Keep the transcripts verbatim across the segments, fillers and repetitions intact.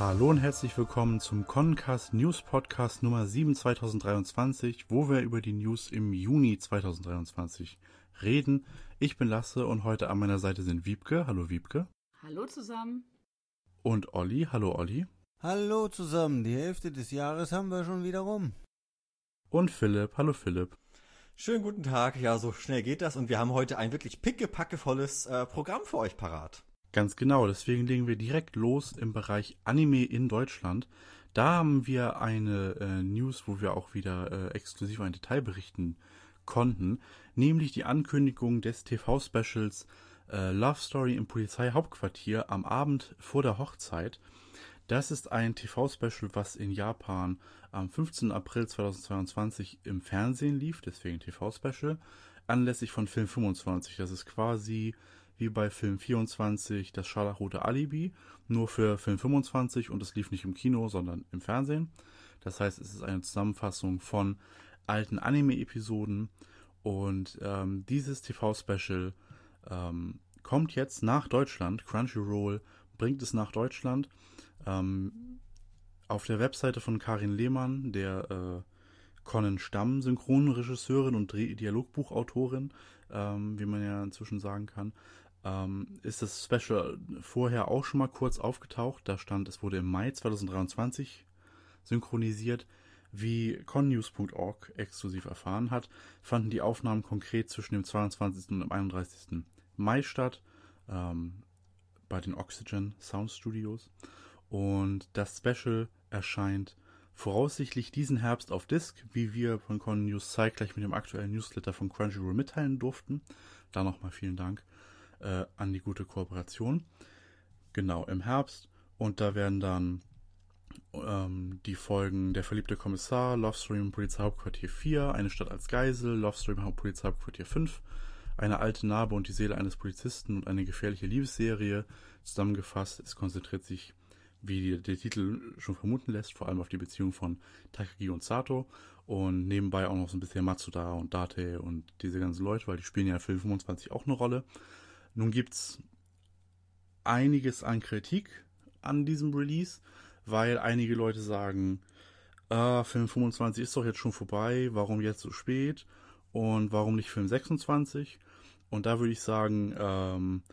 Hallo und herzlich willkommen zum Connencast News Podcast Nummer sieben zweitausenddreiundzwanzig, wo wir über die News im Juni zweitausenddreiundzwanzig reden. Ich bin Lasse und heute an meiner Seite sind Wiebke. Hallo Wiebke. Hallo zusammen. Und Olli. Hallo Olli. Hallo zusammen, die Hälfte des Jahres haben wir schon wieder rum. Und Philipp. Hallo Philipp. Schönen guten Tag, ja, so schnell geht das und wir haben heute ein wirklich pickepackevolles äh, Programm für euch parat. Ganz genau, deswegen legen wir direkt los im Bereich Anime in Deutschland. Da haben wir eine äh, News, wo wir auch wieder äh, exklusiv ein Detail berichten konnten, nämlich die Ankündigung des T V-Specials äh, Love Story im Polizeihauptquartier am Abend vor der Hochzeit. Das ist ein T V-Special, was in Japan am fünfzehnten April zweitausendzweiundzwanzig im Fernsehen lief, deswegen T V-Special, anlässlich von Film fünfundzwanzig. Das ist quasi wie bei Film vierundzwanzig das Scharlachrote Alibi, nur für Film fünfundzwanzig, und es lief nicht im Kino, sondern im Fernsehen. Das heißt, es ist eine Zusammenfassung von alten Anime-Episoden und ähm, dieses T V-Special ähm, kommt jetzt nach Deutschland. Crunchyroll bringt es nach Deutschland. Ähm, auf der Webseite von Karin Lehmann, der äh, Conan Stamm Synchronregisseurin und Dreh- Dialogbuchautorin, ähm, wie man ja inzwischen sagen kann, ähm, ist das Special vorher auch schon mal kurz aufgetaucht. Da stand, es wurde im Mai zweitausenddreiundzwanzig synchronisiert. Wie connews punkt org exklusiv erfahren hat, fanden die Aufnahmen konkret zwischen dem zweiundzwanzigsten und dem einunddreißigsten Mai statt, ähm, bei den Oxygen Sound Studios. Und das Special erscheint voraussichtlich diesen Herbst auf Disc, wie wir von ConNews zeitgleich mit dem aktuellen Newsletter von Crunchyroll mitteilen durften. Da nochmal vielen Dank äh, an die gute Kooperation. Genau, im Herbst. Und da werden dann ähm, die Folgen Der verliebte Kommissar, Love Story im Polizeihauptquartier vier, Eine Stadt als Geisel, Love Story im Polizeihauptquartier fünf, Eine alte Narbe und die Seele eines Polizisten und eine gefährliche Liebesserie zusammengefasst. Es konzentriert sich, wie der Titel schon vermuten lässt, vor allem auf die Beziehung von Takagi und Sato und nebenbei auch noch so ein bisschen Matsuda und Date und diese ganzen Leute, weil die spielen ja in Film fünfundzwanzig auch eine Rolle. Nun gibt's einiges an Kritik an diesem Release, weil einige Leute sagen, ah, Film fünfundzwanzig ist doch jetzt schon vorbei, warum jetzt so spät und warum nicht Film sechsundzwanzig? Und da würde ich sagen, ähm,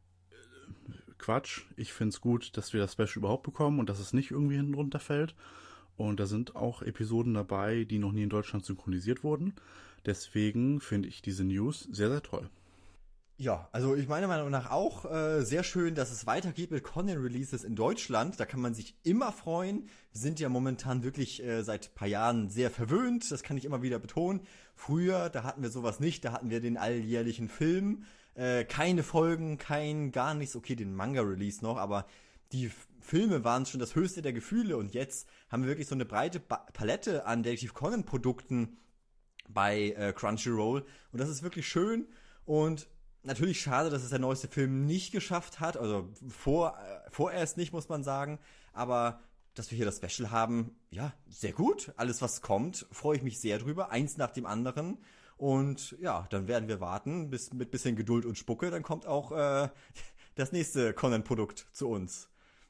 Quatsch. Ich finde es gut, dass wir das Special überhaupt bekommen und dass es nicht irgendwie hinten runterfällt. Und da sind auch Episoden dabei, die noch nie in Deutschland synchronisiert wurden. Deswegen finde ich diese News sehr, sehr toll. Ja, also ich meiner Meinung nach auch äh, sehr schön, dass es weitergeht mit Conan-Releases in Deutschland. Da kann man sich immer freuen. Wir sind ja momentan wirklich äh, seit ein paar Jahren sehr verwöhnt. Das kann ich immer wieder betonen. Früher, da hatten wir sowas nicht. Da hatten wir den alljährlichen Film. Äh, keine Folgen, kein gar nichts. Okay, den Manga-Release noch, aber die F- Filme waren schon das höchste der Gefühle. Und jetzt haben wir wirklich so eine breite ba- Palette an Detective Conan-Produkten bei äh, Crunchyroll. Und das ist wirklich schön. Und natürlich schade, dass es der neueste Film nicht geschafft hat, also vor, äh, vorerst nicht, muss man sagen, aber dass wir hier das Special haben, ja, sehr gut. Alles, was kommt, freue ich mich sehr drüber, eins nach dem anderen. Und ja, dann werden wir warten, bis mit bisschen Geduld und Spucke, dann kommt auch äh, das nächste Conan-Produkt zu uns.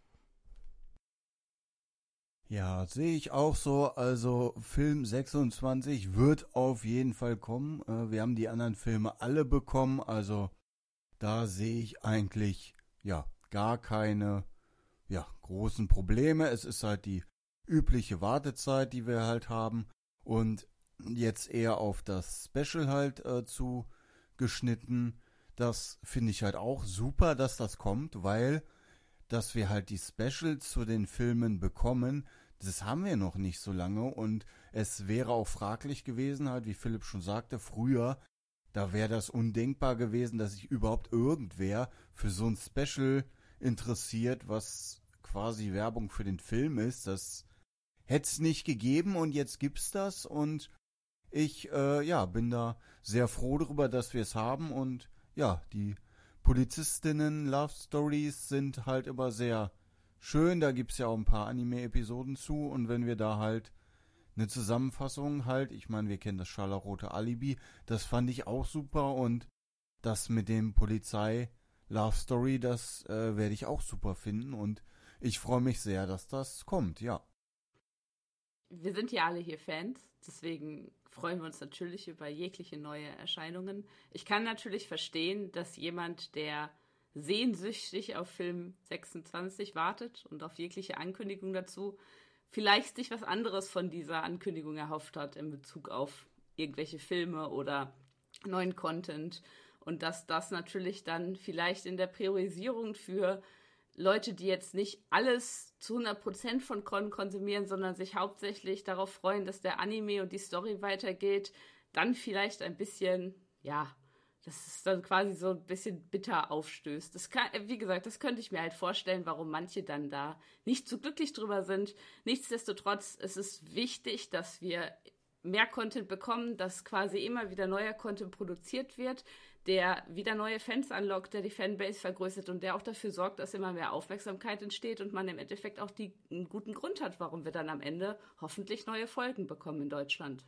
Ja, sehe ich auch so. Also Film sechsundzwanzig wird auf jeden Fall kommen. Äh, wir haben die anderen Filme alle bekommen. Also da sehe ich eigentlich ja gar keine ja, großen Probleme. Es ist halt die übliche Wartezeit, die wir halt haben. Und jetzt eher auf das Special halt äh, zu geschnitten. Das finde ich halt auch super, dass das kommt, weil dass wir halt die Specials zu den Filmen bekommen, das haben wir noch nicht so lange und es wäre auch fraglich gewesen, halt wie Philipp schon sagte, früher, da wäre das undenkbar gewesen, dass sich überhaupt irgendwer für so ein Special interessiert, was quasi Werbung für den Film ist. Das hätte es nicht gegeben und jetzt gibt's das und ich äh, ja bin da sehr froh darüber, dass wir es haben und ja, die Polizistinnen-Love-Stories sind halt immer sehr schön. Da gibt's ja auch ein paar Anime-Episoden zu. Und wenn wir da halt eine Zusammenfassung halt, ich meine, wir kennen das Scharlachrote Alibi, das fand ich auch super. Und das mit dem Polizei-Love-Story, das äh, werde ich auch super finden. Und ich freue mich sehr, dass das kommt, ja. Wir sind ja alle hier Fans, deswegen freuen wir uns natürlich über jegliche neue Erscheinungen. Ich kann natürlich verstehen, dass jemand, der sehnsüchtig auf Film sechsundzwanzig wartet und auf jegliche Ankündigung dazu, vielleicht sich was anderes von dieser Ankündigung erhofft hat in Bezug auf irgendwelche Filme oder neuen Content. Und dass das natürlich dann vielleicht in der Priorisierung für Leute, die jetzt nicht alles zu hundert Prozent von Con konsumieren, sondern sich hauptsächlich darauf freuen, dass der Anime und die Story weitergeht, dann vielleicht ein bisschen, ja, dass es dann quasi so ein bisschen bitter aufstößt. Das kann, wie gesagt, das könnte ich mir halt vorstellen, warum manche dann da nicht so glücklich drüber sind. Nichtsdestotrotz ist es wichtig, dass wir mehr Content bekommen, dass quasi immer wieder neuer Content produziert wird, der wieder neue Fans anlockt, der die Fanbase vergrößert und der auch dafür sorgt, dass immer mehr Aufmerksamkeit entsteht und man im Endeffekt auch die, einen guten Grund hat, warum wir dann am Ende hoffentlich neue Folgen bekommen in Deutschland.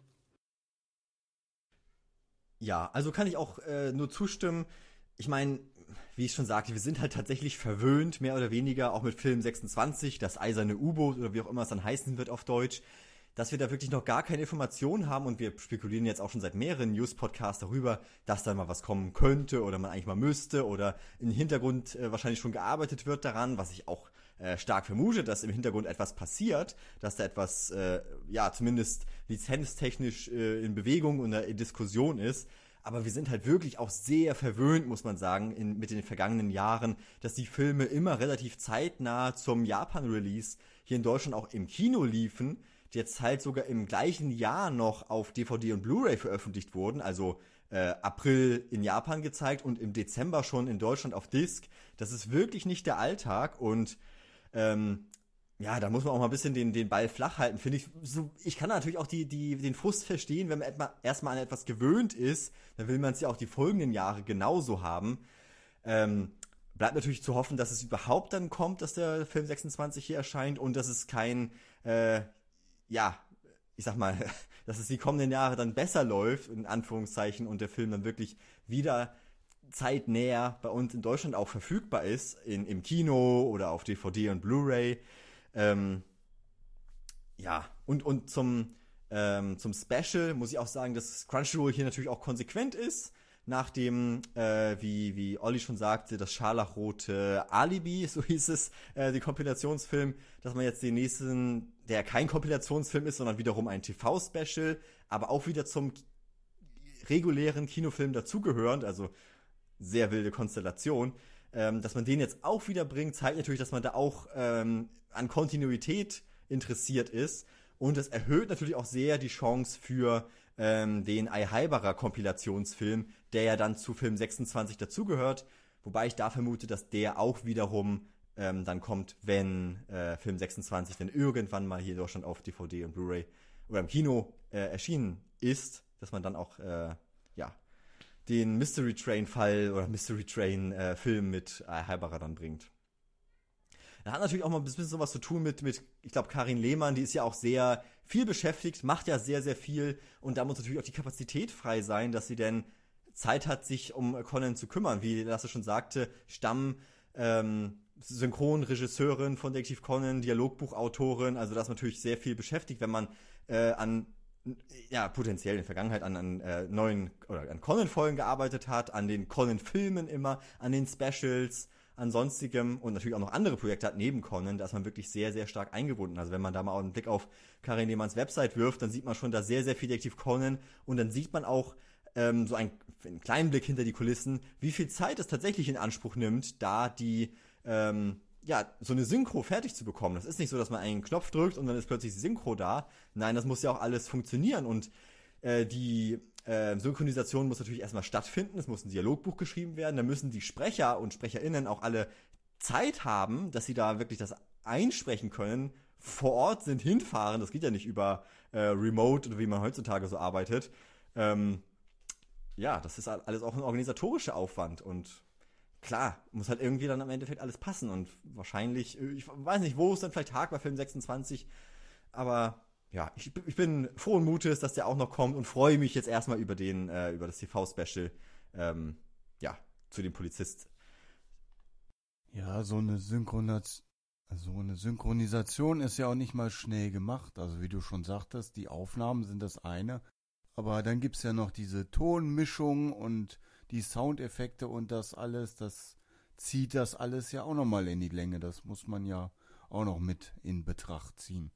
Ja, also kann ich auch äh, nur zustimmen. Ich meine, wie ich schon sagte, wir sind halt tatsächlich verwöhnt, mehr oder weniger, auch mit Film sechsundzwanzig, das eiserne U-Boot oder wie auch immer es dann heißen wird auf Deutsch, dass wir da wirklich noch gar keine Informationen haben und wir spekulieren jetzt auch schon seit mehreren News-Podcasts darüber, dass da mal was kommen könnte oder man eigentlich mal müsste oder im Hintergrund äh, wahrscheinlich schon gearbeitet wird daran, was ich auch äh, stark vermute, dass im Hintergrund etwas passiert, dass da etwas, äh, ja, zumindest lizenztechnisch äh, in Bewegung und in Diskussion ist. Aber wir sind halt wirklich auch sehr verwöhnt, muss man sagen, in, mit den vergangenen Jahren, dass die Filme immer relativ zeitnah zum Japan-Release hier in Deutschland auch im Kino liefen, die jetzt halt sogar im gleichen Jahr noch auf D V D und Blu-ray veröffentlicht wurden, also äh, April in Japan gezeigt und im Dezember schon in Deutschland auf Disc. Das ist wirklich nicht der Alltag und ähm, ja, da muss man auch mal ein bisschen den, den Ball flach halten, finde ich. So, ich kann natürlich auch die, die, den Frust verstehen, wenn man etma, erstmal an etwas gewöhnt ist, dann will man es ja auch die folgenden Jahre genauso haben. Ähm, bleibt natürlich zu hoffen, dass es überhaupt dann kommt, dass der Film sechsundzwanzig hier erscheint und dass es kein, äh, ja, ich sag mal, dass es die kommenden Jahre dann besser läuft, in Anführungszeichen, und der Film dann wirklich wieder zeitnäher bei uns in Deutschland auch verfügbar ist, in, im Kino oder auf D V D und Blu-ray. Ähm, ja, und, und zum, ähm, zum Special muss ich auch sagen, dass Crunchyroll hier natürlich auch konsequent ist, nach dem, äh, wie, wie Olli schon sagte, das scharlachrote Alibi, so hieß es, äh, die Kompilationsfilm, dass man jetzt den nächsten, der kein Kompilationsfilm ist, sondern wiederum ein T V-Special, aber auch wieder zum regulären Kinofilm dazugehörend, also sehr wilde Konstellation, ähm, dass man den jetzt auch wieder bringt, zeigt natürlich, dass man da auch ähm, an Kontinuität interessiert ist und es erhöht natürlich auch sehr die Chance für ähm, den Aihaibara Kompilationsfilm, der ja dann zu Film sechsundzwanzig dazugehört, wobei ich da vermute, dass der auch wiederum ähm, dann kommt, wenn äh, Film sechsundzwanzig dann irgendwann mal hier in Deutschland auf D V D und Blu-ray oder im Kino äh, erschienen ist, dass man dann auch äh, ja den Mystery Train Fall oder Mystery Train äh, Film mit Aihaibara dann bringt. Da hat natürlich auch mal ein bisschen sowas zu tun mit, mit ich glaube, Karin Lehmann, die ist ja auch sehr viel beschäftigt, macht ja sehr, sehr viel und da muss natürlich auch die Kapazität frei sein, dass sie denn Zeit hat, sich um Conan zu kümmern. Wie Lasse schon sagte, Stamm, ähm, Synchronregisseurin von Detektiv Conan, Dialogbuchautorin, also da ist natürlich sehr viel beschäftigt, wenn man äh, an, ja, potenziell in der Vergangenheit an, an äh, neuen, oder an Conan-Folgen gearbeitet hat, an den Conan-Filmen immer, an den Specials, an sonstigem und natürlich auch noch andere Projekte hat neben Conan, da ist man wirklich sehr, sehr stark eingebunden. Also wenn man da mal einen Blick auf Karin Lehmanns Website wirft, dann sieht man schon da sehr, sehr viel Detektiv Conan und dann sieht man auch ähm, so einen, einen kleinen Blick hinter die Kulissen, wie viel Zeit es tatsächlich in Anspruch nimmt, da die, ähm, ja, so eine Synchro fertig zu bekommen. Das ist nicht so, dass man einen Knopf drückt und dann ist plötzlich die Synchro da. Nein, das muss ja auch alles funktionieren und äh, die Äh, Synchronisation muss natürlich erstmal stattfinden, es muss ein Dialogbuch geschrieben werden, da müssen die Sprecher und SprecherInnen auch alle Zeit haben, dass sie da wirklich das einsprechen können, vor Ort sind, hinfahren, das geht ja nicht über äh, Remote oder wie man heutzutage so arbeitet. Ähm, ja, das ist alles auch ein organisatorischer Aufwand und klar, muss halt irgendwie dann am Endeffekt alles passen und wahrscheinlich, ich weiß nicht, wo es dann vielleicht hakt bei Film sechsundzwanzig, aber ja, ich, ich bin frohen Mutes, dass der auch noch kommt und freue mich jetzt erstmal über den, äh, über das T V-Special, ähm, ja, zu dem Polizist. Ja, so eine Synchronisation, So eine Synchronisation ist ja auch nicht mal schnell gemacht. Also wie du schon sagtest, die Aufnahmen sind das eine. Aber dann gibt's ja noch diese Tonmischung und die Soundeffekte und das alles. Das zieht das alles ja auch nochmal in die Länge. Das muss man ja auch noch mit in Betracht ziehen.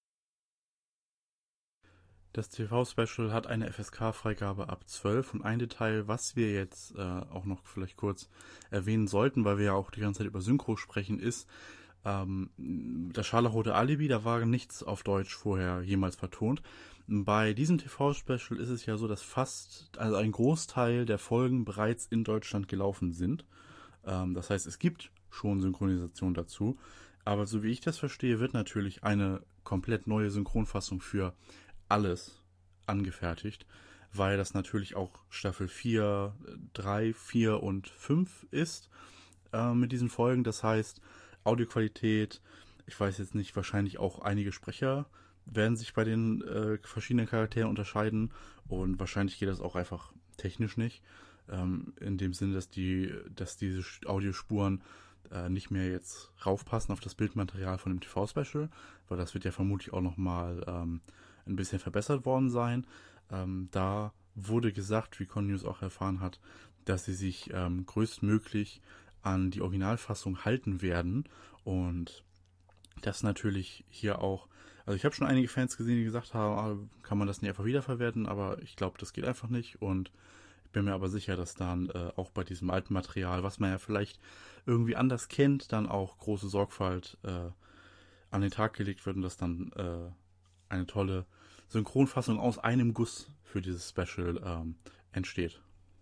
Das T V-Special hat eine F S K-Freigabe ab zwölf und ein Detail, was wir jetzt äh, auch noch vielleicht kurz erwähnen sollten, weil wir ja auch die ganze Zeit über Synchro sprechen, ist ähm, das Scharlachrote Alibi, da war nichts auf Deutsch vorher jemals vertont. Bei diesem T V-Special ist es ja so, dass fast, also ein Großteil der Folgen bereits in Deutschland gelaufen sind. Ähm, das heißt, es gibt schon Synchronisation dazu, aber so wie ich das verstehe, wird natürlich eine komplett neue Synchronfassung für alles angefertigt, weil das natürlich auch Staffel vier, drei, vier und fünf ist äh, mit diesen Folgen. Das heißt, Audioqualität, ich weiß jetzt nicht, wahrscheinlich auch einige Sprecher werden sich bei den äh, verschiedenen Charakteren unterscheiden und wahrscheinlich geht das auch einfach technisch nicht. Ähm, in dem Sinne, dass die, dass diese Audiospuren äh, nicht mehr jetzt raufpassen auf das Bildmaterial von dem T V-Special, weil das wird ja vermutlich auch nochmal ähm, ein bisschen verbessert worden sein. Ähm, da wurde gesagt, wie Connews auch erfahren hat, dass sie sich ähm, größtmöglich an die Originalfassung halten werden und das natürlich hier auch, also ich habe schon einige Fans gesehen, die gesagt haben, ah, kann man das nicht einfach wiederverwerten, aber ich glaube, das geht einfach nicht und ich bin mir aber sicher, dass dann äh, auch bei diesem alten Material, was man ja vielleicht irgendwie anders kennt, dann auch große Sorgfalt äh, an den Tag gelegt wird und dass dann äh, eine tolle Synchronfassung aus einem Guss für dieses Special ähm, entsteht.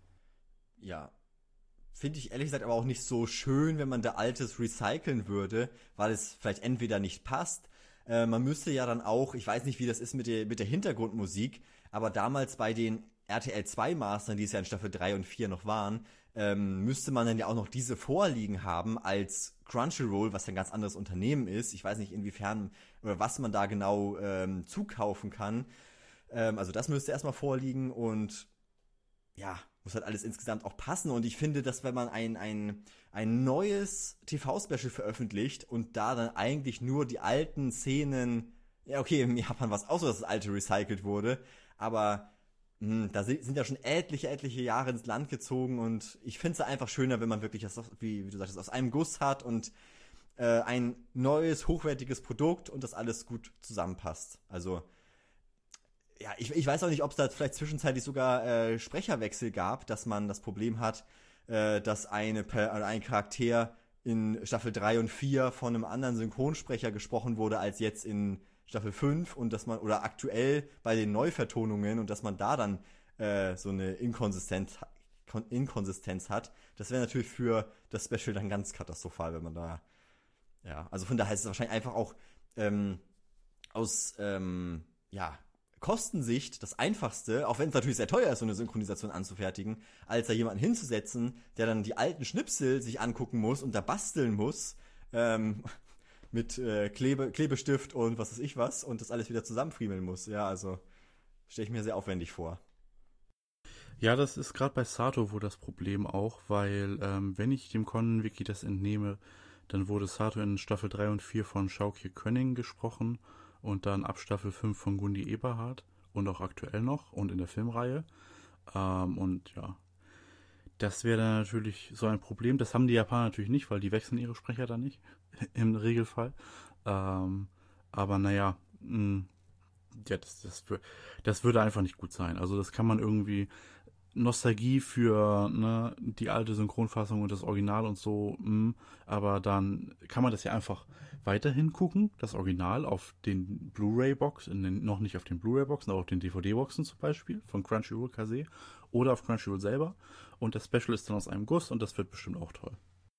Ja, finde ich ehrlich gesagt aber auch nicht so schön, wenn man da Altes recyceln würde, weil es vielleicht entweder nicht passt. Äh, man müsste ja dann auch, ich weiß nicht, wie das ist mit der, mit der Hintergrundmusik, aber damals bei den R T L zwei Mastern, die es ja in Staffel drei und vier noch waren, ähm, müsste man dann ja auch noch diese vorliegen haben als Crunchyroll, was ja ein ganz anderes Unternehmen ist. Ich weiß nicht, inwiefern oder was man da genau ähm, zukaufen kann. Ähm, also das müsste erstmal vorliegen und ja, muss halt alles insgesamt auch passen. Und ich finde, dass wenn man ein, ein, ein neues T V-Special veröffentlicht und da dann eigentlich nur die alten Szenen, ja okay, im Japan war es auch so, dass das alte recycelt wurde, aber mh, da sind ja schon etliche, etliche Jahre ins Land gezogen und ich finde es einfach schöner, wenn man wirklich das, wie, wie du sagst, aus einem Guss hat und äh, ein neues, hochwertiges Produkt und das alles gut zusammenpasst. Also ja, ich, ich weiß auch nicht, ob es da vielleicht zwischenzeitlich sogar äh, Sprecherwechsel gab, dass man das Problem hat, äh, dass eine per, ein Charakter in Staffel drei und vier von einem anderen Synchronsprecher gesprochen wurde als jetzt in Staffel fünf und dass man, oder aktuell bei den Neuvertonungen und dass man da dann äh, so eine Inkonsistenz, Inkonsistenz hat. Das wäre natürlich für das Special dann ganz katastrophal, wenn man da, ja, also von daher ist es wahrscheinlich einfach auch ähm, aus, ähm, ja, Kostensicht das Einfachste, auch wenn es natürlich sehr teuer ist, so eine Synchronisation anzufertigen, als da jemanden hinzusetzen, der dann die alten Schnipsel sich angucken muss und da basteln muss, ähm, mit äh, Klebe, Klebestift und was weiß ich was und das alles wieder zusammenfriemeln muss. Ja, also stelle ich mir sehr aufwendig vor. Ja, das ist gerade bei Sato wohl das Problem auch, weil ähm, wenn ich dem Conan-Wiki das entnehme, dann wurde Sato in Staffel drei und vier von Shaokir Könning gesprochen und dann ab Staffel fünf von Gundi Eberhardt und auch aktuell noch und in der Filmreihe. Ähm, und ja, das wäre dann natürlich so ein Problem. Das haben die Japaner natürlich nicht, weil die wechseln ihre Sprecher dann nicht, im Regelfall. Ähm, aber naja, mh, ja, das, das, das würde einfach nicht gut sein. Also das kann man irgendwie Nostalgie für ne, die alte Synchronfassung und das Original und so, mh, aber dann kann man das ja einfach weiterhin gucken, das Original auf den Blu-ray-Box, in den, noch nicht auf den Blu-ray-Boxen, aber auf den D V D-Boxen zum Beispiel, von Crunchyroll Kase oder auf Crunchyroll selber und das Special ist dann aus einem Guss und das wird bestimmt auch toll.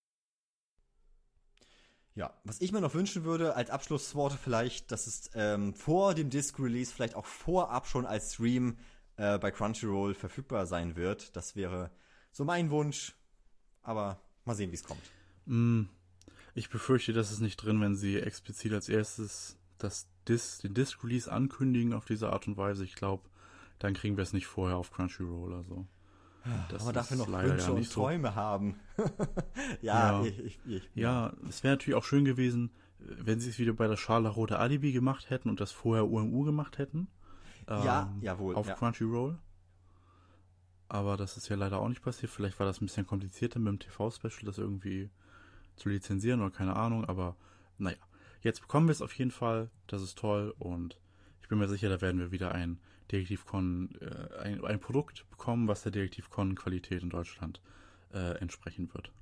Ja, was ich mir noch wünschen würde, als Abschlussworte vielleicht, dass es ähm, vor dem Disc-Release vielleicht auch vorab schon als Stream äh, bei Crunchyroll verfügbar sein wird. Das wäre so mein Wunsch, aber mal sehen, wie es kommt. Mm, ich befürchte, das ist nicht drin, wenn sie explizit als erstes das Dis- den Disc-Release ankündigen auf diese Art und Weise. Ich glaube, dann kriegen wir es nicht vorher auf Crunchyroll oder so. Das aber dafür noch Wünsche ja und Träume so. haben. ja, ja, ich, ich, ich, ja, es wäre natürlich auch schön gewesen, wenn sie es wieder bei der Scharlachrote Alibi gemacht hätten und das vorher U M U gemacht hätten. Ja, ähm, jawohl. Auf ja. Crunchyroll. Aber das ist ja leider auch nicht passiert. Vielleicht war das ein bisschen komplizierter mit dem T V-Special, das irgendwie zu lizenzieren oder keine Ahnung. Aber naja, jetzt bekommen wir es auf jeden Fall. Das ist toll und ich bin mir sicher, da werden wir wieder ein Detektiv-Con, äh, ein, ein Produkt bekommen, was der Detektiv-Con-Qualität in Deutschland äh, entsprechen wird.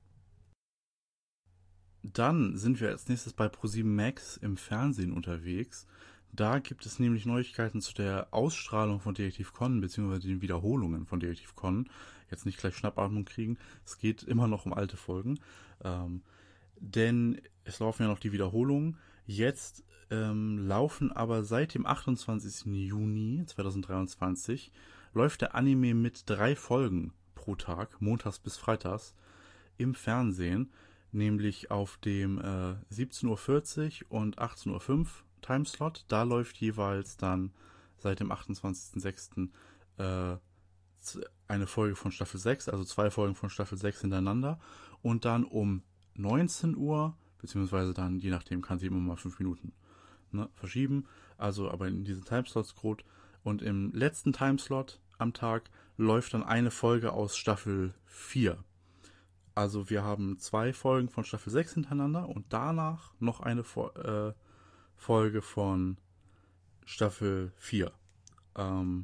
Dann sind wir als nächstes bei ProSieben Max im Fernsehen unterwegs. Da gibt es nämlich Neuigkeiten zu der Ausstrahlung von Detektiv Conan, beziehungsweise den Wiederholungen von Detektiv Conan. Jetzt nicht gleich Schnappatmung kriegen. Es geht immer noch um alte Folgen. Ähm, denn es laufen ja noch die Wiederholungen. Jetzt ähm, laufen aber seit dem achtundzwanzigsten Juni zweitausenddreiundzwanzig läuft der Anime mit drei Folgen pro Tag, montags bis freitags, im Fernsehen. Nämlich auf dem äh, siebzehn Uhr vierzig und achtzehn Uhr fünf Timeslot. Da läuft jeweils dann seit dem achtundzwanzigsten sechsten äh, eine Folge von Staffel sechs, also zwei Folgen von Staffel sechs hintereinander. Und dann um neunzehn Uhr, beziehungsweise dann, je nachdem, kann sie immer mal fünf Minuten ne, verschieben. Also aber in diesen Timeslots groß. Und im letzten Timeslot am Tag läuft dann eine Folge aus Staffel vier. Also wir haben zwei Folgen von Staffel sechs hintereinander und danach noch eine Fo- äh, Folge von Staffel vier. Ähm,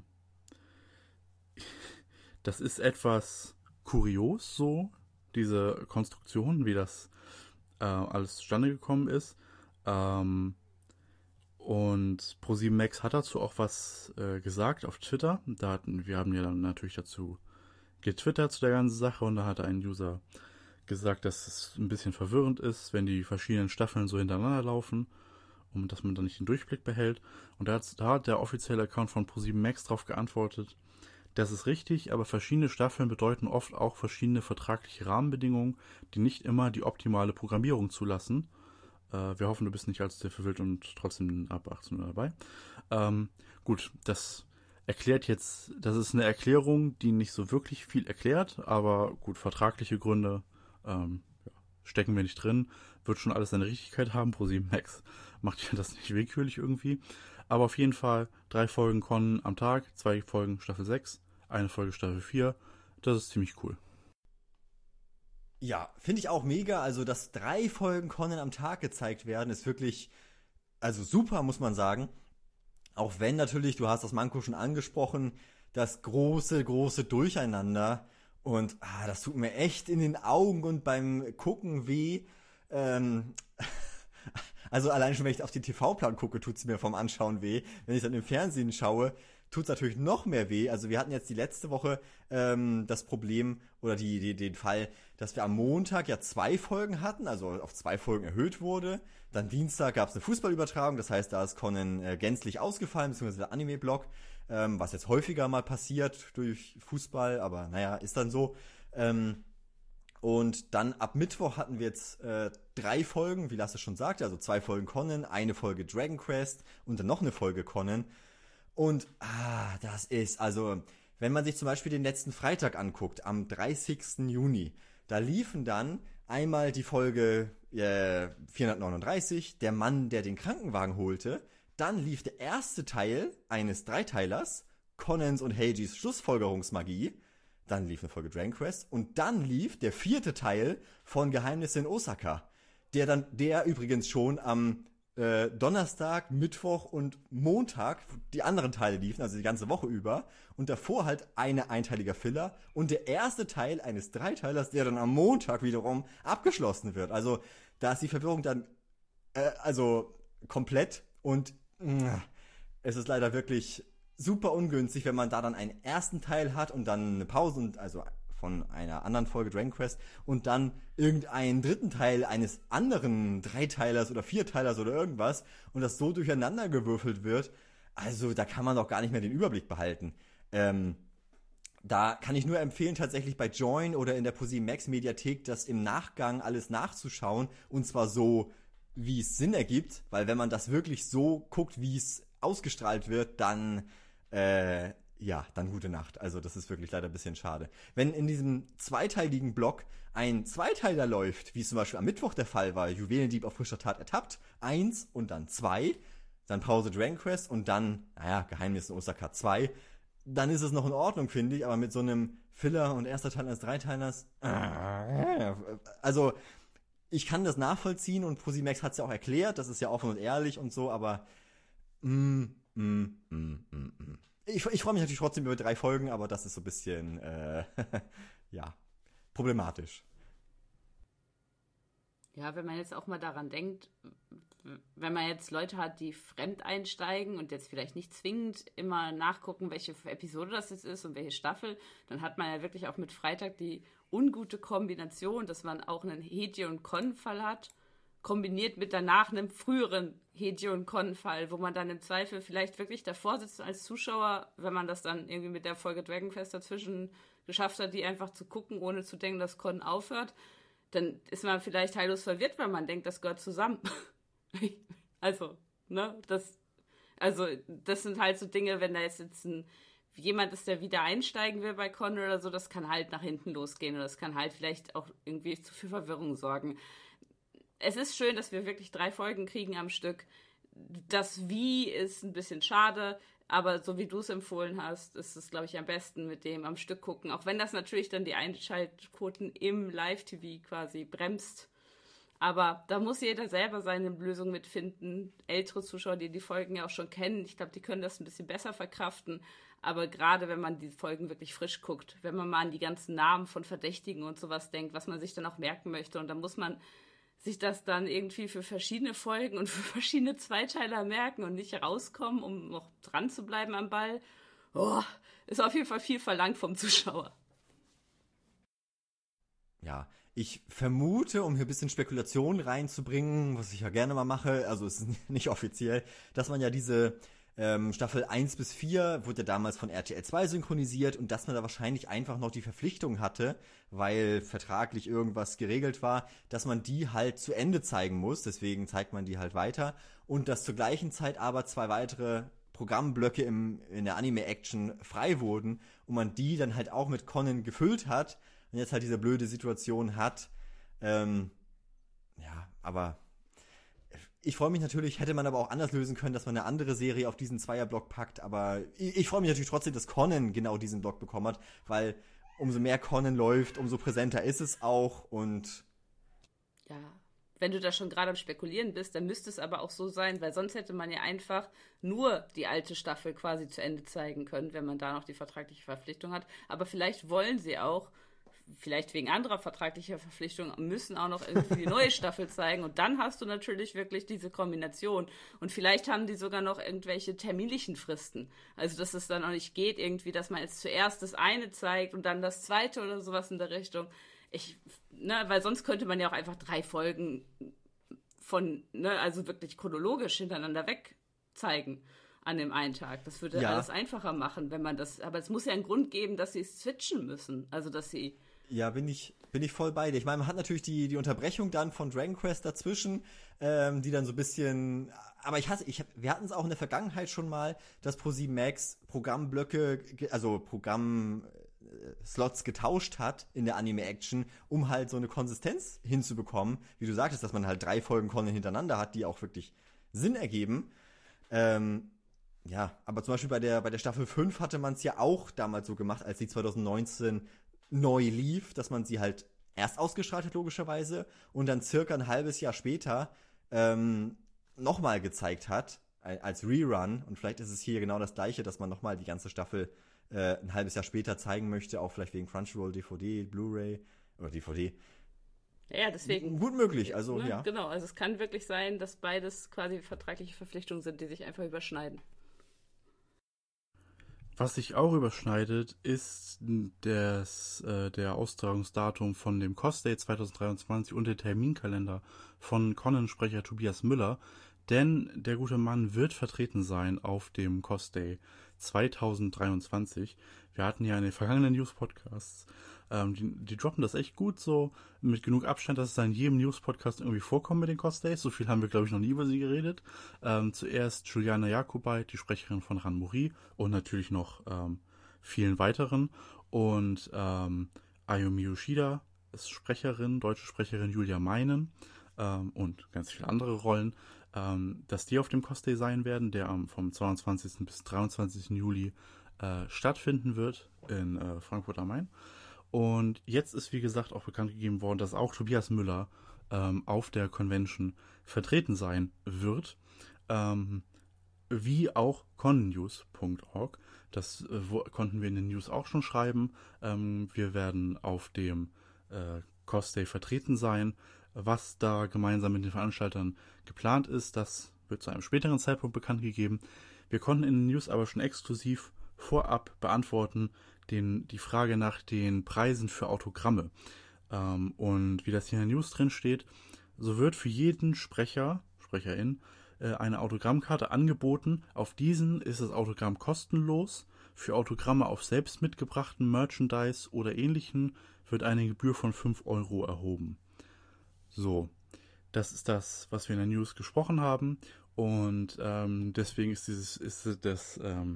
das ist etwas kurios so, diese Konstruktion, wie das äh, alles zustande gekommen ist. Ähm, und ProSieben Max hat dazu auch was äh, gesagt auf Twitter. Da hatten, wir haben ja dann natürlich dazu getwittert zu der ganzen Sache und da hat ein User gesagt, dass es ein bisschen verwirrend ist, wenn die verschiedenen Staffeln so hintereinander laufen und dass man dann nicht den Durchblick behält. Und da hat, da hat der offizielle Account von ProSieben Max darauf geantwortet, das ist richtig, aber verschiedene Staffeln bedeuten oft auch verschiedene vertragliche Rahmenbedingungen, die nicht immer die optimale Programmierung zulassen. Äh, wir hoffen, du bist nicht allzu sehr verwirrt und trotzdem ab achtzehn Uhr dabei. Ähm, gut, das erklärt jetzt, das ist eine Erklärung, die nicht so wirklich viel erklärt, aber gut, vertragliche Gründe ähm, ja, stecken wir nicht drin, wird schon alles seine Richtigkeit haben. ProSieben Max macht ja das nicht willkürlich irgendwie, aber auf jeden Fall drei Folgen Conan am Tag, zwei Folgen Staffel sechs, eine Folge Staffel vier, das ist ziemlich cool. Ja, finde ich auch mega, also dass drei Folgen Conan am Tag gezeigt werden, ist wirklich, also super, muss man sagen. Auch wenn natürlich, du hast das Manko schon angesprochen, das große, große Durcheinander und ah, das tut mir echt in den Augen und beim Gucken weh. Ähm, also allein schon, wenn ich auf den T V-Plan gucke, tut es mir vom Anschauen weh. Wenn ich dann im Fernsehen schaue, tut es natürlich noch mehr weh. Also wir hatten jetzt die letzte Woche ähm, das Problem oder die, die, den Fall, dass wir am Montag ja zwei Folgen hatten, also auf zwei Folgen erhöht wurde. Dann Dienstag gab es eine Fußballübertragung, das heißt, da ist Conan äh, gänzlich ausgefallen, beziehungsweise der Anime-Blog, ähm, was jetzt häufiger mal passiert durch Fußball, aber naja, ist dann so. Ähm, und dann ab Mittwoch hatten wir jetzt äh, drei Folgen, wie Lasse schon sagte, also zwei Folgen Conan, eine Folge Dragon Quest und dann noch eine Folge Conan. Und ah, das ist, also, wenn man sich zum Beispiel den letzten Freitag anguckt, am dreißigsten Juni, da liefen dann einmal die Folge äh, vierhundertneununddreißig, der Mann, der den Krankenwagen holte. Dann lief der erste Teil eines Dreiteilers, Conans und Heijis Schlussfolgerungsmagie. Dann lief eine Folge Dragon Quest. Und dann lief der vierte Teil von Geheimnisse in Osaka. Der dann, der übrigens schon am äh, Donnerstag, Mittwoch und Montag die anderen Teile liefen, also die ganze Woche über. Und davor halt eine einteiliger Filler und der erste Teil eines Dreiteilers, der dann am Montag wiederum abgeschlossen wird. Also da ist die Verwirrung dann äh, also komplett und mh, es ist leider wirklich super ungünstig, wenn man da dann einen ersten Teil hat und dann eine Pause und also von einer anderen Folge Dragon Quest und dann irgendeinen dritten Teil eines anderen Dreiteilers oder Vierteilers oder irgendwas und das so durcheinander gewürfelt wird. Also da kann man doch gar nicht mehr den Überblick behalten. Ähm, da kann ich nur empfehlen, tatsächlich bei Join oder in der ProSieben Max Mediathek das im Nachgang alles nachzuschauen und zwar so, wie es Sinn ergibt, weil wenn man das wirklich so guckt, wie es ausgestrahlt wird, dann äh, ja, dann gute Nacht. Also das ist wirklich leider ein bisschen schade. Wenn in diesem zweiteiligen Block ein Zweiteiler läuft, wie es zum Beispiel am Mittwoch der Fall war, Juwelendieb auf frischer Tat ertappt, eins und dann zwei, dann Pause Dragon Quest und dann, naja, Geheimnis in Osaka zwei, dann ist es noch in Ordnung, finde ich, aber mit so einem Filler und erster Teil eines Dreiteilers, äh, also ich kann das nachvollziehen und Posimax hat es ja auch erklärt, das ist ja offen und ehrlich und so, aber mm, mm, mm, mm, mm. Ich, ich freue mich natürlich trotzdem über drei Folgen, aber das ist so ein bisschen, äh, ja, problematisch. Ja, wenn man jetzt auch mal daran denkt, wenn man jetzt Leute hat, die fremd einsteigen und jetzt vielleicht nicht zwingend immer nachgucken, welche Episode das jetzt ist und welche Staffel, dann hat man ja wirklich auch mit Freitag die ungute Kombination, dass man auch einen Hedi- und Con-Fall hat, kombiniert mit danach einem früheren Hedi- und Con-Fall, wo man dann im Zweifel vielleicht wirklich davor sitzt als Zuschauer, wenn man das dann irgendwie mit der Folge Dragon Quest dazwischen geschafft hat, die einfach zu gucken, ohne zu denken, dass Con aufhört, dann ist man vielleicht heillos verwirrt, weil man denkt, das gehört zusammen. Also, ne, das, also, das sind halt so Dinge, wenn da jetzt, jetzt ein, jemand ist, der wieder einsteigen will bei Con oder so, das kann halt nach hinten losgehen oder das kann halt vielleicht auch irgendwie zu viel Verwirrung sorgen. Es ist schön, dass wir wirklich drei Folgen kriegen am Stück. Das Wie ist ein bisschen schade, aber so wie du es empfohlen hast, ist es, glaube ich, am besten mit dem am Stück gucken. Auch wenn das natürlich dann die Einschaltquoten im Live-T V quasi bremst. Aber da muss jeder selber seine Lösung mitfinden. Ältere Zuschauer, die die Folgen ja auch schon kennen, ich glaube, die können das ein bisschen besser verkraften. Aber gerade wenn man die Folgen wirklich frisch guckt, wenn man mal an die ganzen Namen von Verdächtigen und sowas denkt, was man sich dann auch merken möchte, und dann muss man sich das dann irgendwie für verschiedene Folgen und für verschiedene Zweiteiler merken und nicht rauskommen, um noch dran zu bleiben am Ball, oh, ist auf jeden Fall viel verlangt vom Zuschauer. Ja, ich vermute, um hier ein bisschen Spekulation reinzubringen, was ich ja gerne mal mache, also es ist nicht offiziell, dass man ja diese ähm, Staffel eins bis vier wurde ja damals von R T L zwei synchronisiert und dass man da wahrscheinlich einfach noch die Verpflichtung hatte, weil vertraglich irgendwas geregelt war, dass man die halt zu Ende zeigen muss, deswegen zeigt man die halt weiter und dass zur gleichen Zeit aber zwei weitere Programmblöcke im, in der Anime-Action frei wurden und man die dann halt auch mit Conan gefüllt hat und jetzt halt diese blöde Situation hat. Ähm, ja, aber ich freue mich natürlich, hätte man aber auch anders lösen können, dass man eine andere Serie auf diesen Zweierblock packt, aber ich, ich freue mich natürlich trotzdem, dass Conan genau diesen Block bekommen hat, weil umso mehr Conan läuft, umso präsenter ist es auch und ja, wenn du da schon gerade am Spekulieren bist, dann müsste es aber auch so sein, weil sonst hätte man ja einfach nur die alte Staffel quasi zu Ende zeigen können, wenn man da noch die vertragliche Verpflichtung hat, aber vielleicht wollen sie auch, vielleicht wegen anderer vertraglicher Verpflichtungen, müssen auch noch irgendwie die neue Staffel zeigen und dann hast du natürlich wirklich diese Kombination und vielleicht haben die sogar noch irgendwelche terminlichen Fristen, also dass es dann auch nicht geht irgendwie, dass man jetzt zuerst das eine zeigt und dann das zweite oder sowas in der Richtung. Ich, ne, weil sonst könnte man ja auch einfach drei Folgen von, ne, also wirklich chronologisch hintereinander weg zeigen an dem einen Tag. Das würde ja alles einfacher machen, wenn man das, aber es muss ja einen Grund geben, dass sie es switchen müssen, also dass sie ja, bin ich, bin ich voll bei dir. Ich meine, man hat natürlich die, die Unterbrechung dann von Dragon Quest dazwischen, ähm, die dann so ein bisschen, aber ich hasse, ich hab, wir hatten es auch in der Vergangenheit schon mal, dass ProSieben Max Programmblöcke, also Programm-Slots getauscht hat in der Anime-Action, um halt so eine Konsistenz hinzubekommen, wie du sagtest, dass man halt drei Folgen Conan hintereinander hat, die auch wirklich Sinn ergeben. Ähm, ja, aber zum Beispiel bei der, bei der Staffel fünf hatte man es ja auch damals so gemacht, als die zwanzig neunzehn neu lief, dass man sie halt erst ausgestrahlt hat, logischerweise, und dann circa ein halbes Jahr später ähm, nochmal gezeigt hat, als Rerun. Und vielleicht ist es hier genau das Gleiche, dass man nochmal die ganze Staffel äh, ein halbes Jahr später zeigen möchte, auch vielleicht wegen Crunchyroll, D V D, Blu-ray oder D V D. Ja, deswegen. Gut möglich, also ne, ja. Genau, also es kann wirklich sein, dass beides quasi vertragliche Verpflichtungen sind, die sich einfach überschneiden. Was sich auch überschneidet, ist das, äh, der Austragungsdatum von dem Cosday zwanzig dreiundzwanzig und der Terminkalender von Conan-Sprecher Tobias Müller, denn der gute Mann wird vertreten sein auf dem Cosday zweitausenddreiundzwanzig. Wir hatten ja in den vergangenen News-Podcasts, ähm, die, die droppen das echt gut so, mit genug Abstand, dass es da in jedem News-Podcast irgendwie vorkommt mit den Cosplays. So viel haben wir, glaube ich, noch nie über sie geredet. Ähm, zuerst Juliana Jakobait, die Sprecherin von Ran Mori und natürlich noch ähm, vielen weiteren. Und ähm, Ayumi Yoshida ist Sprecherin, deutsche Sprecherin Julia Meinen ähm, und ganz viele andere Rollen, ähm, dass die auf dem Cosplay sein werden, der ähm, vom zweiundzwanzigsten bis dreiundzwanzigsten Juli äh, stattfinden wird in äh, Frankfurt am Main. Und jetzt ist, wie gesagt, auch bekannt gegeben worden, dass auch Tobias Müller ähm, auf der Convention vertreten sein wird, ähm, wie auch connews punkt org. Das äh, wo, konnten wir in den News auch schon schreiben. Ähm, wir werden auf dem äh, Cosplay vertreten sein. Was da gemeinsam mit den Veranstaltern geplant ist, das wird zu einem späteren Zeitpunkt bekannt gegeben. Wir konnten in den News aber schon exklusiv vorab beantworten, den, die Frage nach den Preisen für Autogramme. Ähm, und wie das hier in der News drin steht, so wird für jeden Sprecher, Sprecherin, äh, eine Autogrammkarte angeboten. Auf diesen ist das Autogramm kostenlos. Für Autogramme auf selbst mitgebrachten Merchandise oder ähnlichen wird eine Gebühr von fünf Euro erhoben. So, das ist das, was wir in der News gesprochen haben. Und ähm, deswegen ist dieses, ist das, ähm,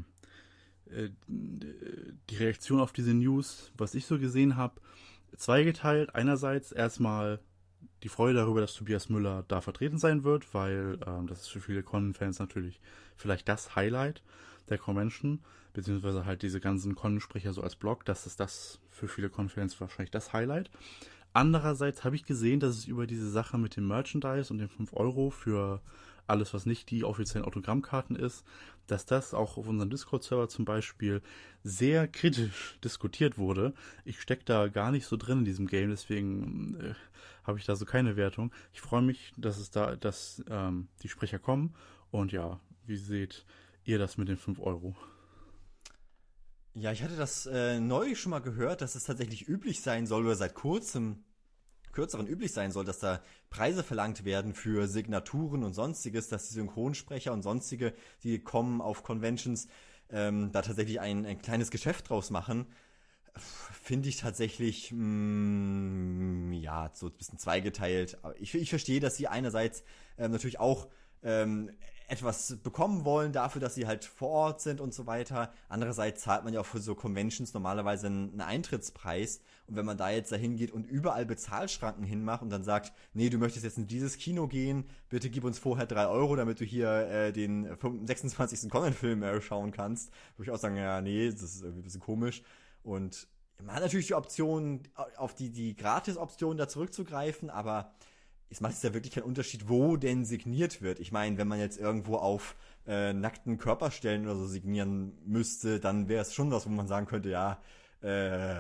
die Reaktion auf diese News, was ich so gesehen habe, zweigeteilt. Einerseits erstmal die Freude darüber, dass Tobias Müller da vertreten sein wird, weil ähm, das ist für viele Con-Fans natürlich vielleicht das Highlight der Convention, beziehungsweise halt diese ganzen Con-Sprecher so als Blog, das ist das für viele Con-Fans wahrscheinlich das Highlight. Andererseits habe ich gesehen, dass es über diese Sache mit dem Merchandise und den fünf Euro für alles, was nicht die offiziellen Autogrammkarten ist, dass das auch auf unserem Discord-Server zum Beispiel sehr kritisch diskutiert wurde. Ich stecke da gar nicht so drin in diesem Game, deswegen äh, habe ich da so keine Wertung. Ich freue mich, dass es da, dass ähm, die Sprecher kommen. Und ja, wie seht ihr das mit den fünf Euro? Ja, ich hatte das äh, neulich schon mal gehört, dass es tatsächlich üblich sein soll, oder seit kurzem kürzeren üblich sein soll, dass da Preise verlangt werden für Signaturen und Sonstiges, dass die Synchronsprecher und Sonstige, die kommen auf Conventions, ähm, da tatsächlich ein, ein kleines Geschäft draus machen. Finde ich tatsächlich, mh, ja, so ein bisschen zweigeteilt. Aber ich, ich verstehe, dass sie einerseits ähm, natürlich auch ähm, etwas bekommen wollen dafür, dass sie halt vor Ort sind und so weiter. Andererseits zahlt man ja auch für so Conventions normalerweise einen Eintrittspreis. Und wenn man da jetzt dahin geht und überall Bezahlschranken hinmacht und dann sagt, nee, du möchtest jetzt in dieses Kino gehen, bitte gib uns vorher drei Euro, damit du hier äh, den sechsundzwanzigsten Conan-Film äh, schauen kannst, würde ich auch sagen, ja, nee, das ist irgendwie ein bisschen komisch. Und man hat natürlich die Option, auf die, die Gratis-Option da zurückzugreifen, aber es macht jetzt ja wirklich keinen Unterschied, wo denn signiert wird. Ich meine, wenn man jetzt irgendwo auf äh, nackten Körperstellen oder so signieren müsste, dann wäre es schon was, wo man sagen könnte, ja, äh,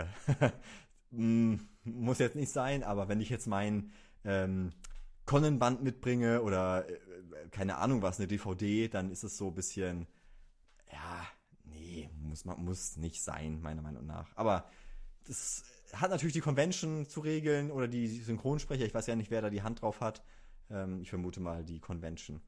muss jetzt nicht sein, aber wenn ich jetzt mein ähm, Conan-Band mitbringe oder äh, keine Ahnung was, eine D V D, dann ist es so ein bisschen, ja, nee, muss, muss nicht sein, meiner Meinung nach. Aber das hat natürlich die Convention zu regeln oder die Synchronsprecher. Ich weiß ja nicht, wer da die Hand drauf hat. Ähm, ich vermute mal die Convention.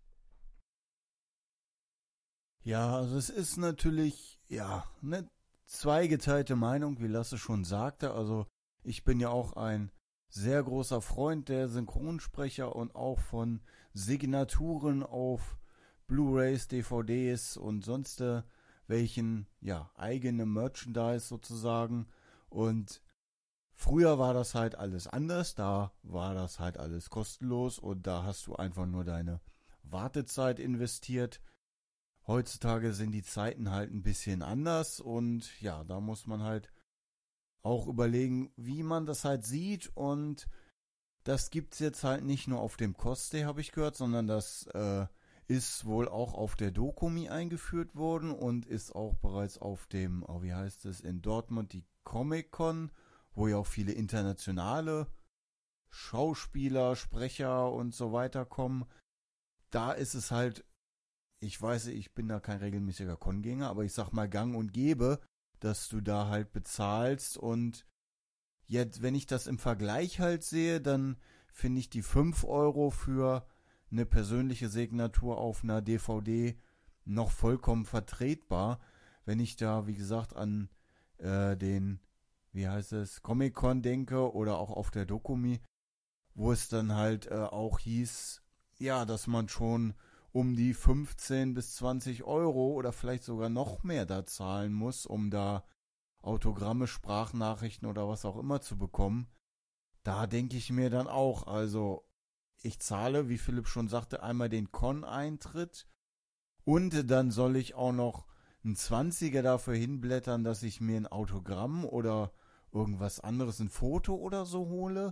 Ja, also es ist natürlich, ja, eine zweigeteilte Meinung, wie Lasse schon sagte. Also ich bin ja auch ein sehr großer Freund der Synchronsprecher und auch von Signaturen auf Blu-rays, D V Ds und sonst welchen, ja, eigene Merchandise sozusagen. Und früher war das halt alles anders, da war das halt alles kostenlos und da hast du einfach nur deine Wartezeit investiert. Heutzutage sind die Zeiten halt ein bisschen anders und ja, da muss man halt auch überlegen, wie man das halt sieht, und das gibt's jetzt halt nicht nur auf dem Cosplay, habe ich gehört, sondern das äh, ist wohl auch auf der Dokumi eingeführt worden und ist auch bereits auf dem, oh, wie heißt es, in Dortmund, die Comic-Con, wo ja auch viele internationale Schauspieler, Sprecher und so weiter kommen. Da ist es halt, ich weiß, ich bin da kein regelmäßiger Con-Gänger, aber ich sag mal gang und gäbe, dass du da halt bezahlst, und jetzt, wenn ich das im Vergleich halt sehe, dann finde ich die fünf Euro für eine persönliche Signatur auf einer D V D noch vollkommen vertretbar, wenn ich da, wie gesagt, an äh, den, wie heißt es, Comic-Con denke oder auch auf der Dokumi, wo es dann halt äh, auch hieß, ja, dass man schon um die fünfzehn bis zwanzig Euro oder vielleicht sogar noch mehr da zahlen muss, um da Autogramme, Sprachnachrichten oder was auch immer zu bekommen. Da denke ich mir dann auch, also ich zahle, wie Philipp schon sagte, einmal den Con-Eintritt und dann soll ich auch noch einen Zwanziger dafür hinblättern, dass ich mir ein Autogramm oder irgendwas anderes, ein Foto oder so hole.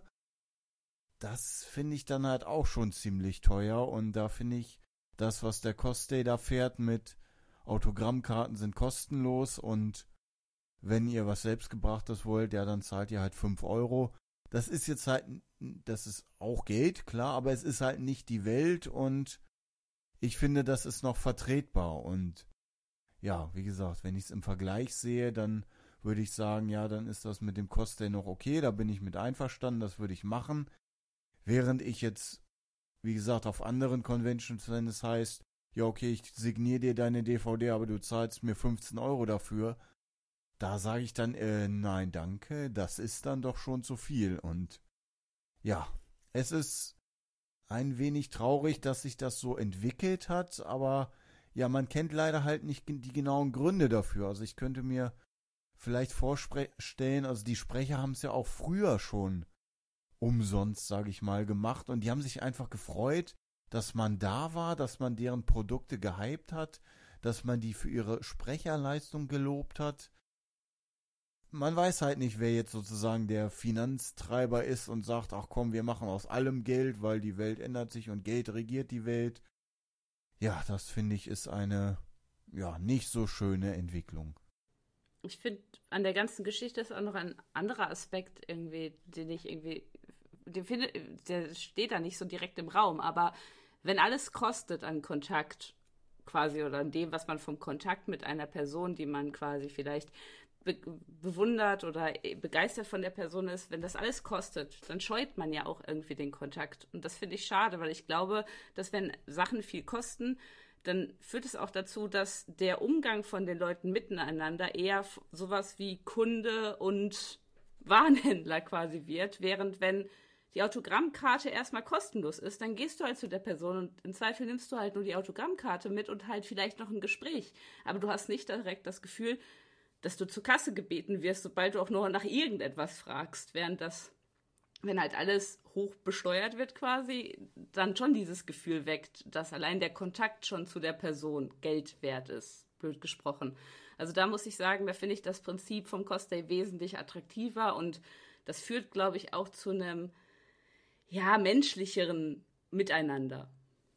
Das finde ich dann halt auch schon ziemlich teuer und da finde ich, das, was der Cosday da fährt mit Autogrammkarten sind kostenlos und wenn ihr was selbstgebrachtes wollt, ja, dann zahlt ihr halt fünf Euro. Das ist jetzt halt, das ist auch Geld, klar, aber es ist halt nicht die Welt und ich finde, das ist noch vertretbar und ja, wie gesagt, wenn ich es im Vergleich sehe, dann würde ich sagen, ja, dann ist das mit dem Cosday noch okay, da bin ich mit einverstanden, das würde ich machen. Während ich jetzt, wie gesagt, auf anderen Conventions, wenn es heißt, ja, okay, ich signiere dir deine D V D, aber du zahlst mir fünfzehn Euro dafür, da sage ich dann, äh, nein, danke, das ist dann doch schon zu viel. Und ja, es ist ein wenig traurig, dass sich das so entwickelt hat, aber ja, man kennt leider halt nicht die genauen Gründe dafür. Also ich könnte mir vielleicht vorstellen, also die Sprecher haben es ja auch früher schon umsonst, sage ich mal, gemacht und die haben sich einfach gefreut, dass man da war, dass man deren Produkte gehypt hat, dass man die für ihre Sprecherleistung gelobt hat. Man weiß halt nicht, wer jetzt sozusagen der Finanztreiber ist und sagt, ach komm, wir machen aus allem Geld, weil die Welt ändert sich und Geld regiert die Welt. Ja, das finde ich ist eine, ja, nicht so schöne Entwicklung. Ich finde, an der ganzen Geschichte ist auch noch ein anderer Aspekt irgendwie, den ich irgendwie, den finde, der steht da nicht so direkt im Raum, aber wenn alles kostet an Kontakt quasi oder an dem, was man vom Kontakt mit einer Person, die man quasi vielleicht be- bewundert oder begeistert von der Person ist, wenn das alles kostet, dann scheut man ja auch irgendwie den Kontakt. Und das finde ich schade, weil ich glaube, dass wenn Sachen viel kosten, dann führt es auch dazu, dass der Umgang von den Leuten miteinander eher sowas wie Kunde und Warenhändler quasi wird, während wenn die Autogrammkarte erstmal kostenlos ist, dann gehst du halt zu der Person und im Zweifel nimmst du halt nur die Autogrammkarte mit und halt vielleicht noch ein Gespräch. Aber du hast nicht direkt das Gefühl, dass du zur Kasse gebeten wirst, sobald du auch nur nach irgendetwas fragst, während das, wenn halt alles hoch besteuert wird quasi, dann schon dieses Gefühl weckt, dass allein der Kontakt schon zu der Person Geld wert ist, blöd gesprochen. Also da muss ich sagen, da finde ich das Prinzip vom Cosplay wesentlich attraktiver und das führt, glaube ich, auch zu einem, ja, menschlicheren Miteinander.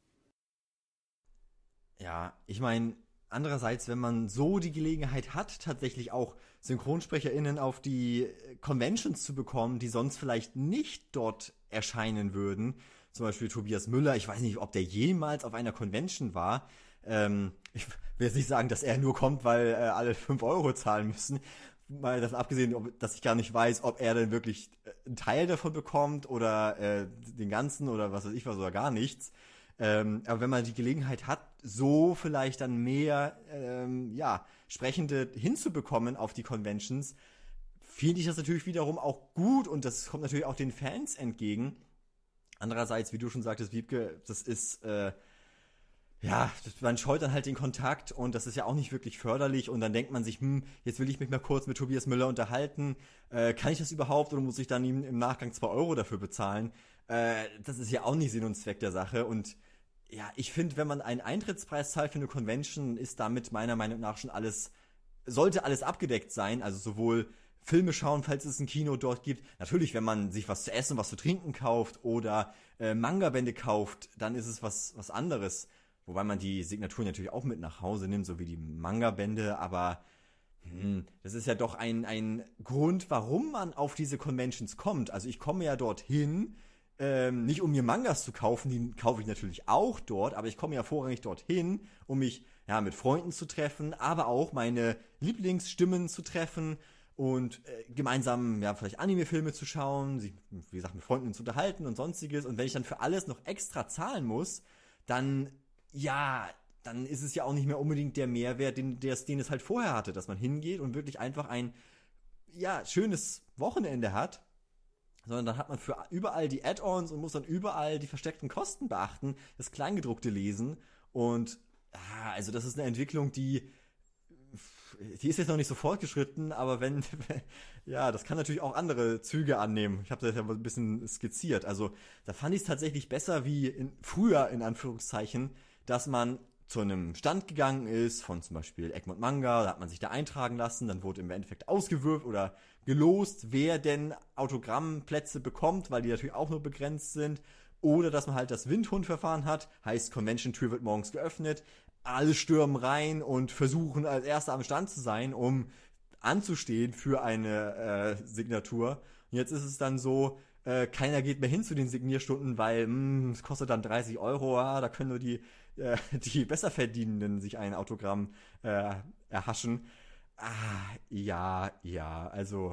Ja, ich meine, andererseits, wenn man so die Gelegenheit hat, tatsächlich auch SynchronsprecherInnen auf die Conventions zu bekommen, die sonst vielleicht nicht dort erscheinen würden. Zum Beispiel Tobias Müller, ich weiß nicht, ob der jemals auf einer Convention war. Ähm, ich will jetzt nicht sagen, dass er nur kommt, weil äh, alle fünf Euro zahlen müssen. Mal davon abgesehen, ob, dass ich gar nicht weiß, ob er denn wirklich einen Teil davon bekommt oder äh, den ganzen oder was weiß ich was oder gar nichts. Ähm, aber wenn man die Gelegenheit hat, so vielleicht dann mehr ähm, ja, Sprechende hinzubekommen auf die Conventions, finde ich das natürlich wiederum auch gut und das kommt natürlich auch den Fans entgegen. Andererseits, wie du schon sagtest, Wiebke, das ist, äh, ja, das, man scheut dann halt den Kontakt und das ist ja auch nicht wirklich förderlich und dann denkt man sich, hm, jetzt will ich mich mal kurz mit Tobias Müller unterhalten, äh, kann ich das überhaupt oder muss ich dann ihm im Nachgang zwei Euro dafür bezahlen? Äh, das ist ja auch nicht Sinn und Zweck der Sache und ja, ich finde, wenn man einen Eintrittspreis zahlt für eine Convention, ist damit meiner Meinung nach schon alles, sollte alles abgedeckt sein, also sowohl Filme schauen, falls es ein Kino dort gibt. Natürlich, wenn man sich was zu essen, was zu trinken kauft oder äh, Manga-Bände kauft, dann ist es was, was anderes. Wobei man die Signaturen natürlich auch mit nach Hause nimmt, so wie die Manga-Bände, aber hm, das ist ja doch ein, ein Grund, warum man auf diese Conventions kommt. Also ich komme ja dorthin, ähm, nicht um mir Mangas zu kaufen, die kaufe ich natürlich auch dort, aber ich komme ja vorrangig dorthin, um mich ja mit Freunden zu treffen, aber auch meine Lieblingsstimmen zu treffen und äh, gemeinsam ja vielleicht Anime-Filme zu schauen, sich, wie gesagt, mit Freunden zu unterhalten und sonstiges. Und wenn ich dann für alles noch extra zahlen muss, dann, ja, dann ist es ja auch nicht mehr unbedingt der Mehrwert, den, der, den es halt vorher hatte, dass man hingeht und wirklich einfach ein, ja, schönes Wochenende hat, sondern dann hat man für überall die Add-ons und muss dann überall die versteckten Kosten beachten, das Kleingedruckte lesen und ah, also das ist eine Entwicklung, die die ist jetzt noch nicht so fortgeschritten, aber wenn, ja, das kann natürlich auch andere Züge annehmen. Ich habe das ja ein bisschen skizziert. Also da fand ich es tatsächlich besser wie in, früher, in Anführungszeichen, dass man zu einem Stand gegangen ist, von zum Beispiel Egmont Manga, da hat man sich da eintragen lassen, dann wurde im Endeffekt ausgewürfelt oder gelost, wer denn Autogrammplätze bekommt, weil die natürlich auch nur begrenzt sind. Oder dass man halt das Windhundverfahren hat, heißt Convention-Tür wird morgens geöffnet, alle stürmen rein und versuchen als Erster am Stand zu sein, um anzustehen für eine äh, Signatur. Und jetzt ist es dann so, äh, keiner geht mehr hin zu den Signierstunden, weil mh, es kostet dann dreißig Euro, ah, da können nur die, äh, die Besserverdienenden sich ein Autogramm äh, erhaschen. Ah, ja, ja, also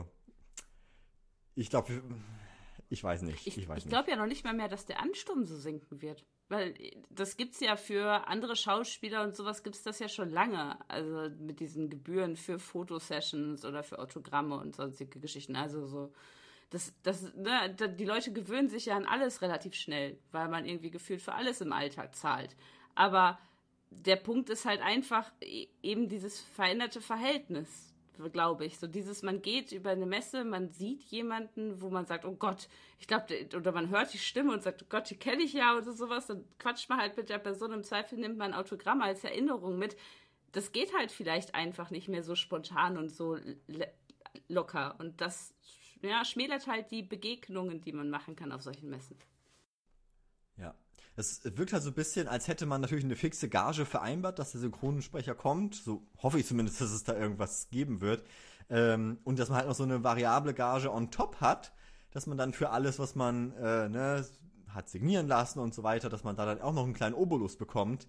ich glaube, ich weiß nicht. Ich, ich, weiß ich glaube ja noch nicht mal mehr, dass der Ansturm so sinken wird. Weil das gibt's ja für andere Schauspieler und sowas gibt's das ja schon lange. Also mit diesen Gebühren für Fotosessions oder für Autogramme und sonstige Geschichten. Also so, das, das, ne, die Leute gewöhnen sich ja an alles relativ schnell, weil man irgendwie gefühlt für alles im Alltag zahlt. Aber der Punkt ist halt einfach eben dieses veränderte Verhältnis, glaube ich. So dieses, man geht über eine Messe, man sieht jemanden, wo man sagt, oh Gott, ich glaube, oder man hört die Stimme und sagt, oh Gott, die kenne ich ja oder sowas, dann quatscht man halt mit der Person, im Zweifel nimmt man ein Autogramm als Erinnerung mit. Das geht halt vielleicht einfach nicht mehr so spontan und so le- locker und das ja, schmälert halt die Begegnungen, die man machen kann auf solchen Messen. Ja. Es wirkt halt so ein bisschen, als hätte man natürlich eine fixe Gage vereinbart, dass der Synchronsprecher kommt. So hoffe ich zumindest, dass es da irgendwas geben wird. Ähm, und dass man halt noch so eine variable Gage on top hat, dass man dann für alles, was man äh, ne, hat signieren lassen und so weiter, dass man da dann auch noch einen kleinen Obolus bekommt.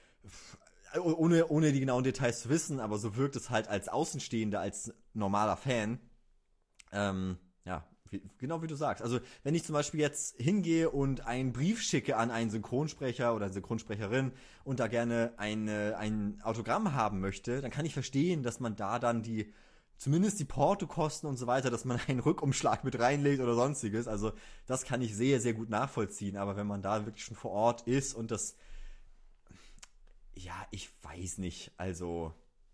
Ohne, ohne die genauen Details zu wissen, aber so wirkt es halt als Außenstehender, als normaler Fan. Ähm, ja, wie, genau wie du sagst. Also wenn ich zum Beispiel jetzt hingehe und einen Brief schicke an einen Synchronsprecher oder Synchronsprecherin und da gerne eine, ein Autogramm haben möchte, dann kann ich verstehen, dass man da dann die, zumindest die Portokosten und so weiter, dass man einen Rückumschlag mit reinlegt oder sonstiges. Also das kann ich sehr, sehr gut nachvollziehen. Aber wenn man da wirklich schon vor Ort ist und das, ja, ich weiß nicht, also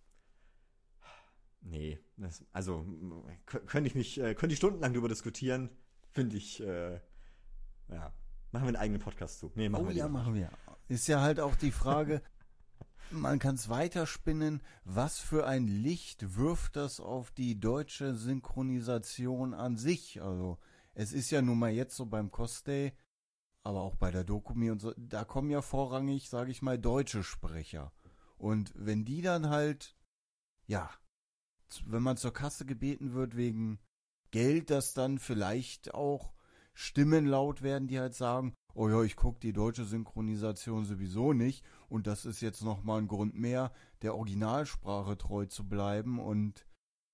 nee, das, also könnte ich mich, äh, könnte ich stundenlang darüber diskutieren, finde ich, äh, ja, machen wir einen eigenen Podcast zu. Nee, machen oh wir ja, nicht. machen wir. Ist ja halt auch die Frage, man kann es weiterspinnen, was für ein Licht wirft das auf die deutsche Synchronisation an sich? Also es ist ja nun mal jetzt so beim Cosday, aber auch bei der Dokumi und so, da kommen ja vorrangig, sage ich mal, deutsche Sprecher. Und wenn die dann halt, ja, wenn man zur Kasse gebeten wird wegen Geld, dass dann vielleicht auch Stimmen laut werden, die halt sagen, oh ja, ich gucke die deutsche Synchronisation sowieso nicht und das ist jetzt nochmal ein Grund mehr, der Originalsprache treu zu bleiben und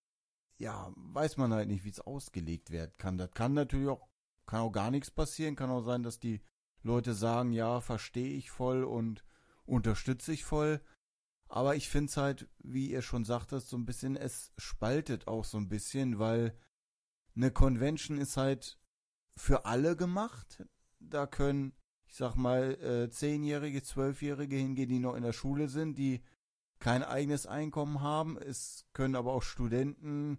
ja, weiß man halt nicht, wie es ausgelegt werden kann. Das kann natürlich auch, kann auch gar nichts passieren, kann auch sein, dass die Leute sagen, ja, verstehe ich voll und unterstütze ich voll. Aber ich finde es halt, wie ihr schon sagtet, so ein bisschen, es spaltet auch so ein bisschen, weil eine Convention ist halt für alle gemacht. Da können, ich sag mal, äh, Zehnjährige, Zwölfjährige hingehen, die noch in der Schule sind, die kein eigenes Einkommen haben. Es können aber auch Studenten,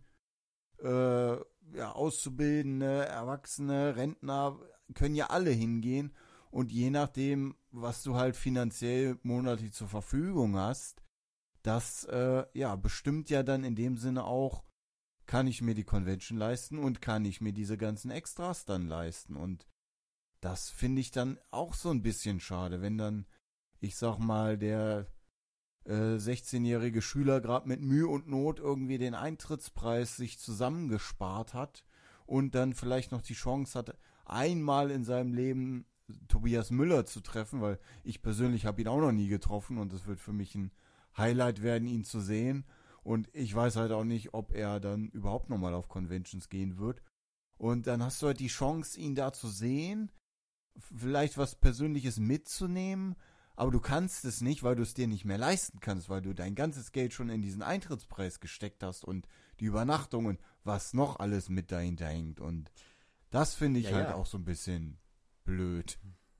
äh, ja, Auszubildende, Erwachsene, Rentner, können ja alle hingehen. Und je nachdem, was du halt finanziell monatlich zur Verfügung hast, das äh, ja bestimmt ja dann in dem Sinne auch, kann ich mir die Convention leisten und kann ich mir diese ganzen Extras dann leisten. Und das finde ich dann auch so ein bisschen schade, wenn dann, ich sag mal, der äh, sechzehnjährige Schüler gerade mit Mühe und Not irgendwie den Eintrittspreis sich zusammengespart hat und dann vielleicht noch die Chance hat, einmal in seinem Leben Tobias Müller zu treffen, weil ich persönlich habe ihn auch noch nie getroffen und es wird für mich ein Highlight werden, ihn zu sehen. Und ich weiß halt auch nicht, ob er dann überhaupt nochmal auf Conventions gehen wird. Und dann hast du halt die Chance, ihn da zu sehen, vielleicht was Persönliches mitzunehmen, aber du kannst es nicht, weil du es dir nicht mehr leisten kannst, weil du dein ganzes Geld schon in diesen Eintrittspreis gesteckt hast und die Übernachtung und was noch alles mit dahinter hängt. Und das finde ich Ja, halt ja. auch so ein bisschen blöd.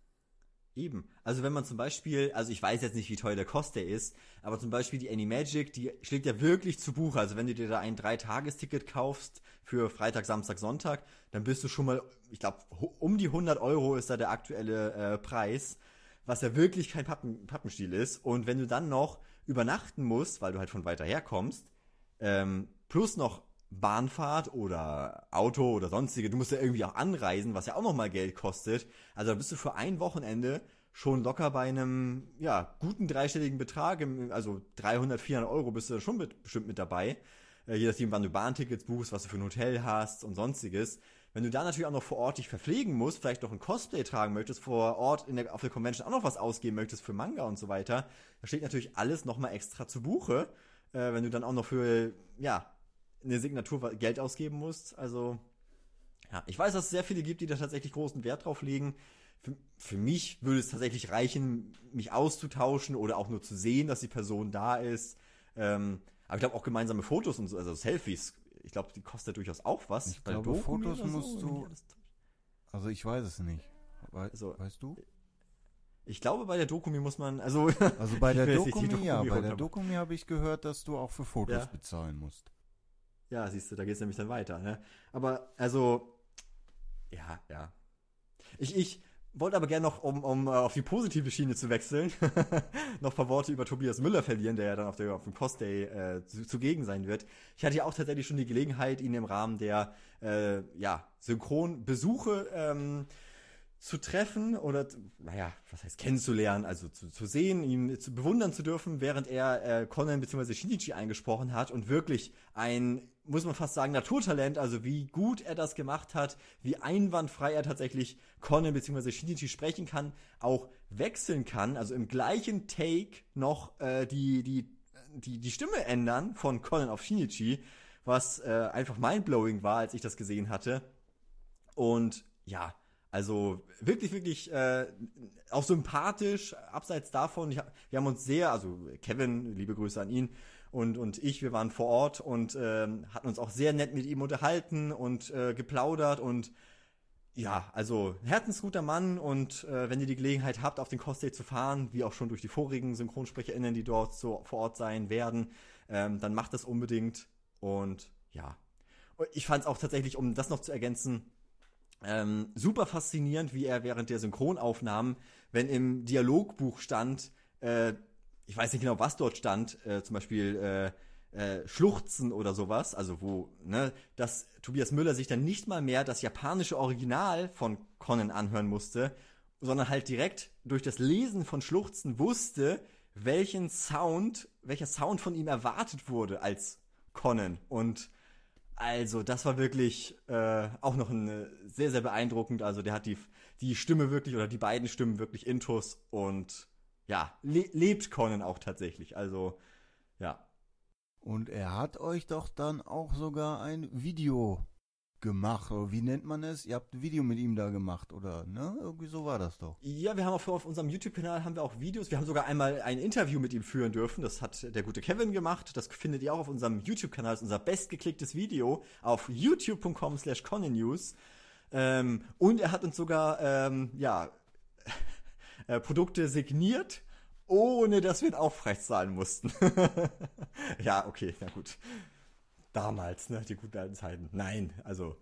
Eben. Also wenn man zum Beispiel, also ich weiß jetzt nicht, wie teuer der Coster ist, aber zum Beispiel die Animagic, die schlägt ja wirklich zu Buche. Also wenn du dir da ein Dreitagesticket kaufst für Freitag, Samstag, Sonntag, dann bist du schon mal, ich glaube, um die hundert Euro ist da der aktuelle äh, Preis, was ja wirklich kein Pappen, Pappenstiel ist. Und wenn du dann noch übernachten musst, weil du halt von weiter her kommst, ähm, plus noch Bahnfahrt oder Auto oder sonstige, du musst ja irgendwie auch anreisen, was ja auch nochmal Geld kostet. Also da bist du für ein Wochenende schon locker bei einem, ja, guten dreistelligen Betrag, im, also dreihundert, vierhundert Euro bist du da schon mit, bestimmt mit dabei. Äh, je nachdem, wann du Bahntickets buchst, was du für ein Hotel hast und sonstiges. Wenn du da natürlich auch noch vor Ort dich verpflegen musst, vielleicht noch ein Cosplay tragen möchtest, vor Ort in der, auf der Convention auch noch was ausgeben möchtest für Manga und so weiter, da steht natürlich alles nochmal extra zu Buche, äh, wenn du dann auch noch für, ja, eine Signatur Geld ausgeben musst. Also, ja, ich weiß, dass es sehr viele gibt, die da tatsächlich großen Wert drauf legen. Für, für mich würde es tatsächlich reichen, mich auszutauschen oder auch nur zu sehen, dass die Person da ist. Ähm, aber ich glaube auch gemeinsame Fotos und so, also Selfies, ich glaube, die kostet durchaus auch was. Ich glaube, Dokumi Fotos oder so, musst wenn du- die alles täuscht. Also ich weiß es nicht. We Also- weißt du? Ich glaube, bei der Dokumi muss man, also Also bei der Ich will jetzt nicht die Dokumi, ja, Dokumi bei der runter- Dokumi habe ich gehört, dass du auch für Fotos Ja. bezahlen musst. ja, siehst du, da geht's nämlich dann weiter, ne? Aber, also, ja, ja. Ich, ich wollte aber gerne noch, um, um äh, auf die positive Schiene zu wechseln, noch ein paar Worte über Tobias Müller verlieren, der ja dann auf, der, auf dem Cosday äh, zu, zugegen sein wird. Ich hatte ja auch tatsächlich schon die Gelegenheit, ihn im Rahmen der, äh, ja, Synchronbesuche, ähm, zu treffen oder, naja, was heißt kennenzulernen, also zu, zu sehen, ihn zu bewundern zu dürfen, während er äh, Conan bzw. Shinichi eingesprochen hat und wirklich ein, muss man fast sagen, Naturtalent, also wie gut er das gemacht hat, wie einwandfrei er tatsächlich Conan bzw. Shinichi sprechen kann, auch wechseln kann, also im gleichen Take noch äh, die, die, die, die Stimme ändern von Conan auf Shinichi, was äh, einfach mindblowing war, als ich das gesehen hatte. Und ja, also wirklich, wirklich äh, auch sympathisch, abseits davon. Ich hab, wir haben uns sehr, also Kevin, liebe Grüße an ihn, und, und ich, wir waren vor Ort und ähm, hatten uns auch sehr nett mit ihm unterhalten und äh, geplaudert. Und ja, also herzensguter Mann. Und äh, wenn ihr die Gelegenheit habt, auf den Cosplay zu fahren, wie auch schon durch die vorigen SynchronsprecherInnen, die dort so vor Ort sein werden, ähm, dann macht das unbedingt. Und ja, ich fand es auch tatsächlich, um das noch zu ergänzen, Ähm, super faszinierend, wie er während der Synchronaufnahmen, wenn im Dialogbuch stand, äh, ich weiß nicht genau, was dort stand, äh, zum Beispiel äh, äh, Schluchzen oder sowas, also wo, ne, dass Tobias Müller sich dann nicht mal mehr das japanische Original von Conan anhören musste, sondern halt direkt durch das Lesen von Schluchzen wusste, welchen Sound, welcher Sound von ihm erwartet wurde als Conan. Und also, das war wirklich äh, auch noch ein, äh, sehr, sehr beeindruckend. Also, der hat die, die Stimme wirklich, oder die beiden Stimmen wirklich intus und ja, le- lebt Conan auch tatsächlich. Also, ja. Und er hat euch doch dann auch sogar ein Video gemacht. Oder wie nennt man es? Ihr habt ein Video mit ihm da gemacht, oder? Ne? Irgendwie so war das doch. Ja, wir haben auch auf unserem YouTube-Kanal haben wir auch Videos. Wir haben sogar einmal ein Interview mit ihm führen dürfen. Das hat der gute Kevin gemacht. Das findet ihr auch auf unserem YouTube-Kanal. Das ist unser bestgeklicktes Video auf youtube punkt com slash conan news. Ähm, und er hat uns sogar, ähm, ja, äh, Produkte signiert, ohne dass wir einen Aufpreis zahlen mussten. Ja, okay, na gut. Damals, ne, die guten alten Zeiten. Nein, also.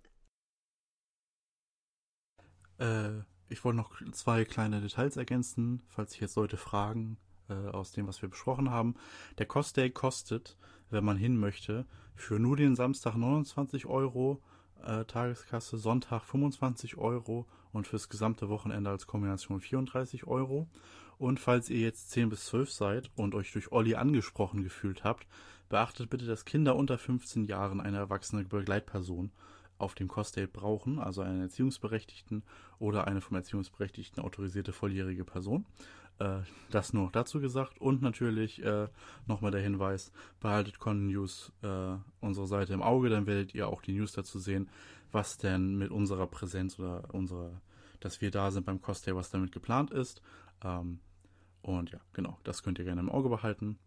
Äh, ich wollte noch zwei kleine Details ergänzen, falls sich jetzt Leute fragen, äh, aus dem, was wir besprochen haben. Der Cosday kostet, wenn man hin möchte, für nur den Samstag neunundzwanzig Euro, äh, Tageskasse, Sonntag fünfundzwanzig Euro und fürs gesamte Wochenende als Kombination vierunddreißig Euro. Und falls ihr jetzt zehn bis zwölf seid und euch durch Olli angesprochen gefühlt habt, beachtet bitte, dass Kinder unter fünfzehn Jahren eine erwachsene Begleitperson auf dem Cosday brauchen, also einen Erziehungsberechtigten oder eine vom Erziehungsberechtigten autorisierte volljährige Person. Äh, das nur noch dazu gesagt. Und natürlich äh, nochmal der Hinweis, behaltet Conan News äh, unsere Seite im Auge, dann werdet ihr auch die News dazu sehen, was denn mit unserer Präsenz oder unserer, dass wir da sind beim Cosday, was damit geplant ist. Ähm, Und ja, genau, das könnt ihr gerne im Auge behalten.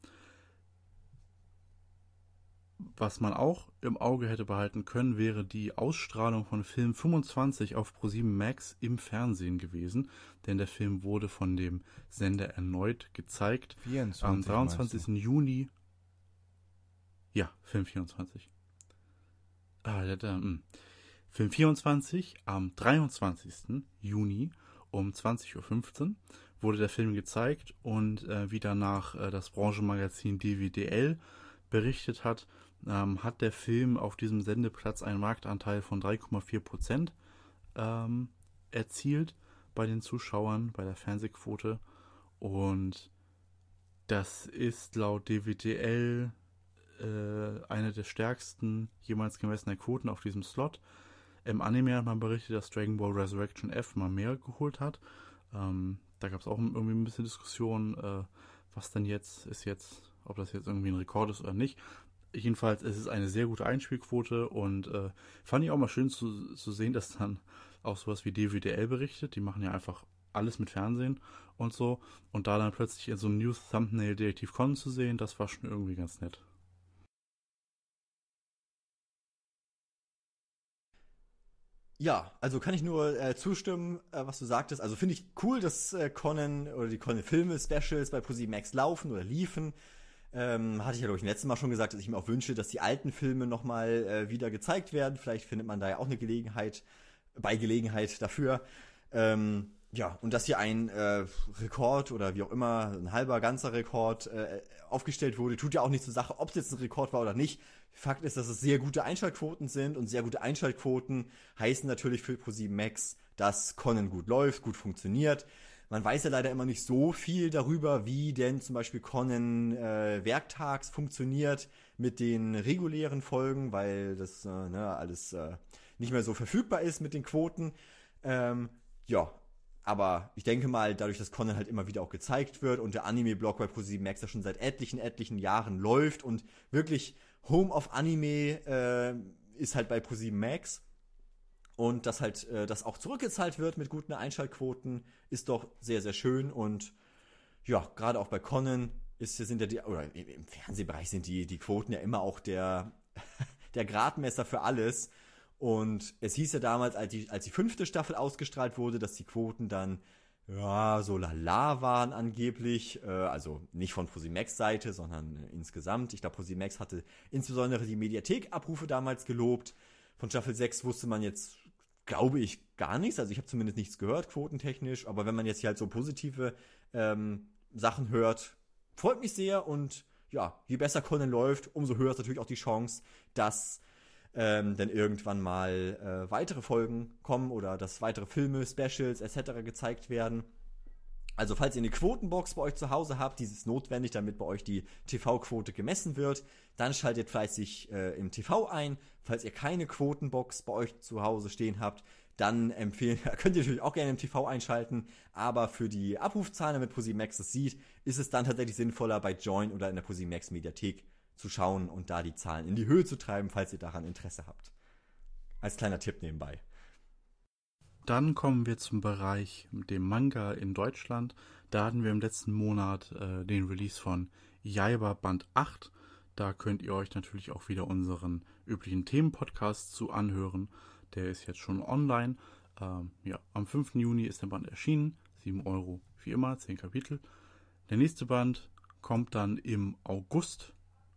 Was man auch im Auge hätte behalten können, wäre die Ausstrahlung von Film fünfundzwanzig auf ProSieben Max im Fernsehen gewesen, denn der Film wurde von dem Sender erneut gezeigt. vierundzwanzig Am dreiundzwanzigsten Juni. Ja, Film vierundzwanzig. Ah, da, da, mh. Film vierundzwanzig am dreiundzwanzigsten Juni um zwanzig Uhr fünfzehn wurde der Film gezeigt und äh, wie danach äh, das Branchenmagazin D W D L berichtet hat, ähm, hat der Film auf diesem Sendeplatz einen Marktanteil von drei Komma vier Prozent ähm, erzielt bei den Zuschauern, bei der Fernsehquote. Und das ist laut D W D L äh, eine der stärksten jemals gemessenen Quoten auf diesem Slot. Im Anime hat man berichtet, dass Dragon Ball Resurrection F mal mehr geholt hat. Ähm, da gab es auch irgendwie ein bisschen Diskussion, äh, was denn jetzt ist jetzt, ob das jetzt irgendwie ein Rekord ist oder nicht. Jedenfalls es ist es eine sehr gute Einspielquote und äh, fand ich auch mal schön zu, zu sehen, dass dann auch sowas wie D W D L berichtet. Die machen ja einfach alles mit Fernsehen und so. Und da dann plötzlich in so einem News-Thumbnail Detektiv Conan zu sehen, das war schon irgendwie ganz nett. Ja, also kann ich nur äh, zustimmen, äh, was du sagtest. Also finde ich cool, dass äh, Conan oder die Conan-Filme-Specials bei ProSieben Max laufen oder liefen. Ähm, hatte ich ja, glaube ich, letztes Mal schon gesagt, dass ich mir auch wünsche, dass die alten Filme nochmal äh, wieder gezeigt werden. Vielleicht findet man da ja auch eine Gelegenheit, bei Gelegenheit dafür. Ähm, ja, und dass hier ein äh, Rekord oder wie auch immer, ein halber, ganzer Rekord äh, aufgestellt wurde, tut ja auch nicht zur Sache, ob es jetzt ein Rekord war oder nicht. Fakt ist, dass es sehr gute Einschaltquoten sind und sehr gute Einschaltquoten heißen natürlich für ProSieben Max, dass Conan gut läuft, gut funktioniert. Man weiß ja leider immer nicht so viel darüber, wie denn zum Beispiel Conan äh, werktags funktioniert mit den regulären Folgen, weil das äh, ne, alles äh, nicht mehr so verfügbar ist mit den Quoten. Ähm, ja, aber ich denke mal, dadurch, dass Conan halt immer wieder auch gezeigt wird und der Anime-Blog bei ProSieben Max ja schon seit etlichen, etlichen Jahren läuft und wirklich Home of Anime äh, ist halt bei ProSieben Max. Und dass halt äh, das auch zurückgezahlt wird mit guten Einschaltquoten, ist doch sehr, sehr schön. Und ja, gerade auch bei Conan ist, sind ja die, oder im Fernsehbereich sind die, die Quoten ja immer auch der, der Gradmesser für alles. Und es hieß ja damals, als die, als die fünfte Staffel ausgestrahlt wurde, dass die Quoten dann ja so lala waren angeblich. Äh, also nicht von ProSieben Max Seite, sondern äh, insgesamt. Ich glaube, ProSieben Max hatte insbesondere die Mediathek-Abrufe damals gelobt. Von Staffel sechs wusste man jetzt, glaube ich, gar nichts. Also ich habe zumindest nichts gehört, quotentechnisch. Aber wenn man jetzt hier halt so positive ähm, Sachen hört, freut mich sehr. Und ja, je besser Conan läuft, umso höher ist natürlich auch die Chance, dass ähm, dann irgendwann mal äh, weitere Folgen kommen oder dass weitere Filme, Specials et cetera gezeigt werden. Also falls ihr eine Quotenbox bei euch zu Hause habt, die ist notwendig, damit bei euch die T V-Quote gemessen wird, dann schaltet fleißig äh, im T V ein. Falls ihr keine Quotenbox bei euch zu Hause stehen habt, dann empfehlen, könnt ihr natürlich auch gerne im T V einschalten, aber für die Abrufzahlen, damit ProSieben Max das sieht, ist es dann tatsächlich sinnvoller, bei Join oder in der ProSieben Max Mediathek zu schauen und da die Zahlen in die Höhe zu treiben, falls ihr daran Interesse habt. Als kleiner Tipp nebenbei. Dann kommen wir zum Bereich dem Manga in Deutschland. Da hatten wir im letzten Monat äh, den Release von Yaiba Band acht. Da könnt ihr euch natürlich auch wieder unseren üblichen Themenpodcast zu anhören. Der ist jetzt schon online. Ähm, ja, am fünften Juni ist der Band erschienen. sieben Euro wie immer, zehn Kapitel. Der nächste Band kommt dann im August.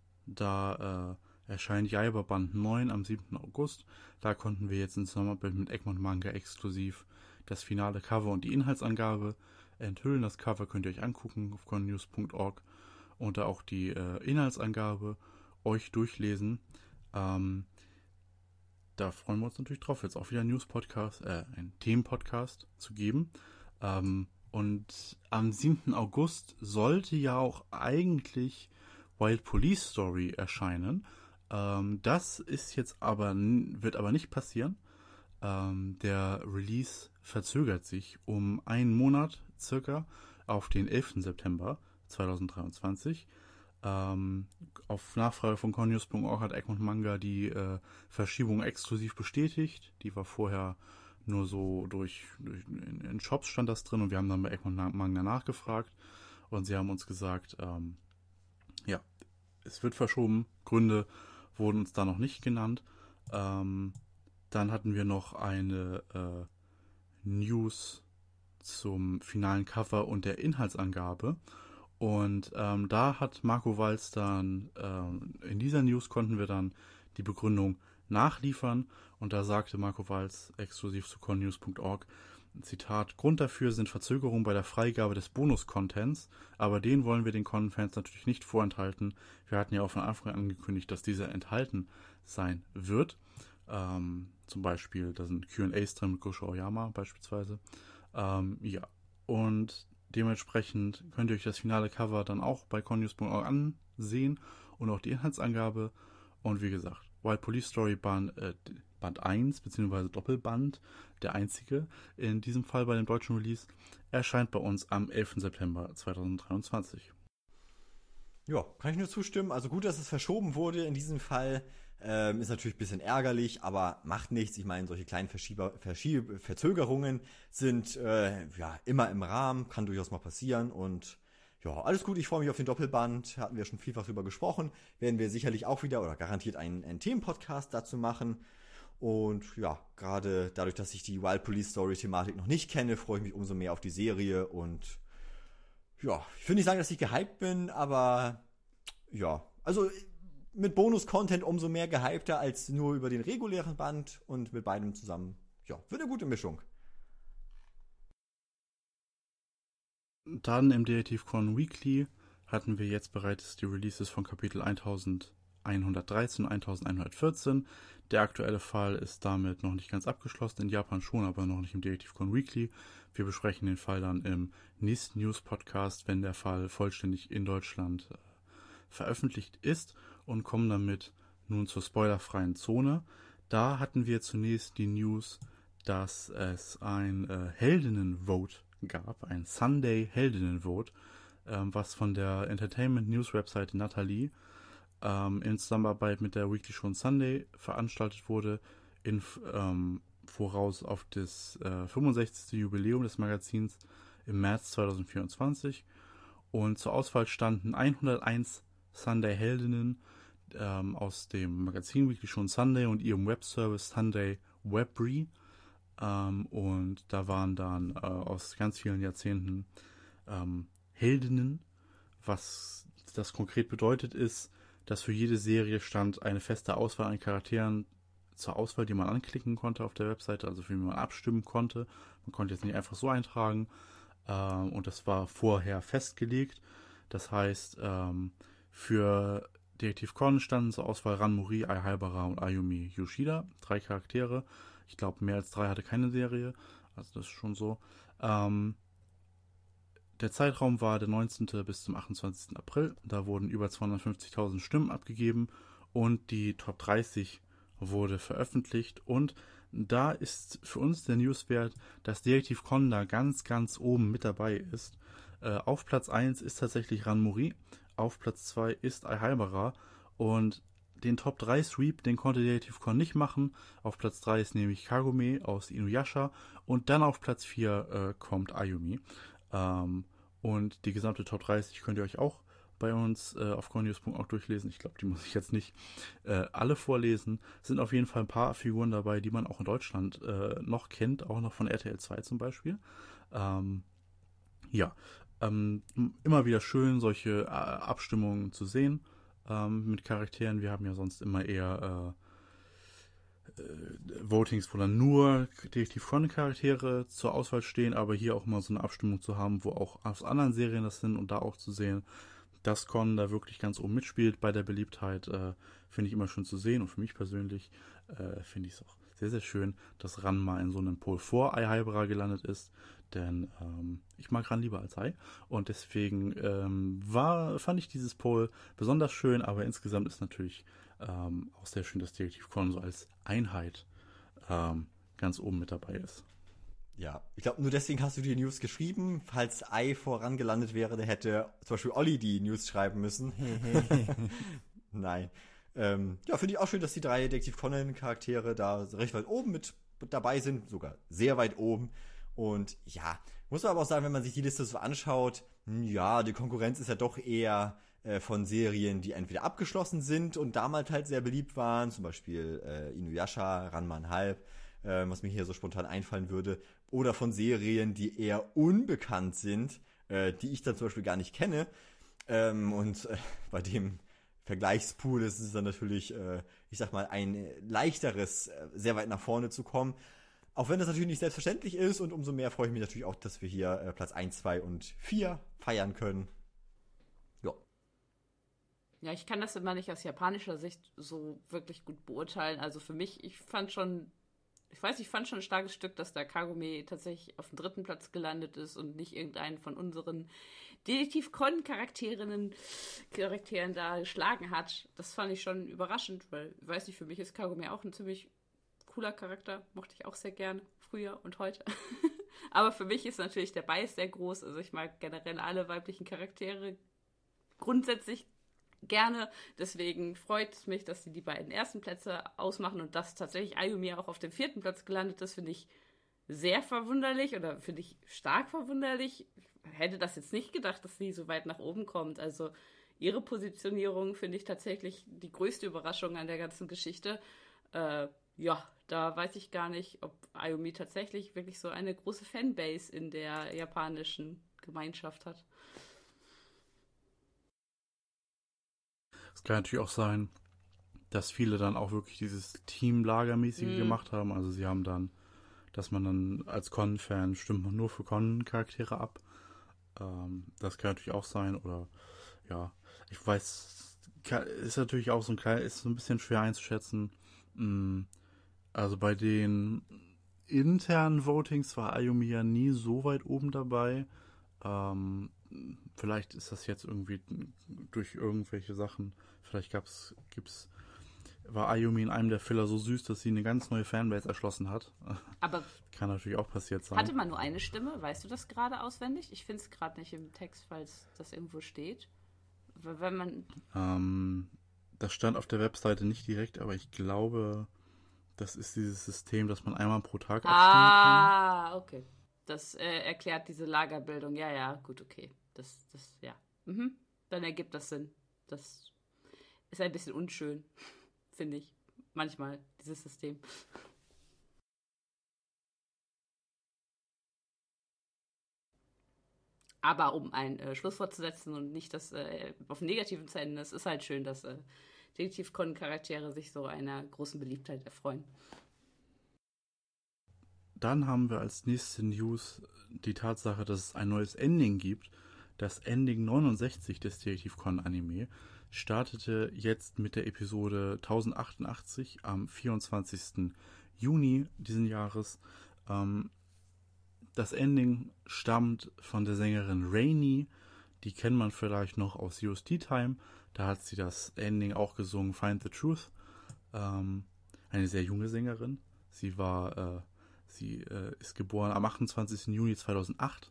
Da äh, erscheint Yaiba Band neun am siebten August. Da konnten wir jetzt in Zusammenarbeit mit Egmont Manga exklusiv das finale Cover und die Inhaltsangabe enthüllen. Das Cover könnt ihr euch angucken auf connews punkt org und da auch die äh, Inhaltsangabe euch durchlesen. Ähm, da freuen wir uns natürlich drauf, jetzt auch wieder einen News-Podcast, äh, einen Themen-Podcast zu geben. Ähm, und am siebten August sollte ja auch eigentlich Wild Police Story erscheinen. Ähm, das ist jetzt aber, wird aber nicht passieren. Ähm, der Release verzögert sich um einen Monat circa auf den elften September zweitausenddreiundzwanzig. Ähm, auf Nachfrage von connews punkt org hat Egmont Manga die äh, Verschiebung exklusiv bestätigt. Die war vorher nur so durch, durch in, in Shops stand das drin und wir haben dann bei Egmont Manga nachgefragt. Und sie haben uns gesagt, ähm, ja, es wird verschoben. Gründe wurden uns da noch nicht genannt. Ähm, dann hatten wir noch eine äh, News zum finalen Cover und der Inhaltsangabe. Und ähm, da hat Marco Walz dann, ähm, in dieser News konnten wir dann die Begründung nachliefern. Und da sagte Marco Walz exklusiv zu connews punkt org, Zitat, Grund dafür sind Verzögerungen bei der Freigabe des Bonus-Contents, aber den wollen wir den Con-Fans natürlich nicht vorenthalten. Wir hatten ja auch von Anfang an angekündigt, dass dieser enthalten sein wird. Ähm, zum Beispiel, da sind Q and A's drin mit Gosho Aoyama beispielsweise. Ähm, ja, und dementsprechend könnt ihr euch das finale Cover dann auch bei connews punkt org ansehen und auch die Inhaltsangabe. Und wie gesagt, Wild Police Story Band, äh, Band eins, beziehungsweise Doppelband, der einzige in diesem Fall bei dem deutschen Release, erscheint bei uns am elften September zweitausenddreiundzwanzig. Ja, kann ich nur zustimmen. Also gut, dass es verschoben wurde in diesem Fall. Ähm, ist natürlich ein bisschen ärgerlich, aber macht nichts. Ich meine, solche kleinen Verschieber, Verschieb- Verzögerungen sind äh, ja immer im Rahmen, kann durchaus mal passieren und ja, alles gut, ich freue mich auf den Doppelband, hatten wir schon vielfach drüber gesprochen, werden wir sicherlich auch wieder oder garantiert einen, einen Themenpodcast dazu machen. Und ja, gerade dadurch, dass ich die Wild Police Story Thematik noch nicht kenne, freue ich mich umso mehr auf die Serie und ja, ich will nicht sagen, dass ich gehypt bin, aber ja, also mit Bonus-Content umso mehr gehypter als nur über den regulären Band und mit beidem zusammen, ja, wird eine gute Mischung. Dann im Detektiv-Con Weekly hatten wir jetzt bereits die Releases von Kapitel elfhundertdreizehn und elfhundertvierzehn. Der aktuelle Fall ist damit noch nicht ganz abgeschlossen, in Japan schon, aber noch nicht im Detektiv-Con Weekly. Wir besprechen den Fall dann im nächsten News-Podcast, wenn der Fall vollständig in Deutschland äh, veröffentlicht ist, und kommen damit nun zur spoilerfreien Zone. Da hatten wir zunächst die News, dass es ein äh, Heldinnen-Vote gab, ein Sunday-Heldinnen-Vote, ähm, was von der Entertainment-News-Webseite Natalie ähm, in Zusammenarbeit mit der Weekly Show Sunday veranstaltet wurde, in ähm, voraus auf das äh, fünfundsechzigste Jubiläum des Magazins im März zweitausendvierundzwanzig. Und zur Auswahl standen hunderteins Sunday-Heldinnen ähm, aus dem Magazin Weekly Show Sunday und ihrem Webservice Sunday Webry. Ähm, und da waren dann äh, aus ganz vielen Jahrzehnten ähm, Heldinnen. Was das konkret bedeutet ist, dass für jede Serie stand eine feste Auswahl an Charakteren zur Auswahl, die man anklicken konnte auf der Webseite, also für die man abstimmen konnte. Man konnte jetzt nicht einfach so eintragen. Ähm, und das war vorher festgelegt. Das heißt, ähm, für Detektiv Conan standen zur Auswahl Ranmori, Ai Haibara und Ayumi Yoshida. Drei Charaktere. Ich glaube, mehr als drei hatte keine Serie. Also das ist schon so. Ähm, der Zeitraum war der neunzehnten bis zum achtundzwanzigsten April. Da wurden über zweihundertfünfzigtausend Stimmen abgegeben. Und die Top dreißig wurde veröffentlicht. Und da ist für uns der Newswert, dass Detektiv Conan da ganz, ganz oben mit dabei ist. Äh, auf Platz eins ist tatsächlich Ranmori. Auf Platz zwei ist Ai Haibara. Und den Top drei Sweep, den konnte Detektiv Conan nicht machen. Auf Platz drei ist nämlich Kagome aus Inuyasha. Und dann auf Platz vier äh, kommt Ayumi. Ähm, und die gesamte Top dreißig könnt ihr euch auch bei uns äh, auf connews punkt org durchlesen. Ich glaube, die muss ich jetzt nicht äh, alle vorlesen. Es sind auf jeden Fall ein paar Figuren dabei, die man auch in Deutschland äh, noch kennt, auch noch von R T L zwei zum Beispiel. Ähm, ja, ähm, immer wieder schön, solche äh, Abstimmungen zu sehen ähm, mit Charakteren. Wir haben ja sonst immer eher äh, äh, Votings, wo dann nur Detektiv Conan Charaktere zur Auswahl stehen, aber hier auch mal so eine Abstimmung zu haben, wo auch aus anderen Serien das sind und da auch zu sehen, dass Conan da wirklich ganz oben mitspielt bei der Beliebtheit, äh, finde ich immer schön zu sehen. Und für mich persönlich äh, finde ich es auch sehr, sehr schön, dass Ran mal in so einem Poll vor Ai Haibara gelandet ist. Denn ähm, ich mag Ran lieber als Ai. Und deswegen ähm, war, fand ich dieses Poll besonders schön. Aber insgesamt ist natürlich ähm, auch sehr schön, dass Detektiv Conan so als Einheit ähm, ganz oben mit dabei ist. Ja, ich glaube, nur deswegen hast du die News geschrieben. Falls Ai vorangelandet wäre, der hätte zum Beispiel Olli die News schreiben müssen. Nein. Ähm, ja, finde ich auch schön, dass die drei Detektiv Conan-Charaktere da recht weit oben mit dabei sind, sogar sehr weit oben. Und ja, Muss man aber auch sagen, wenn man sich die Liste so anschaut, ja, die Konkurrenz ist ja doch eher äh, von Serien, die entweder abgeschlossen sind und damals halt sehr beliebt waren, zum Beispiel äh, Inuyasha, Ranma ein halb, äh, was mir hier so spontan einfallen würde, oder von Serien, die eher unbekannt sind, äh, die ich dann zum Beispiel gar nicht kenne. Ähm, und äh, bei dem Vergleichspool ist es dann natürlich, äh, ich sag mal, ein leichteres, äh, sehr weit nach vorne zu kommen. Auch wenn das natürlich nicht selbstverständlich ist und umso mehr freue ich mich natürlich auch, dass wir hier äh, Platz eins, zwei und vier feiern können. Ja. Ja, ich kann das immer nicht aus japanischer Sicht so wirklich gut beurteilen. Also für mich, ich fand schon, ich weiß, ich fand schon ein starkes Stück, dass da Kagome tatsächlich auf dem dritten Platz gelandet ist und nicht irgendeinen von unseren Detektiv-Con-Charakterinnen Charakteren da geschlagen hat. Das fand ich schon überraschend, weil, ich weiß nicht, für mich ist Kagome auch ein ziemlich cooler Charakter, mochte ich auch sehr gerne, früher und heute. Aber für mich ist natürlich der Bias sehr groß. Also ich mag generell alle weiblichen Charaktere grundsätzlich gerne. Deswegen freut es mich, dass sie die beiden ersten Plätze ausmachen und dass tatsächlich Ayumi auch auf dem vierten Platz gelandet ist, finde ich sehr verwunderlich oder finde ich stark verwunderlich. Ich hätte das jetzt nicht gedacht, dass sie so weit nach oben kommt. Also ihre Positionierung finde ich tatsächlich die größte Überraschung an der ganzen Geschichte. Äh, ja, da weiß ich gar nicht, ob Ayumi tatsächlich wirklich so eine große Fanbase in der japanischen Gemeinschaft hat. Es kann natürlich auch sein, dass viele dann auch wirklich dieses Teamlagermäßige mm. gemacht haben. Also sie haben dann, dass man dann als Con-Fan stimmt man nur für Con-Charaktere ab. Ähm, das kann natürlich auch sein. Oder ja, ich weiß, kann, ist natürlich auch so ein klein, ist so ein bisschen schwer einzuschätzen. Mm, also bei den internen Votings war Ayumi ja nie so weit oben dabei. Ähm, vielleicht ist das jetzt irgendwie durch irgendwelche Sachen, vielleicht gab's, gibt's, war Ayumi in einem der Filler so süß, dass sie eine ganz neue Fanbase erschlossen hat. Aber kann natürlich auch passiert sein. Hatte man nur eine Stimme? Weißt du das gerade auswendig? Ich finde es gerade nicht im Text, falls das irgendwo steht. Wenn man ähm, das stand auf der Webseite nicht direkt, aber ich glaube, das ist dieses System, dass man einmal pro Tag abstimmen ah, kann. Ah, okay. Das äh, erklärt diese Lagerbildung. Ja, ja, gut, okay. Das, das, ja. Mhm. Dann ergibt das Sinn. Das ist ein bisschen unschön, finde ich. Manchmal, dieses System. Aber um ein äh, Schlusswort zu setzen und nicht das äh, auf negativen zu enden, es ist halt schön, dass äh, Detektiv-Con-Charaktere sich so einer großen Beliebtheit erfreuen. Dann haben wir als nächste News die Tatsache, dass es ein neues Ending gibt. Das Ending neunundsechzig des Detektiv-Con-Anime startete jetzt mit der Episode tausendachtachtundachtzig am vierundzwanzigsten Juni diesen Jahres. Ähm, das Ending stammt von der Sängerin Rainy. Die kennt man vielleicht noch aus U S T Time. Da hat sie das Ending auch gesungen, Find the Truth. Ähm, eine sehr junge Sängerin. Sie war, äh, sie äh, ist geboren am achtundzwanzigsten Juni zweitausendacht.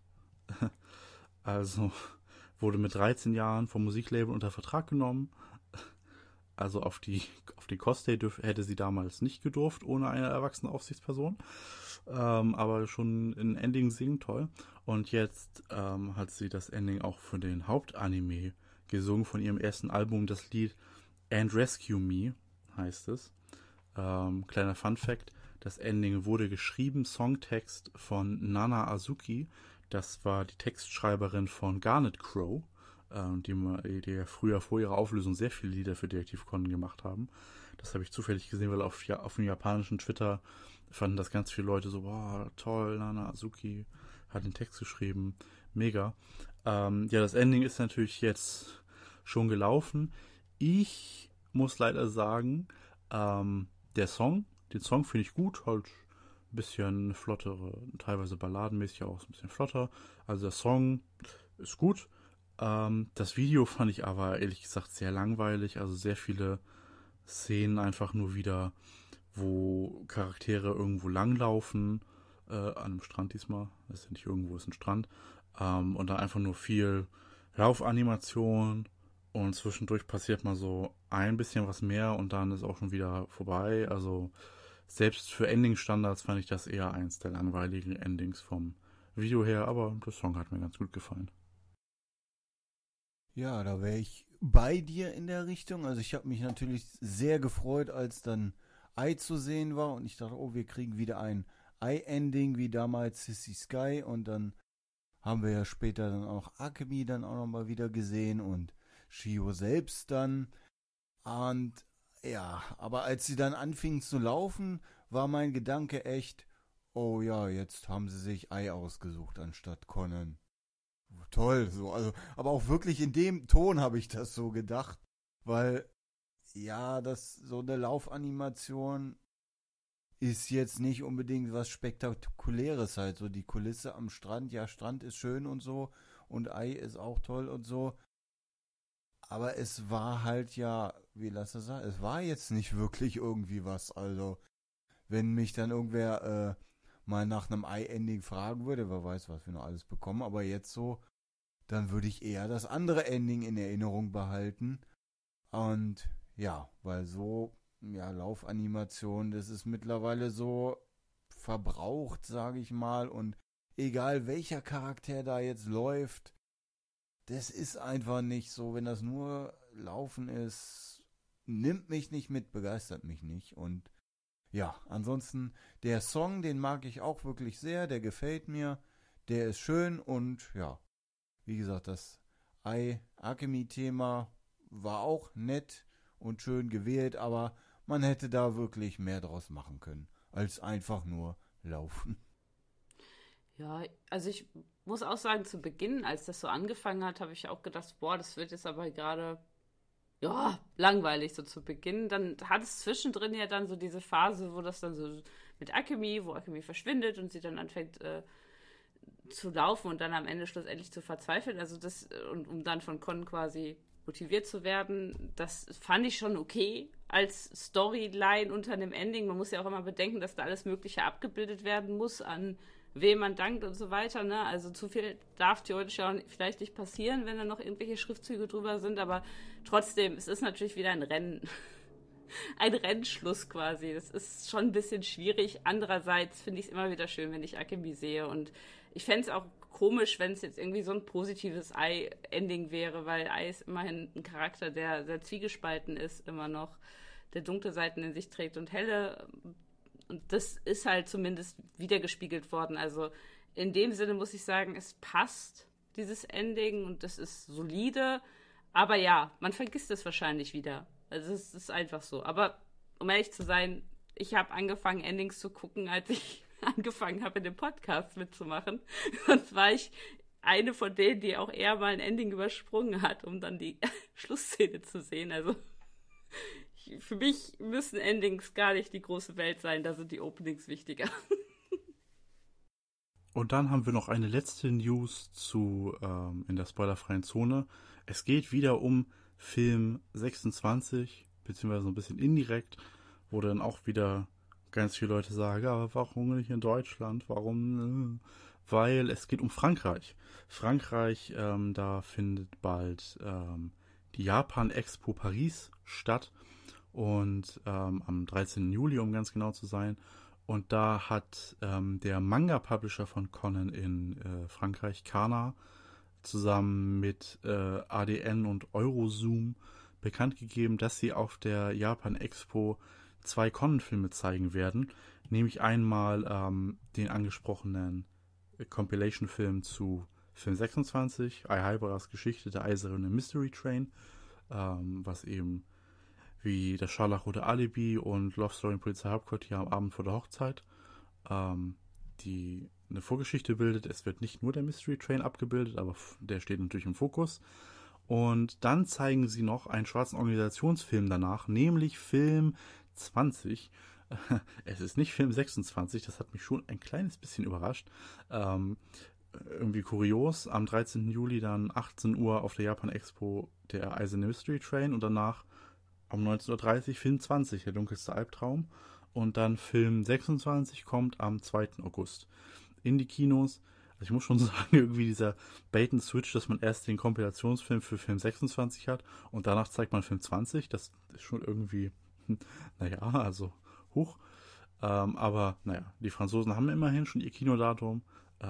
Also wurde mit dreizehn Jahren vom Musiklabel unter Vertrag genommen. Also auf die auf die Cosplay hätte sie damals nicht gedurft, ohne eine erwachsene Aufsichtsperson. Ähm, aber schon ein Ending singen, toll. Und jetzt ähm, hat sie das Ending auch für den Hauptanime gesungen, von ihrem ersten Album, das Lied And Rescue Me heißt es. Ähm, kleiner Fun-Fact, das Ending wurde geschrieben, Songtext von Nana Azuki. Das war die Textschreiberin von Garnet Crow, ähm, die, die ja früher vor ihrer Auflösung sehr viele Lieder für Detektiv-Con gemacht haben. Das habe ich zufällig gesehen, weil auf, auf dem japanischen Twitter fanden das ganz viele Leute so, boah, toll, Nana Azuki hat den Text geschrieben, mega. Ähm, ja, das Ending ist natürlich jetzt schon gelaufen. Ich muss leider sagen, ähm, der Song, den Song finde ich gut, halt ein bisschen flottere, teilweise balladenmäßig auch ein bisschen flotter. Also der Song ist gut. Ähm, das Video fand ich aber ehrlich gesagt sehr langweilig, also sehr viele Szenen einfach nur wieder, wo Charaktere irgendwo langlaufen, äh, an einem Strand diesmal, das ist ja nicht irgendwo, ist ein Strand, ähm, und dann einfach nur viel Laufanimation und zwischendurch passiert mal so ein bisschen was mehr und dann ist auch schon wieder vorbei. Also selbst für Ending-Standards fand ich das eher eins der langweiligen Endings vom Video her, aber der Song hat mir ganz gut gefallen. Ja, da wäre ich bei dir in der Richtung. Also ich habe mich natürlich sehr gefreut, als dann Ei zu sehen war und ich dachte, oh, wir kriegen wieder ein Ei-Ending wie damals Sissy Sky und dann haben wir ja später dann auch Akemi dann auch nochmal wieder gesehen und Shio selbst dann. Und ja, aber als sie dann anfingen zu laufen, war mein Gedanke echt, oh ja, jetzt haben sie sich Ei ausgesucht anstatt Conan. Toll, so, also, aber auch wirklich in dem Ton habe ich das so gedacht, weil, ja, das, so eine Laufanimation ist jetzt nicht unbedingt was Spektakuläres halt, so die Kulisse am Strand, ja, Strand ist schön und so und Ei ist auch toll und so, aber es war halt ja, wie lass es sagen, es war jetzt nicht wirklich irgendwie was, also, wenn mich dann irgendwer, äh, mal nach einem Ei-Ending fragen würde, wer weiß, was wir noch alles bekommen, aber jetzt so, dann würde ich eher das andere Ending in Erinnerung behalten. Und ja, weil so, ja, Laufanimation, das ist mittlerweile so verbraucht, sage ich mal, und egal welcher Charakter da jetzt läuft, das ist einfach nicht so, wenn das nur Laufen ist, nimmt mich nicht mit, begeistert mich nicht und ja, ansonsten, der Song, den mag ich auch wirklich sehr, der gefällt mir, der ist schön und ja, wie gesagt, das Ei-Akemi-Thema war auch nett und schön gewählt, aber man hätte da wirklich mehr draus machen können, als einfach nur laufen. Ja, also ich muss auch sagen, zu Beginn, als das so angefangen hat, habe ich auch gedacht, boah, das wird jetzt aber gerade ja, langweilig so zu Beginn. Dann hat es zwischendrin ja dann so diese Phase, wo das dann so mit Akemi, wo Akemi verschwindet und sie dann anfängt äh, zu laufen und dann am Ende schlussendlich zu verzweifeln. Also das, und um dann von Con quasi motiviert zu werden, das fand ich schon okay als Storyline unter einem Ending. Man muss ja auch immer bedenken, dass da alles Mögliche abgebildet werden muss an wem man dankt und so weiter, ne? Also zu viel darf theoretisch ja auch vielleicht nicht passieren, wenn da noch irgendwelche Schriftzüge drüber sind, aber trotzdem, es ist natürlich wieder ein Rennen. Ein Rennschluss quasi. Das ist schon ein bisschen schwierig. Andererseits finde ich es immer wieder schön, wenn ich Akemi sehe und ich fände es auch komisch, wenn es jetzt irgendwie so ein positives Ei-Ending wäre, weil Ei ist immerhin ein Charakter, der sehr zwiegespalten ist, immer noch, der dunkle Seiten in sich trägt und helle. Und das ist halt zumindest wiedergespiegelt worden. Also in dem Sinne muss ich sagen, es passt, dieses Ending, und das ist solide. Aber ja, man vergisst es wahrscheinlich wieder. Also es ist einfach so. Aber um ehrlich zu sein, ich habe angefangen, Endings zu gucken, als ich angefangen habe, in dem Podcast mitzumachen. Sonst war ich eine von denen, die auch eher mal ein Ending übersprungen hat, um dann die Schlussszene zu sehen. Also für mich müssen Endings gar nicht die große Welt sein, da sind die Openings wichtiger. Und dann haben wir noch eine letzte News zu ähm, in der spoilerfreien Zone. Es geht wieder um Film sechsundzwanzig, beziehungsweise so ein bisschen indirekt, wo dann auch wieder ganz viele Leute sagen, aber warum nicht in Deutschland? Warum? Weil es geht um Frankreich. Frankreich, ähm, da findet bald ähm, die Japan Expo Paris statt. Und ähm, am dreizehnten Juli, um ganz genau zu sein. Und da hat ähm, der Manga-Publisher von Conan in äh, Frankreich, Kana, zusammen mit äh, A D N und Eurozoom bekannt gegeben, dass sie auf der Japan Expo zwei Conan-Filme zeigen werden. Nämlich einmal ähm, den angesprochenen Compilation-Film zu Film sechsundzwanzig, Aihaibras Geschichte, der eiserne Mystery Train, ähm, was eben wie das scharlachrote Alibi und Love Story im Polizeihauptquartier am Abend vor der Hochzeit, ähm, die eine Vorgeschichte bildet. Es wird nicht nur der Mystery Train abgebildet, aber der steht natürlich im Fokus. Und dann zeigen sie noch einen schwarzen Organisationsfilm danach, nämlich Film zwanzig. Es ist nicht Film sechsundzwanzig, das hat mich schon ein kleines bisschen überrascht. Ähm, irgendwie kurios, am dreizehnten Juli dann achtzehn Uhr auf der Japan Expo der Eiserne Mystery Train und danach um neunzehn Uhr dreißig Film zwanzig, der dunkelste Albtraum. Und dann Film sechsundzwanzig kommt am zweiten August in die Kinos. Also ich muss schon sagen, irgendwie dieser Bait-and-Switch, dass man erst den Kompilationsfilm für Film sechsundzwanzig hat und danach zeigt man Film zwanzig. Das ist schon irgendwie, naja, also hoch. Ähm, aber naja, die Franzosen haben immerhin schon ihr Kinodatum. Ähm,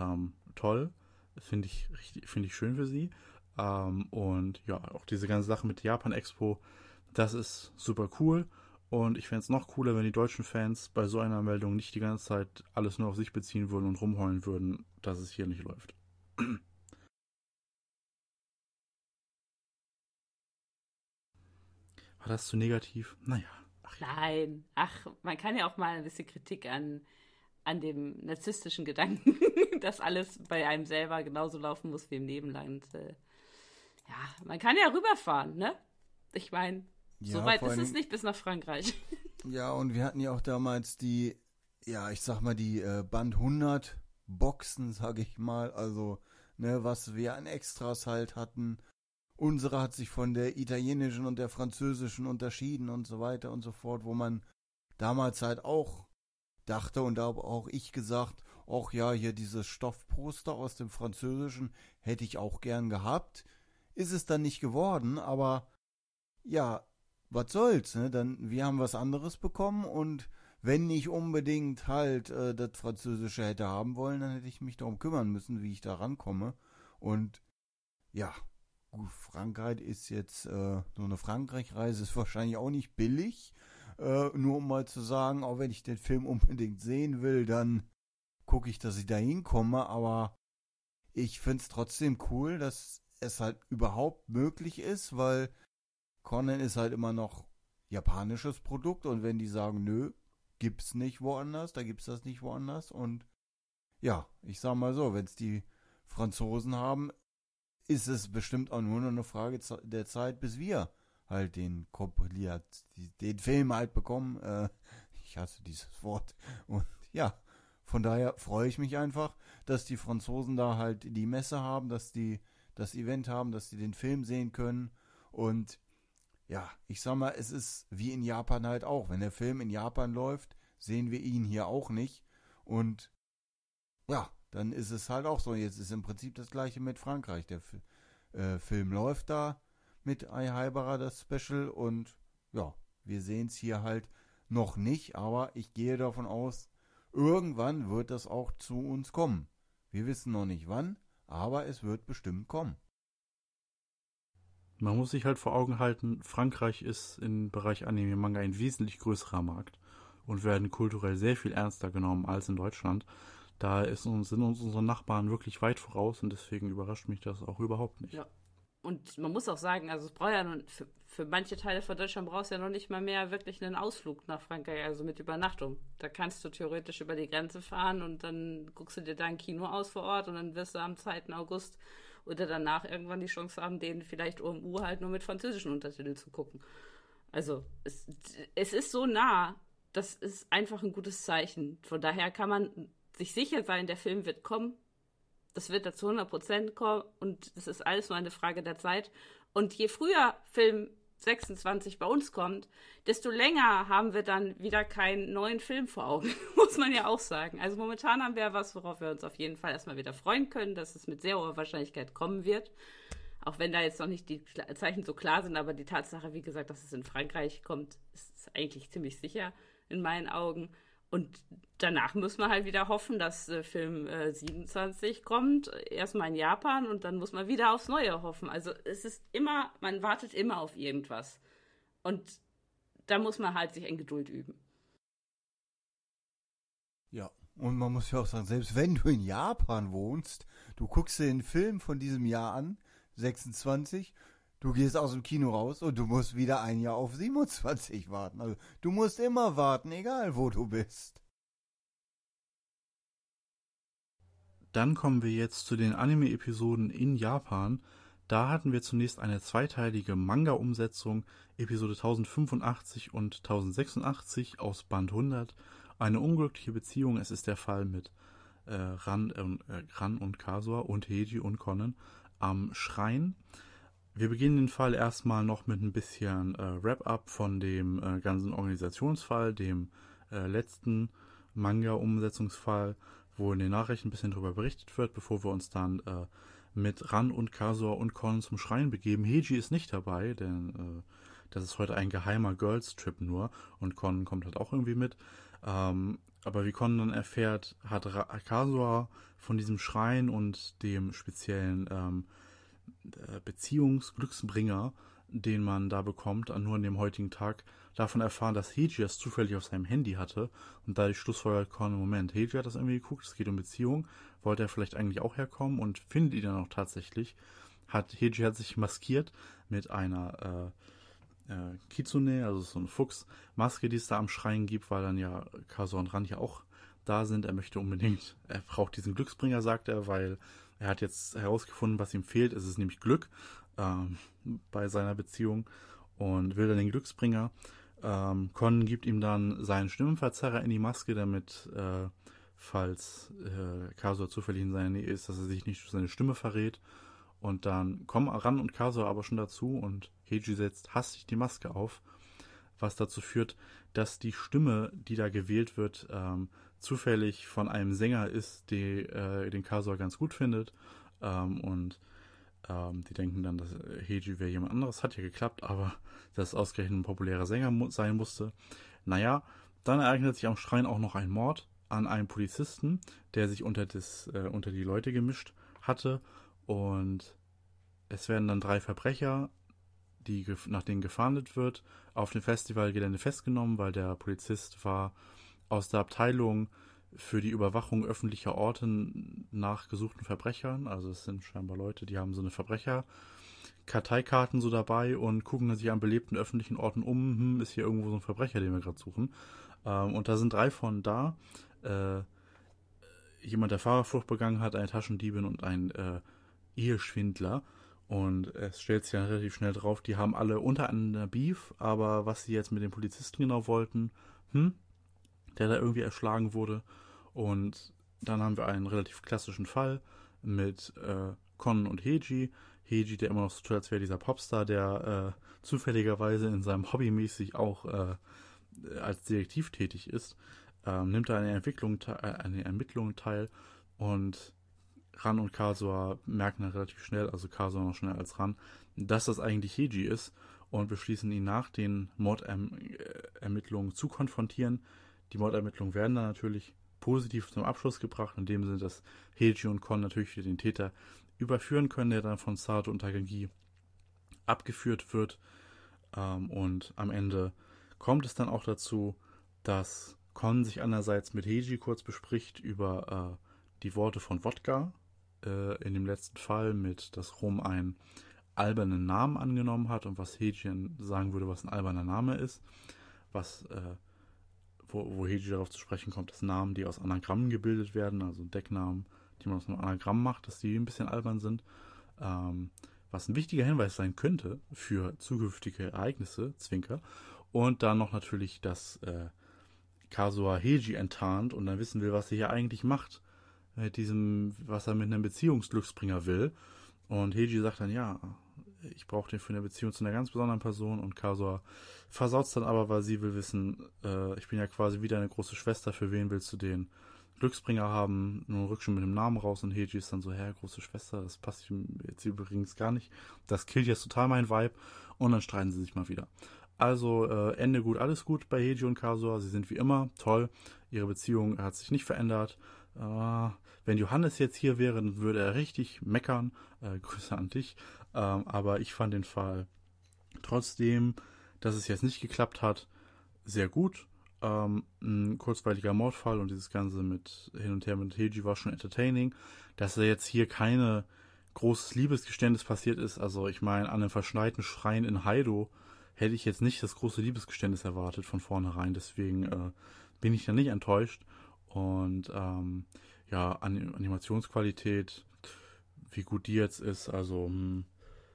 toll. Finde ich richtig, finde ich schön für sie. Ähm, und ja, auch diese ganze Sache mit der Japan Expo, das ist super cool. Und ich fände es noch cooler, wenn die deutschen Fans bei so einer Meldung nicht die ganze Zeit alles nur auf sich beziehen würden und rumheulen würden, dass es hier nicht läuft. War das zu negativ? Naja. Ach, Nein, ach, man kann ja auch mal ein bisschen Kritik an, an dem narzisstischen Gedanken, dass alles bei einem selber genauso laufen muss wie im Nebenland. Äh, ja, man kann ja rüberfahren, ne? Ich meine, Ja, so weit vor ist allem- es nicht bis nach Frankreich. Ja, und wir hatten ja auch damals die, ja, ich sag mal, die äh, Band hundert Boxen, sag ich mal, also, ne, was wir an Extras halt hatten. Unsere hat sich von der italienischen und der französischen unterschieden und so weiter und so fort, wo man damals halt auch dachte und da habe auch ich gesagt, ach ja, hier dieses Stoffposter aus dem Französischen hätte ich auch gern gehabt. Ist es dann nicht geworden, aber ja, was soll's, ne? Dann, wir haben was anderes bekommen und wenn ich unbedingt halt äh, das Französische hätte haben wollen, dann hätte ich mich darum kümmern müssen, wie ich da rankomme. Und ja, gut, Frankreich ist jetzt, äh, so eine Frankreich-Reise ist wahrscheinlich auch nicht billig. Äh, nur um mal zu sagen, auch wenn ich den Film unbedingt sehen will, dann gucke ich, dass ich da hinkomme. Aber ich finde es trotzdem cool, dass es halt überhaupt möglich ist, weil Conan ist halt immer noch japanisches Produkt und wenn die sagen, nö, gibt's nicht woanders, da gibt's das nicht woanders und ja, ich sag mal so, wenn es die Franzosen haben, ist es bestimmt auch nur noch eine Frage ze- der Zeit, bis wir halt den kompiliert, die- den Film halt bekommen. Äh, ich hasse dieses Wort und ja, von daher freue ich mich einfach, dass die Franzosen da halt die Messe haben, dass die das Event haben, dass sie den Film sehen können und ja, ich sag mal, es ist wie in Japan halt auch. Wenn der Film in Japan läuft, sehen wir ihn hier auch nicht. Und ja, dann ist es halt auch so. Jetzt ist im Prinzip das gleiche mit Frankreich. Der Fi- äh, Film läuft da mit Ai Haibara, das Special. Und ja, wir sehen es hier halt noch nicht. Aber ich gehe davon aus, irgendwann wird das auch zu uns kommen. Wir wissen noch nicht wann, aber es wird bestimmt kommen. Man muss sich halt vor Augen halten, Frankreich ist im Bereich Anime Manga ein wesentlich größerer Markt und werden kulturell sehr viel ernster genommen als in Deutschland. Da ist uns, sind uns unsere Nachbarn wirklich weit voraus und deswegen überrascht mich das auch überhaupt nicht. Ja. Und man muss auch sagen, also es braucht ja noch, für, für manche Teile von Deutschland brauchst du ja noch nicht mal mehr wirklich einen Ausflug nach Frankreich, also mit Übernachtung. Da kannst du theoretisch über die Grenze fahren und dann guckst du dir da ein Kino aus vor Ort und dann wirst du am zweiten August oder danach irgendwann die Chance haben, den vielleicht O M U halt nur mit französischen Untertiteln zu gucken. Also es, es ist so nah, das ist einfach ein gutes Zeichen. Von daher kann man sich sicher sein, der Film wird kommen. Das wird da zu hundert Prozent kommen und es ist alles nur eine Frage der Zeit. Und je früher Film sechsundzwanzig bei uns kommt, desto länger haben wir dann wieder keinen neuen Film vor Augen, muss man ja auch sagen. Also momentan haben wir ja was, worauf wir uns auf jeden Fall erstmal wieder freuen können, dass es mit sehr hoher Wahrscheinlichkeit kommen wird. Auch wenn da jetzt noch nicht die Zeichen so klar sind, aber die Tatsache, wie gesagt, dass es in Frankreich kommt, ist eigentlich ziemlich sicher in meinen Augen. Und danach müssen wir halt wieder hoffen, dass äh, Film äh, siebenundzwanzig kommt, erstmal in Japan und dann muss man wieder aufs Neue hoffen. Also es ist immer, man wartet immer auf irgendwas. Und da muss man halt sich in Geduld üben. Ja, und man muss ja auch sagen, selbst wenn du in Japan wohnst, du guckst dir den Film von diesem Jahr an, sechsundzwanzig, du gehst aus dem Kino raus und du musst wieder ein Jahr auf siebenundzwanzig warten. Also du musst immer warten, egal wo du bist. Dann kommen wir jetzt zu den Anime-Episoden in Japan. Da hatten wir zunächst eine zweiteilige Manga-Umsetzung, Episode tausendfünfundachtzig und tausendsechsundachtzig aus Band hundert. Eine unglückliche Beziehung, es ist der Fall mit äh, Ran, äh, Ran und Kasua und Heiji und Conan am Schrein. Wir beginnen den Fall erstmal noch mit ein bisschen äh, Wrap-up von dem äh, ganzen Organisationsfall, dem äh, letzten Manga-Umsetzungsfall, wo in den Nachrichten ein bisschen darüber berichtet wird, bevor wir uns dann äh, mit Ran und Kasua und Conan zum Schrein begeben. Heiji ist nicht dabei, denn äh, das ist heute ein geheimer Girls-Trip nur und Conan kommt halt auch irgendwie mit. Ähm, aber wie Kon dann erfährt, hat Ra- Kazuha von diesem Schrein und dem speziellen ähm, äh, Beziehungsglücksbringer, den man da bekommt, nur an dem heutigen Tag, davon erfahren, dass Heiji es zufällig auf seinem Handy hatte und dadurch schlussfolgert Kon, Moment, Heiji hat das irgendwie geguckt, es geht um Beziehung, wollte er vielleicht eigentlich auch herkommen und findet ihn dann auch tatsächlich. Hat Heiji hat sich maskiert mit einer äh, äh, Kitsune, also so eine Fuchsmaske, die es da am Schrein gibt, weil dann ja Kazuha und Ran ja auch da sind. Er möchte unbedingt, er braucht diesen Glücksbringer, sagt er, weil er hat jetzt herausgefunden, was ihm fehlt. Es ist nämlich Glück ähm, bei seiner Beziehung und will dann den Glücksbringer. Ähm, Kon gibt ihm dann seinen Stimmenverzerrer in die Maske, damit, äh, falls äh, Kazuha zufällig in seiner Nähe ist, dass er sich nicht durch seine Stimme verrät. Und dann kommen Ran und Kazuha aber schon dazu und Heiji setzt hastig die Maske auf, was dazu führt, dass die Stimme, die da gewählt wird, ähm, zufällig von einem Sänger ist, die, äh, den Kazuha ganz gut findet. Ähm, und ähm, die denken dann, dass Heiji wäre jemand anderes. Hat ja geklappt, aber dass es ausgerechnet ein populärer Sänger mu- sein musste. Naja, dann ereignet sich am Schrein auch noch ein Mord an einem Polizisten, der sich unter, das, äh, unter die Leute gemischt hatte. Und es werden dann drei Verbrecher, die, nach denen gefahndet wird, auf dem Festivalgelände festgenommen, weil der Polizist war aus der Abteilung für die Überwachung öffentlicher Orte nach gesuchten Verbrechern. Also es sind scheinbar Leute, die haben so eine Verbrecher-Karteikarten so dabei und gucken sich an belebten öffentlichen Orten um. Hm, ist hier irgendwo so ein Verbrecher, den wir gerade suchen. Ähm, und da sind drei von da. Äh, jemand, der Fahrerflucht begangen hat, eine Taschendiebin und ein äh, Eheschwindler. Und es stellt sich dann relativ schnell drauf, die haben alle untereinander Beef, aber was sie jetzt mit dem Polizisten genau wollten, hm, der da irgendwie erschlagen wurde. Und dann haben wir einen relativ klassischen Fall mit äh, Kon und Heiji. Heiji, der immer noch so tut, als wäre dieser Popstar, der äh, zufälligerweise in seinem Hobby mäßig auch äh, als Detektiv tätig ist, ähm, nimmt da eine Entwicklung, te- äh, eine Ermittlung teil und Ran und Kazuha merken dann relativ schnell, also Kazuha noch schneller als Ran, dass das eigentlich Heiji ist und beschließen ihn nach den Mordermittlungen zu konfrontieren. Die Mordermittlungen werden dann natürlich positiv zum Abschluss gebracht, in dem Sinne, dass Heiji und Kon natürlich wieder den Täter überführen können, der dann von Sato und Takagi abgeführt wird. Ähm, und am Ende kommt es dann auch dazu, dass Kon sich einerseits mit Heiji kurz bespricht über äh, die Worte von Wodka, äh, in dem letzten Fall mit, dass Rom einen albernen Namen angenommen hat und was Heiji sagen würde, was ein alberner Name ist, was äh, wo, wo Heiji darauf zu sprechen kommt, dass Namen, die aus Anagrammen gebildet werden, also Decknamen, die man aus einem Anagramm macht, dass die ein bisschen albern sind, ähm, was ein wichtiger Hinweis sein könnte für zukünftige Ereignisse, Zwinker, und dann noch natürlich, dass äh, Kazuha Heiji enttarnt und dann wissen will, was er hier eigentlich macht, mit diesem, was er mit einem Beziehungsglücksbringer will. Und Heiji sagt dann, ja, ich brauche den für eine Beziehung zu einer ganz besonderen Person und Kazuha versaut es dann aber, weil sie will wissen, äh, ich bin ja quasi wieder eine große Schwester, für wen willst du den Glücksbringer haben? Nur rück schon mit dem Namen raus und Heiji ist dann so, hä, große Schwester, das passt jetzt übrigens gar nicht. Das killt jetzt total mein Vibe und dann streiten sie sich mal wieder. Also äh, Ende gut, alles gut bei Heiji und Kazuha, sie sind wie immer toll, ihre Beziehung hat sich nicht verändert. Äh, wenn Johannes jetzt hier wäre, dann würde er richtig meckern. Äh, Grüße an dich. Ähm, aber ich fand den Fall trotzdem, dass es jetzt nicht geklappt hat, sehr gut. Ähm, ein kurzweiliger Mordfall und dieses Ganze mit hin und her mit Heiji war schon entertaining. Dass er jetzt hier keine großes Liebesgeständnis passiert ist, also ich meine, an einem verschneiten Schrein in Heido hätte ich jetzt nicht das große Liebesgeständnis erwartet von vornherein, deswegen äh, bin ich da nicht enttäuscht. Und ähm, ja, An- Animationsqualität, wie gut die jetzt ist, also hm,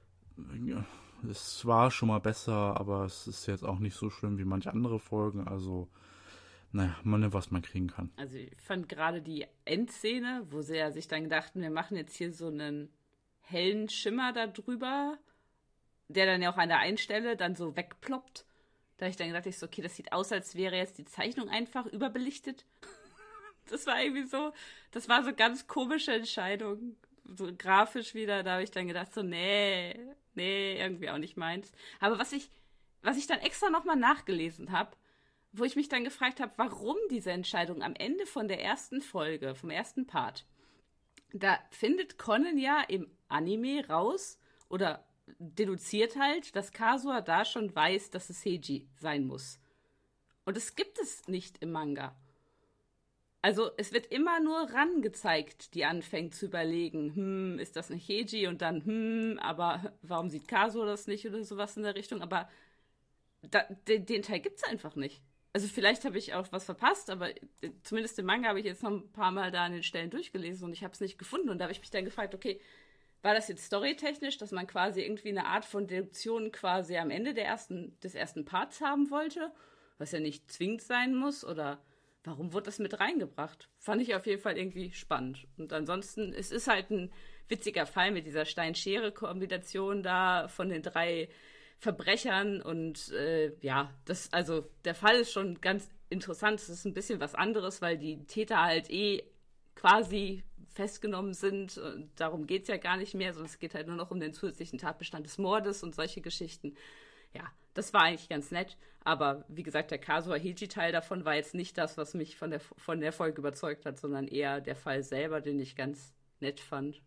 ja, es war schon mal besser, aber es ist jetzt auch nicht so schlimm wie manche andere Folgen, also naja, man nimmt, was man kriegen kann. Also ich fand gerade die Endszene, wo sie ja sich dann gedachten, wir machen jetzt hier so einen hellen Schimmer da drüber, der dann ja auch an der einen Stelle dann so wegploppt. Da hab ich dann gedacht, ich so, okay, das sieht aus, als wäre jetzt die Zeichnung einfach überbelichtet. Das war irgendwie so, das war so ganz komische Entscheidung. So grafisch wieder, da habe ich dann gedacht, so, nee, nee, irgendwie auch nicht meins. Aber was ich, was ich dann extra nochmal nachgelesen habe, wo ich mich dann gefragt habe, warum diese Entscheidung am Ende von der ersten Folge, vom ersten Part, da findet Conan ja im Anime raus oder deduziert halt, dass Kazuha da schon weiß, dass es Heiji sein muss. Und das gibt es nicht im Manga. Also es wird immer nur Ran gezeigt, die anfängt zu überlegen, hm, ist das nicht Heiji? Und dann, hm, aber warum sieht Kazuha das nicht oder sowas in der Richtung? Aber da, den, den Teil gibt es einfach nicht. Also vielleicht habe ich auch was verpasst, aber zumindest im Manga habe ich jetzt noch ein paar Mal da an den Stellen durchgelesen und ich habe es nicht gefunden. Und da habe ich mich dann gefragt, okay, war das jetzt storytechnisch, dass man quasi irgendwie eine Art von Deduktion quasi am Ende der ersten, des ersten Parts haben wollte, was ja nicht zwingend sein muss, oder warum wurde das mit reingebracht? Fand ich auf jeden Fall irgendwie spannend. Und ansonsten, es ist halt ein witziger Fall mit dieser Stein-Schere-Kombination da von den drei Verbrechern und äh, ja, das, also der Fall ist schon ganz interessant. Es ist ein bisschen was anderes, weil die Täter halt eh quasi festgenommen sind. Und darum geht es ja gar nicht mehr, sondern es geht halt nur noch um den zusätzlichen Tatbestand des Mordes und solche Geschichten. Ja, das war eigentlich ganz nett. Aber wie gesagt, der Kazuha-Heiji-Teil davon war jetzt nicht das, was mich von der, von der Folge überzeugt hat, sondern eher der Fall selber, den ich ganz nett fand.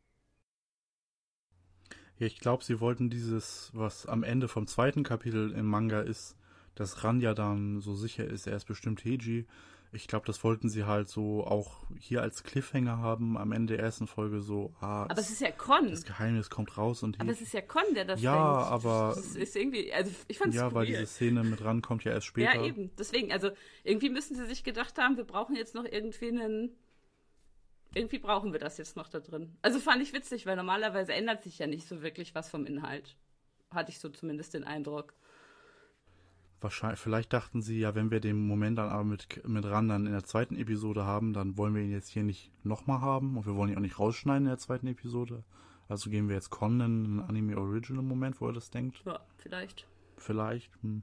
Ja, ich glaube, sie wollten dieses, was am Ende vom zweiten Kapitel im Manga ist, dass Ran ja dann so sicher ist, er ist bestimmt Heiji. Ich glaube, das wollten sie halt so auch hier als Cliffhanger haben, am Ende der ersten Folge so, ah, aber es ist ja Kon. Das Geheimnis kommt raus und Aber es ist ja Kon, der das ja, denkt. aber Das ist irgendwie, also ich fand es ja, skurril. weil diese Szene mit Ran kommt ja erst später. Ja, eben. Deswegen, also irgendwie müssen sie sich gedacht haben, wir brauchen jetzt noch irgendwie einen, irgendwie brauchen wir das jetzt noch da drin. Also fand ich witzig, weil normalerweise ändert sich ja nicht so wirklich was vom Inhalt. Hatte ich so zumindest den Eindruck. Wahrscheinlich, vielleicht dachten sie, ja, wenn wir den Moment dann aber mit, mit Ran dann in der zweiten Episode haben, dann wollen wir ihn jetzt hier nicht nochmal haben und wir wollen ihn auch nicht rausschneiden in der zweiten Episode. Also geben wir jetzt Conan einen Anime-Original-Moment, wo er das denkt. Ja, vielleicht. Vielleicht. Hm.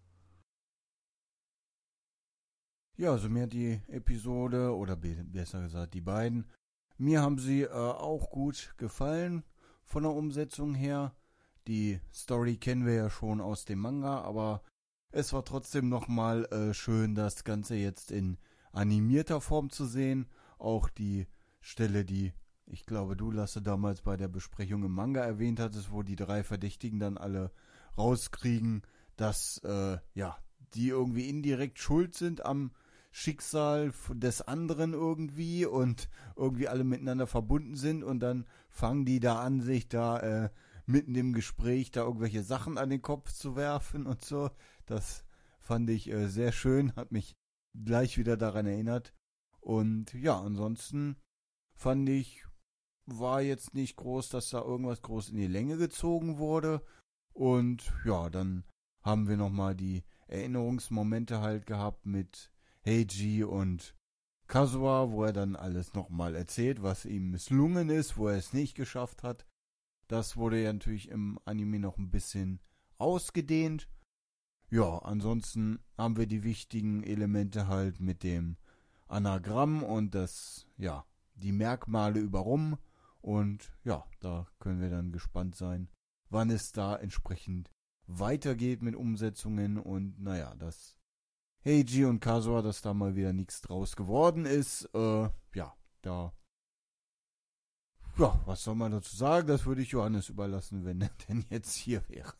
Ja, also mir hat die Episode, oder be- besser gesagt die beiden, mir haben sie äh, auch gut gefallen von der Umsetzung her. Die Story kennen wir ja schon aus dem Manga, aber es war trotzdem nochmal äh, schön, das Ganze jetzt in animierter Form zu sehen. Auch die Stelle, die, ich glaube, du, Lasse, damals bei der Besprechung im Manga erwähnt hattest, wo die drei Verdächtigen dann alle rauskriegen, dass, äh, ja, die irgendwie indirekt schuld sind am Schicksal des anderen irgendwie und irgendwie alle miteinander verbunden sind und dann fangen die da an, sich da äh, mitten im Gespräch da irgendwelche Sachen an den Kopf zu werfen und so. Das fand ich äh, sehr schön, hat mich gleich wieder daran erinnert. Und ja, ansonsten fand ich, war jetzt nicht groß, dass da irgendwas groß in die Länge gezogen wurde. Und ja, dann haben wir nochmal die Erinnerungsmomente halt gehabt mit Heiji und Kazuha, wo er dann alles nochmal erzählt, was ihm misslungen ist, wo er es nicht geschafft hat. Das wurde ja natürlich im Anime noch ein bisschen ausgedehnt. Ja, ansonsten haben wir die wichtigen Elemente halt mit dem Anagramm und das, ja, die Merkmale über rum. Und ja, da können wir dann gespannt sein, wann es da entsprechend weitergeht mit Umsetzungen. Und naja, dass Heiji und Kazuha, dass da mal wieder nichts draus geworden ist, äh, ja, da, ja, was soll man dazu sagen? Das würde ich Johannes überlassen, wenn er denn jetzt hier wäre.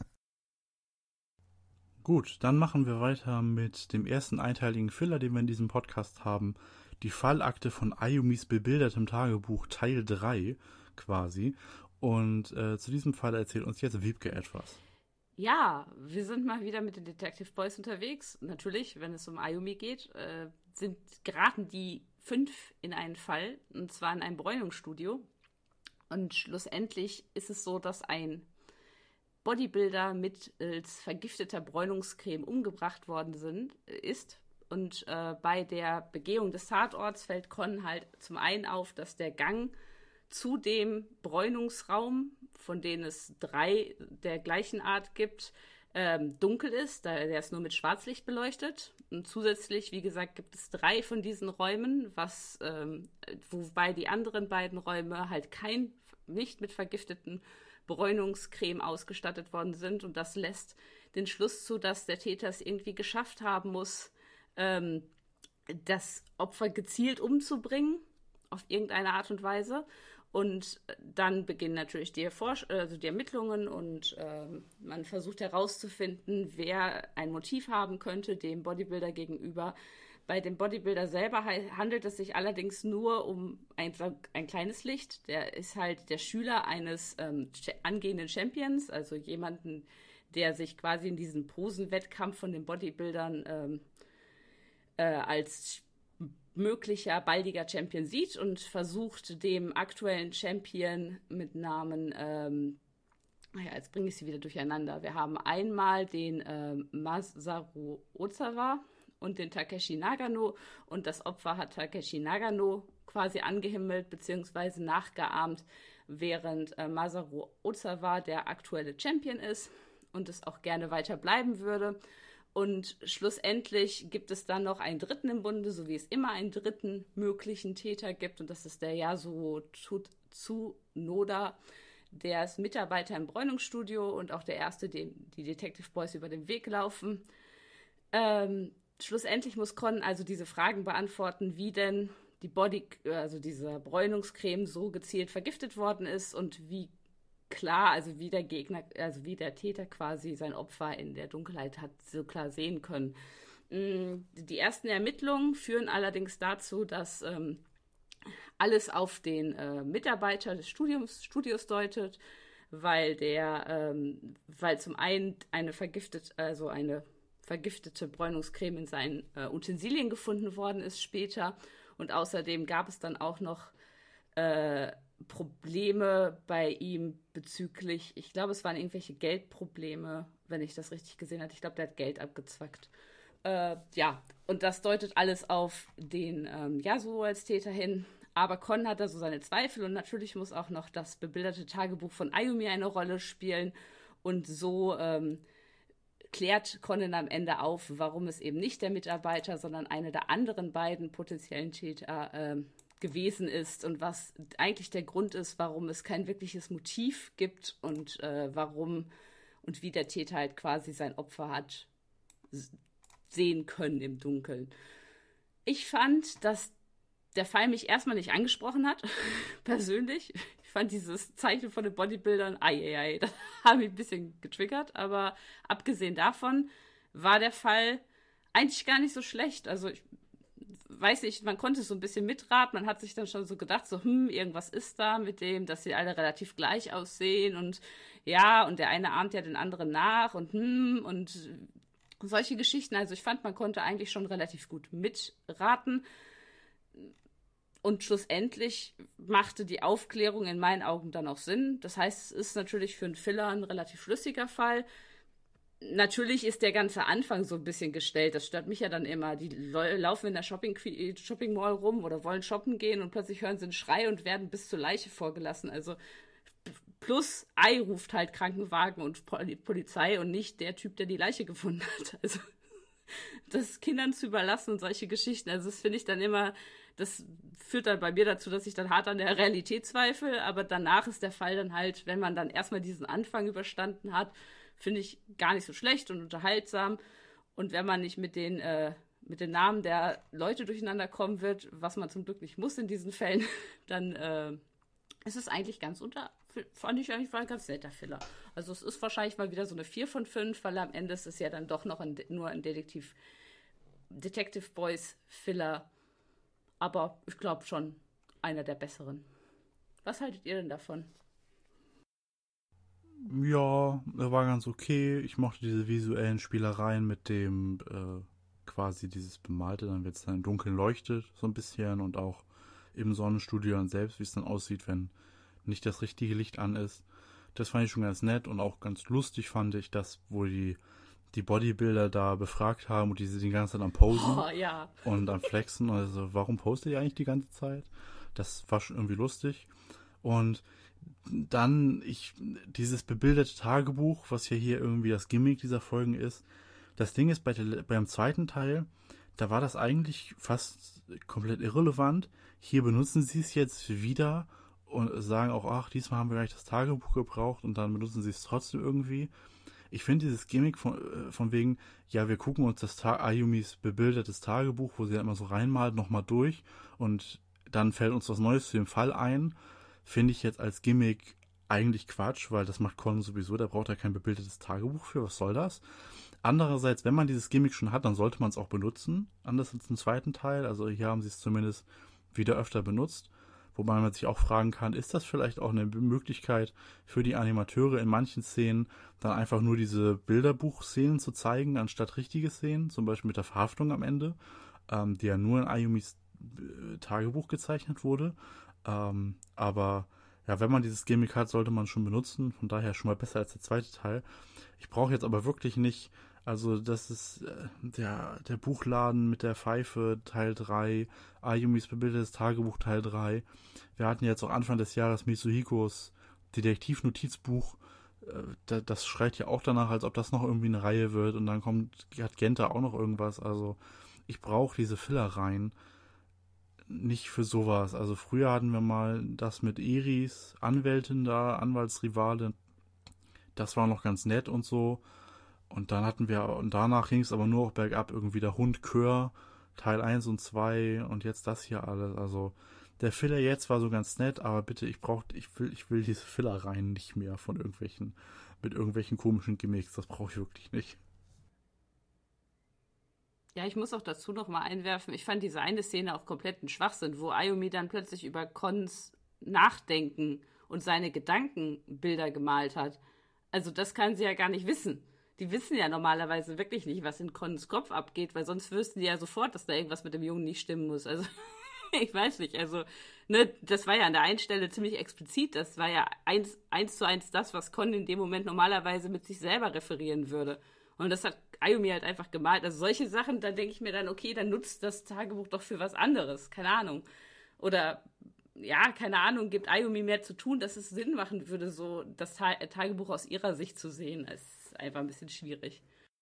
Gut, dann machen wir weiter mit dem ersten einteiligen Filler, den wir in diesem Podcast haben. Die Fallakte von Ayumis bebildertem Tagebuch, Teil drei quasi. Und äh, zu diesem Fall erzählt uns jetzt Wiebke etwas. Ja, wir sind mal wieder mit den Detective Boys unterwegs. Natürlich, wenn es um Ayumi geht, äh, sind geraten die fünf in einen Fall, und zwar in einem Bräunungsstudio. Und schlussendlich ist es so, dass ein Bodybuilder mittels vergifteter Bräunungscreme umgebracht worden sind, ist. Und äh, bei der Begehung des Tatorts fällt Con halt zum einen auf, dass der Gang zu dem Bräunungsraum, von denen es drei der gleichen Art gibt, ähm, dunkel ist, da der ist nur mit Schwarzlicht beleuchtet. Und zusätzlich, wie gesagt, gibt es drei von diesen Räumen, was ähm, wobei die anderen beiden Räume halt kein, nicht mit vergifteten Bräunungscreme ausgestattet worden sind. Und das lässt den Schluss zu, dass der Täter es irgendwie geschafft haben muss, ähm, das Opfer gezielt umzubringen, auf irgendeine Art und Weise. Und dann beginnen natürlich die, Erforsch- also die Ermittlungen und ähm, man versucht herauszufinden, wer ein Motiv haben könnte dem Bodybuilder gegenüber. Bei dem Bodybuilder selber handelt es sich allerdings nur um ein, ein kleines Licht. Der ist halt der Schüler eines ähm, angehenden Champions, also jemanden, der sich quasi in diesem Posenwettkampf von den Bodybuildern ähm, äh, als möglicher baldiger Champion sieht und versucht dem aktuellen Champion mit Namen, ähm, ja, jetzt bringe ich sie wieder durcheinander. Wir haben einmal den ähm, Masaru Ozawa und den Takeshi Nagano und das Opfer hat Takeshi Nagano quasi angehimmelt bzw. nachgeahmt, während äh, Masaru Ozawa der aktuelle Champion ist und es auch gerne weiter bleiben würde. Und schlussendlich gibt es dann noch einen Dritten im Bunde, so wie es immer einen dritten möglichen Täter gibt. Und das ist der Yasuo Tsunoda, der ist Mitarbeiter im Bräunungsstudio und auch der Erste, dem die Detective Boys über den Weg laufen. Ähm, schlussendlich muss Con also diese Fragen beantworten, wie denn die Body, also diese Bräunungscreme so gezielt vergiftet worden ist und wie klar, also wie der Gegner, also wie der Täter quasi sein Opfer in der Dunkelheit hat so klar sehen können. Die ersten Ermittlungen führen allerdings dazu, dass ähm, alles auf den äh, Mitarbeiter des Studiums, Studios deutet, weil der, ähm, weil zum einen eine vergiftete, also eine vergiftete Bräunungscreme in seinen äh, Utensilien gefunden worden ist später und außerdem gab es dann auch noch äh, Probleme bei ihm bezüglich, ich glaube, es waren irgendwelche Geldprobleme, wenn ich das richtig gesehen habe. Ich glaube, der hat Geld abgezwackt. Äh, ja, und das deutet alles auf den ähm, Yasuo als Täter hin. Aber Con hat da so seine Zweifel und natürlich muss auch noch das bebilderte Tagebuch von Ayumi eine Rolle spielen. Und so ähm, klärt Conan am Ende auf, warum es eben nicht der Mitarbeiter, sondern eine der anderen beiden potenziellen Täter ähm, gewesen ist und was eigentlich der Grund ist, warum es kein wirkliches Motiv gibt und äh, warum und wie der Täter halt quasi sein Opfer hat sehen können im Dunkeln. Ich fand, dass der Fall mich erstmal nicht angesprochen hat, persönlich. Ich fand dieses Zeichen von den Bodybuildern, ei, ei, ei, das hat mich ein bisschen getriggert, aber abgesehen davon war der Fall eigentlich gar nicht so schlecht. Also ich weiß nicht, man konnte so ein bisschen mitraten, man hat sich dann schon so gedacht, so, hm, irgendwas ist da mit dem, dass sie alle relativ gleich aussehen und ja, und der eine ahmt ja den anderen nach und hm, und solche Geschichten. Also ich fand, man konnte eigentlich schon relativ gut mitraten und schlussendlich machte die Aufklärung in meinen Augen dann auch Sinn. Das heißt, es ist natürlich für einen Filler ein relativ schlüssiger Fall. Natürlich ist der ganze Anfang so ein bisschen gestellt. Das stört mich ja dann immer. Die Leute laufen in der Shopping, Shopping Mall rum oder wollen shoppen gehen und plötzlich hören sie einen Schrei und werden bis zur Leiche vorgelassen. Also plus Ei ruft halt Krankenwagen und Polizei und nicht der Typ, der die Leiche gefunden hat. Also das Kindern zu überlassen und solche Geschichten. Also das finde ich dann immer, das führt dann bei mir dazu, dass ich dann hart an der Realität zweifle. Aber danach ist der Fall dann halt, wenn man dann erstmal diesen Anfang überstanden hat, finde ich gar nicht so schlecht und unterhaltsam. Und wenn man nicht mit den, äh, mit den Namen der Leute durcheinander kommen wird, was man zum Glück nicht muss in diesen Fällen, dann äh, ist es eigentlich ganz unter... Fand ich eigentlich war ein ganz netter Filler. Also es ist wahrscheinlich mal wieder so eine vier von fünf, weil am Ende ist es ja dann doch noch ein, nur ein Detektiv, Detective Boys Filler. Aber ich glaube schon einer der besseren. Was haltet ihr denn davon? Ja, er war ganz okay. Ich mochte diese visuellen Spielereien mit dem äh, quasi dieses Bemalte, dann wird es dann im Dunkeln leuchtet so ein bisschen und auch im Sonnenstudio dann selbst, wie es dann aussieht, wenn nicht das richtige Licht an ist. Das fand ich schon ganz nett und auch ganz lustig fand ich, dass wo die die Bodybuilder da befragt haben und die sind die ganze Zeit am Posen oh, ja. und am Flexen. Also warum postet ihr eigentlich die ganze Zeit? Das war schon irgendwie lustig. Und dann ich dieses bebilderte Tagebuch, was ja hier irgendwie das Gimmick dieser Folgen ist. Das Ding ist, bei der, beim zweiten Teil, da war das eigentlich fast komplett irrelevant. Hier benutzen sie es jetzt wieder und sagen auch, ach, diesmal haben wir gleich das Tagebuch gebraucht und dann benutzen sie es trotzdem irgendwie. Ich finde dieses Gimmick von, von wegen, ja, wir gucken uns das Ta- Ayumis bebildertes Tagebuch, wo sie ja immer so reinmalt, nochmal durch und dann fällt uns was Neues zu dem Fall ein, finde ich jetzt als Gimmick eigentlich Quatsch, weil das macht Conan sowieso, der braucht ja kein bebildertes Tagebuch für, was soll das? Andererseits, wenn man dieses Gimmick schon hat, dann sollte man es auch benutzen, anders als im zweiten Teil, also hier haben sie es zumindest wieder öfter benutzt, wobei man sich auch fragen kann, ist das vielleicht auch eine Möglichkeit für die Animateure in manchen Szenen, dann einfach nur diese Bilderbuch-Szenen zu zeigen, anstatt richtige Szenen, zum Beispiel mit der Verhaftung am Ende, ähm, die ja nur in Ayumis Tagebuch gezeichnet wurde. Ähm, aber ja, wenn man dieses Gimmick hat, sollte man schon benutzen. Von daher schon mal besser als der zweite Teil. Ich brauche jetzt aber wirklich nicht, also das ist äh, der, der Buchladen mit der Pfeife Teil drei, Ayumis bebildertes Tagebuch Teil drei. Wir hatten jetzt auch Anfang des Jahres Mitsuhikos Detektivnotizbuch. Äh, das schreit ja auch danach, als ob das noch irgendwie eine Reihe wird. Und dann kommt, hat Genta auch noch irgendwas. Also ich brauche diese Fillereien nicht für sowas. Also früher hatten wir mal das mit Eris, Anwältin da, Anwaltsrivale. Das war noch ganz nett und so. Und dann hatten wir, und danach ging es aber nur auch bergab, irgendwie der Hund Kör, Teil eins und zwei und jetzt das hier alles. Also der Filler jetzt war so ganz nett, aber bitte, ich brauch, ich will, ich will diese Fillereien nicht mehr von irgendwelchen, mit irgendwelchen komischen Gimmicks. Das brauche ich wirklich nicht. Ja, ich muss auch dazu noch mal einwerfen, ich fand diese eine Szene auch kompletten Schwachsinn, wo Ayumi dann plötzlich über Cons Nachdenken und seine Gedankenbilder gemalt hat. Also das kann sie ja gar nicht wissen. Die wissen ja normalerweise wirklich nicht, was in Cons Kopf abgeht, weil sonst wüssten die ja sofort, dass da irgendwas mit dem Jungen nicht stimmen muss. Also ich weiß nicht, also ne, das war ja an der einen Stelle ziemlich explizit, das war ja eins, eins zu eins das, was Con in dem Moment normalerweise mit sich selber referieren würde. Und das hat Ayumi halt einfach gemalt. Also solche Sachen, da denke ich mir dann, okay, dann nutzt das Tagebuch doch für was anderes. Keine Ahnung. Oder, ja, keine Ahnung, gibt Ayumi mehr zu tun, dass es Sinn machen würde, so das Ta- Tagebuch aus ihrer Sicht zu sehen. Das ist einfach ein bisschen schwierig.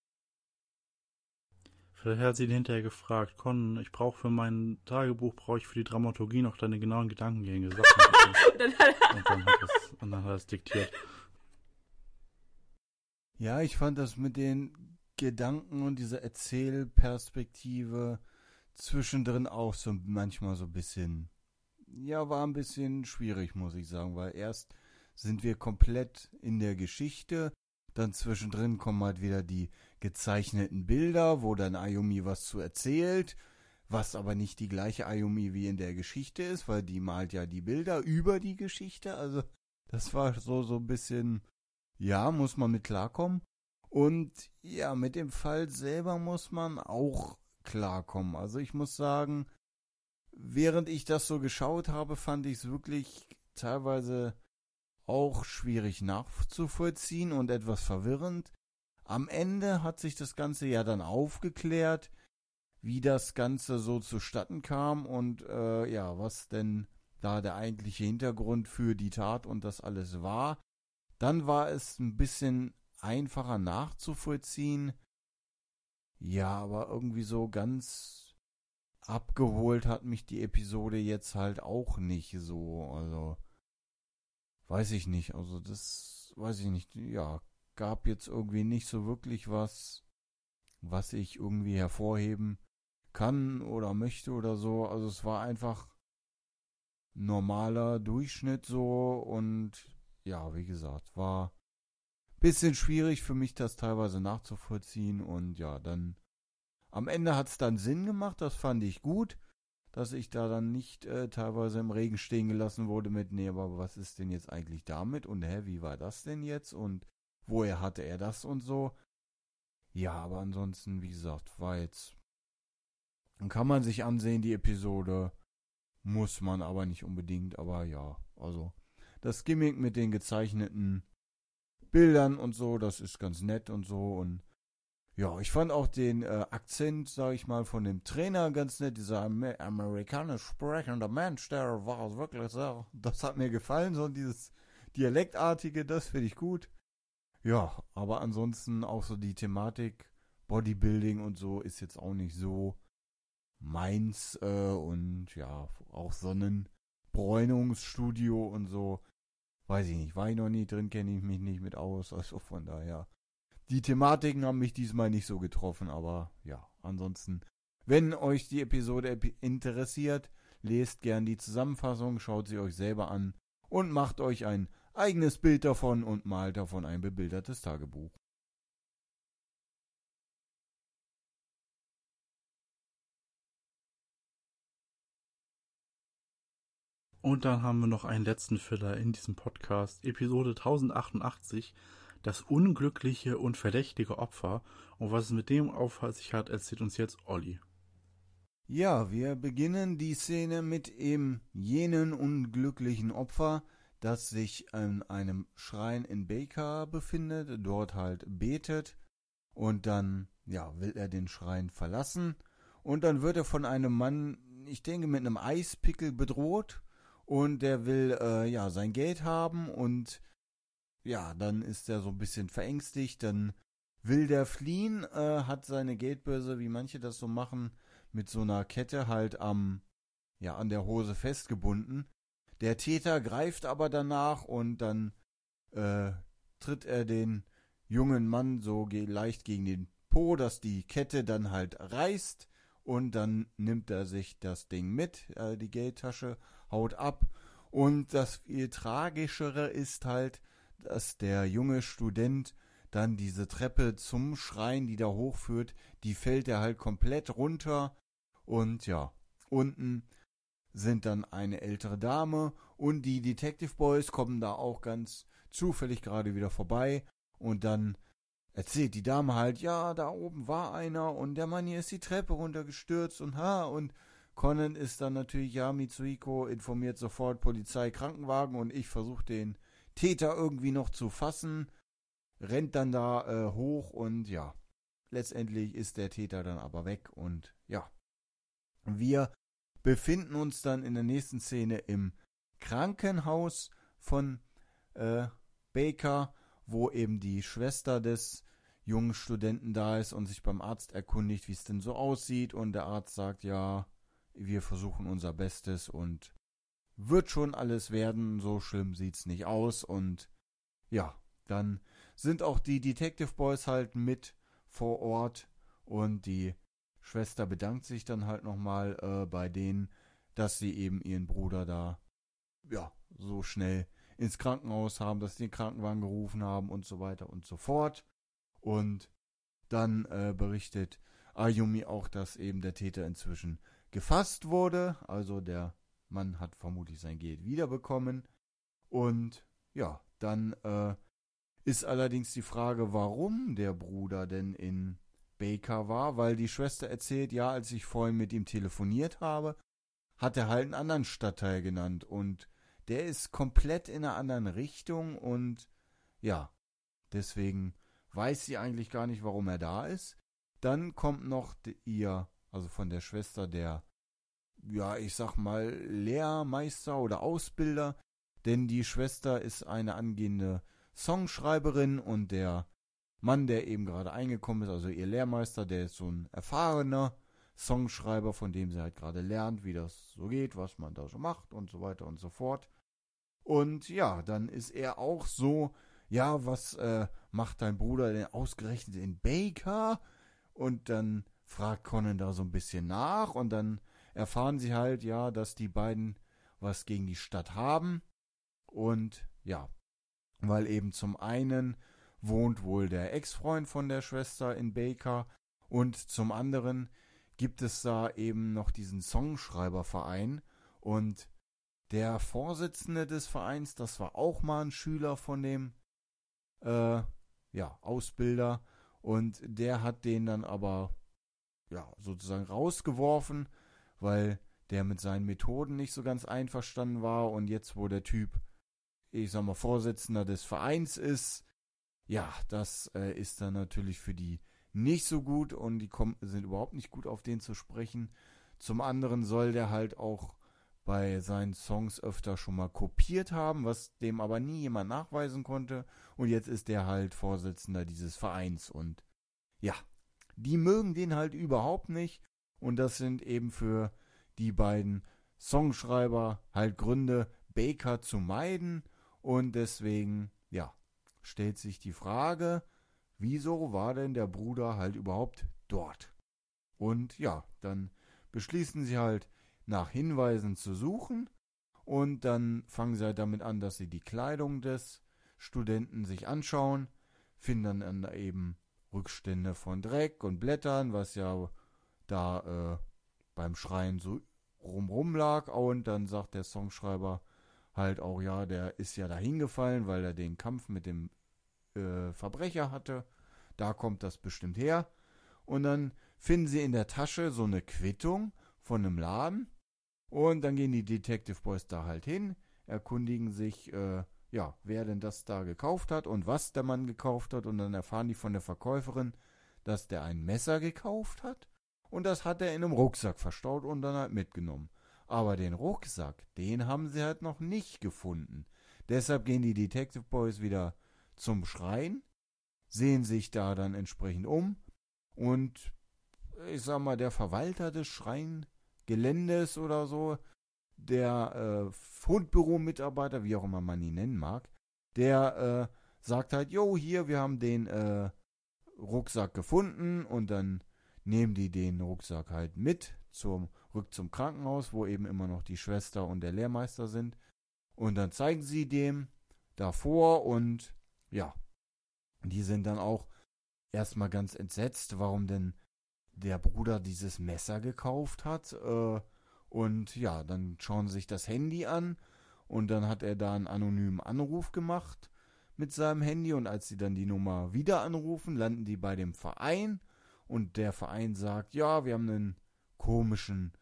Vielleicht hat sie ihn hinterher gefragt, Con, ich brauche für mein Tagebuch, brauche ich für die Dramaturgie noch deine genauen Gedankengänge. Sag mal bitte. und, dann und, dann hat es, und dann hat er es diktiert. Ja, ich fand das mit den Gedanken und dieser Erzählperspektive zwischendrin auch so manchmal so ein bisschen, ja, war ein bisschen schwierig, muss ich sagen, weil erst sind wir komplett in der Geschichte, dann zwischendrin kommen halt wieder die gezeichneten Bilder, wo dann Ayumi was zu erzählt, was aber nicht die gleiche Ayumi wie in der Geschichte ist, weil die malt ja die Bilder über die Geschichte, also das war so, so ein bisschen... Ja, muss man mit klarkommen. Und ja, mit dem Fall selber muss man auch klarkommen. Also ich muss sagen, während ich das so geschaut habe, fand ich es wirklich teilweise auch schwierig nachzuvollziehen und etwas verwirrend. Am Ende hat sich das Ganze ja dann aufgeklärt, wie das Ganze so zustatten kam und äh, ja, was denn da der eigentliche Hintergrund für die Tat und das alles war. Dann war es ein bisschen einfacher nachzuvollziehen. Ja, aber irgendwie so ganz abgeholt hat mich die Episode jetzt halt auch nicht so. Also, weiß ich nicht. Also, das weiß ich nicht. Ja, gab jetzt irgendwie nicht so wirklich was, was ich irgendwie hervorheben kann oder möchte oder so. Also, es war einfach normaler Durchschnitt so und ja, wie gesagt, war ein bisschen schwierig für mich, das teilweise nachzuvollziehen. Und ja, dann am Ende hat es dann Sinn gemacht, das fand ich gut, dass ich da dann nicht äh, teilweise im Regen stehen gelassen wurde mit, nee, aber was ist denn jetzt eigentlich damit? Und hä, wie war das denn jetzt? Und woher hatte er das und so? Ja, aber ansonsten, wie gesagt, war jetzt, dann kann man sich ansehen, die Episode, muss man aber nicht unbedingt, aber ja, also das Gimmick mit den gezeichneten Bildern und so, das ist ganz nett und so. Und ja, ich fand auch den äh, Akzent, sag ich mal, von dem Trainer ganz nett. Dieser Amer- amerikanisch sprechende Mensch, der war wirklich sehr, das hat mir gefallen, so dieses Dialektartige, das finde ich gut. Ja, aber ansonsten auch so die Thematik Bodybuilding und so ist jetzt auch nicht so meins. Äh, und ja, auch Sonnenbräunungsstudio und so. Weiß ich nicht, war ich noch nie drin, kenne ich mich nicht mit aus, also von daher die Thematiken haben mich diesmal nicht so getroffen, aber ja, ansonsten, wenn euch die Episode interessiert, lest gern die Zusammenfassung, schaut sie euch selber an und macht euch ein eigenes Bild davon und malt davon ein bebildertes Tagebuch. Und dann haben wir noch einen letzten Filler in diesem Podcast, Episode tausendachundachtzig, das unglückliche und verdächtige Opfer. Und was es mit dem auf sich hat, erzählt uns jetzt Olli. Ja, wir beginnen die Szene mit eben jenen unglücklichen Opfer, das sich in einem Schrein in Baker befindet, dort halt betet und dann, ja, will er den Schrein verlassen und dann wird er von einem Mann, ich denke mit einem Eispickel bedroht und der will, äh, ja, sein Geld haben und ja, dann ist er so ein bisschen verängstigt, dann will der fliehen, äh, hat seine Geldbörse, wie manche das so machen, mit so einer Kette halt am, ja, an der Hose festgebunden. Der Täter greift aber danach und dann äh, tritt er den jungen Mann so ge- leicht gegen den Po, dass die Kette dann halt reißt und dann nimmt er sich das Ding mit, äh, die Geldtasche, haut ab und das viel Tragischere ist halt, dass der junge Student dann diese Treppe zum Schrein, die da hochführt, die fällt er halt komplett runter und ja, unten sind dann eine ältere Dame und die Detective Boys kommen da auch ganz zufällig gerade wieder vorbei und dann erzählt die Dame halt, ja, da oben war einer und der Mann hier ist die Treppe runtergestürzt und ha und Conan ist dann natürlich, ja, Mitsuhiko informiert sofort Polizei, Krankenwagen und ich versuche den Täter irgendwie noch zu fassen, rennt dann da äh, hoch und ja, letztendlich ist der Täter dann aber weg und ja, wir befinden uns dann in der nächsten Szene im Krankenhaus von äh, Baker, wo eben die Schwester des jungen Studenten da ist und sich beim Arzt erkundigt, wie es denn so aussieht und der Arzt sagt, ja, wir versuchen unser Bestes und wird schon alles werden, so schlimm sieht's nicht aus und ja, dann sind auch die Detective Boys halt mit vor Ort und die Schwester bedankt sich dann halt nochmal äh, bei denen, dass sie eben ihren Bruder da, ja, so schnell ins Krankenhaus haben, dass sie den Krankenwagen gerufen haben und so weiter und so fort. Und dann äh, berichtet Ayumi auch, dass eben der Täter inzwischen gefasst wurde, also der Mann hat vermutlich sein Geld wiederbekommen. Und ja, dann äh, ist allerdings die Frage, warum der Bruder denn in Baker war, weil die Schwester erzählt, ja, als ich vorhin mit ihm telefoniert habe, hat er halt einen anderen Stadtteil genannt und der ist komplett in einer anderen Richtung und ja, deswegen weiß sie eigentlich gar nicht, warum er da ist. Dann kommt noch ihr, also von der Schwester, der, ja, ich sag mal, Lehrmeister oder Ausbilder, denn die Schwester ist eine angehende Songschreiberin und der Mann, der eben gerade eingekommen ist, also ihr Lehrmeister, der ist so ein erfahrener Songschreiber, von dem sie halt gerade lernt, wie das so geht, was man da so macht und so weiter und so fort. Und ja, dann ist er auch so, ja, was äh, macht dein Bruder denn ausgerechnet in Baker? Und dann fragt Conan da so ein bisschen nach und dann erfahren sie halt, ja, dass die beiden was gegen die Stadt haben. Und ja, weil eben zum einen wohnt wohl der Ex-Freund von der Schwester in Baker und zum anderen gibt es da eben noch diesen Songschreiberverein und der Vorsitzende des Vereins, das war auch mal ein Schüler von dem äh, ja, Ausbilder und der hat den dann aber ja, sozusagen rausgeworfen, weil der mit seinen Methoden nicht so ganz einverstanden war und jetzt, wo der Typ, ich sag mal, Vorsitzender des Vereins ist, ja, das äh, ist dann natürlich für die nicht so gut und die kommen, sind überhaupt nicht gut auf den zu sprechen. Zum anderen soll der halt auch bei seinen Songs öfter schon mal kopiert haben, was dem aber nie jemand nachweisen konnte und jetzt ist der halt Vorsitzender dieses Vereins und ja, die mögen den halt überhaupt nicht und das sind eben für die beiden Songschreiber halt Gründe, Baker zu meiden und deswegen, ja, stellt sich die Frage, wieso war denn der Bruder halt überhaupt dort? Und ja, dann beschließen sie halt nach Hinweisen zu suchen und dann fangen sie halt damit an, dass sie die Kleidung des Studenten sich anschauen, finden dann eben Rückstände von Dreck und Blättern, was ja da äh, beim Schreien so rumrum lag. Und dann sagt der Songschreiber halt auch, ja, der ist ja da hingefallen, weil er den Kampf mit dem äh, Verbrecher hatte. Da kommt das bestimmt her. Und dann finden sie in der Tasche so eine Quittung von einem Laden. Und dann gehen die Detective Boys da halt hin, erkundigen sich, äh, ja, wer denn das da gekauft hat und was der Mann gekauft hat. Und dann erfahren die von der Verkäuferin, dass der ein Messer gekauft hat. Und das hat er in einem Rucksack verstaut und dann halt mitgenommen. Aber den Rucksack, den haben sie halt noch nicht gefunden. Deshalb gehen die Detective Boys wieder zum Schrein, sehen sich da dann entsprechend um. Und ich sag mal, der Verwalter des Schreingeländes oder so, der äh, Fundbüro-Mitarbeiter, wie auch immer man ihn nennen mag, der äh, sagt halt, jo, hier, wir haben den äh, Rucksack gefunden. Und dann nehmen die den Rucksack halt mit, zum, rück zum Krankenhaus, wo eben immer noch die Schwester und der Lehrmeister sind. Und dann zeigen sie dem davor und ja, die sind dann auch erstmal ganz entsetzt, warum denn der Bruder dieses Messer gekauft hat. Äh, und ja, dann schauen sie sich das Handy an und dann hat er da einen anonymen Anruf gemacht mit seinem Handy. Und als sie dann die Nummer wieder anrufen, landen die bei dem Verein. Und der Verein sagt, ja, wir haben einen komischen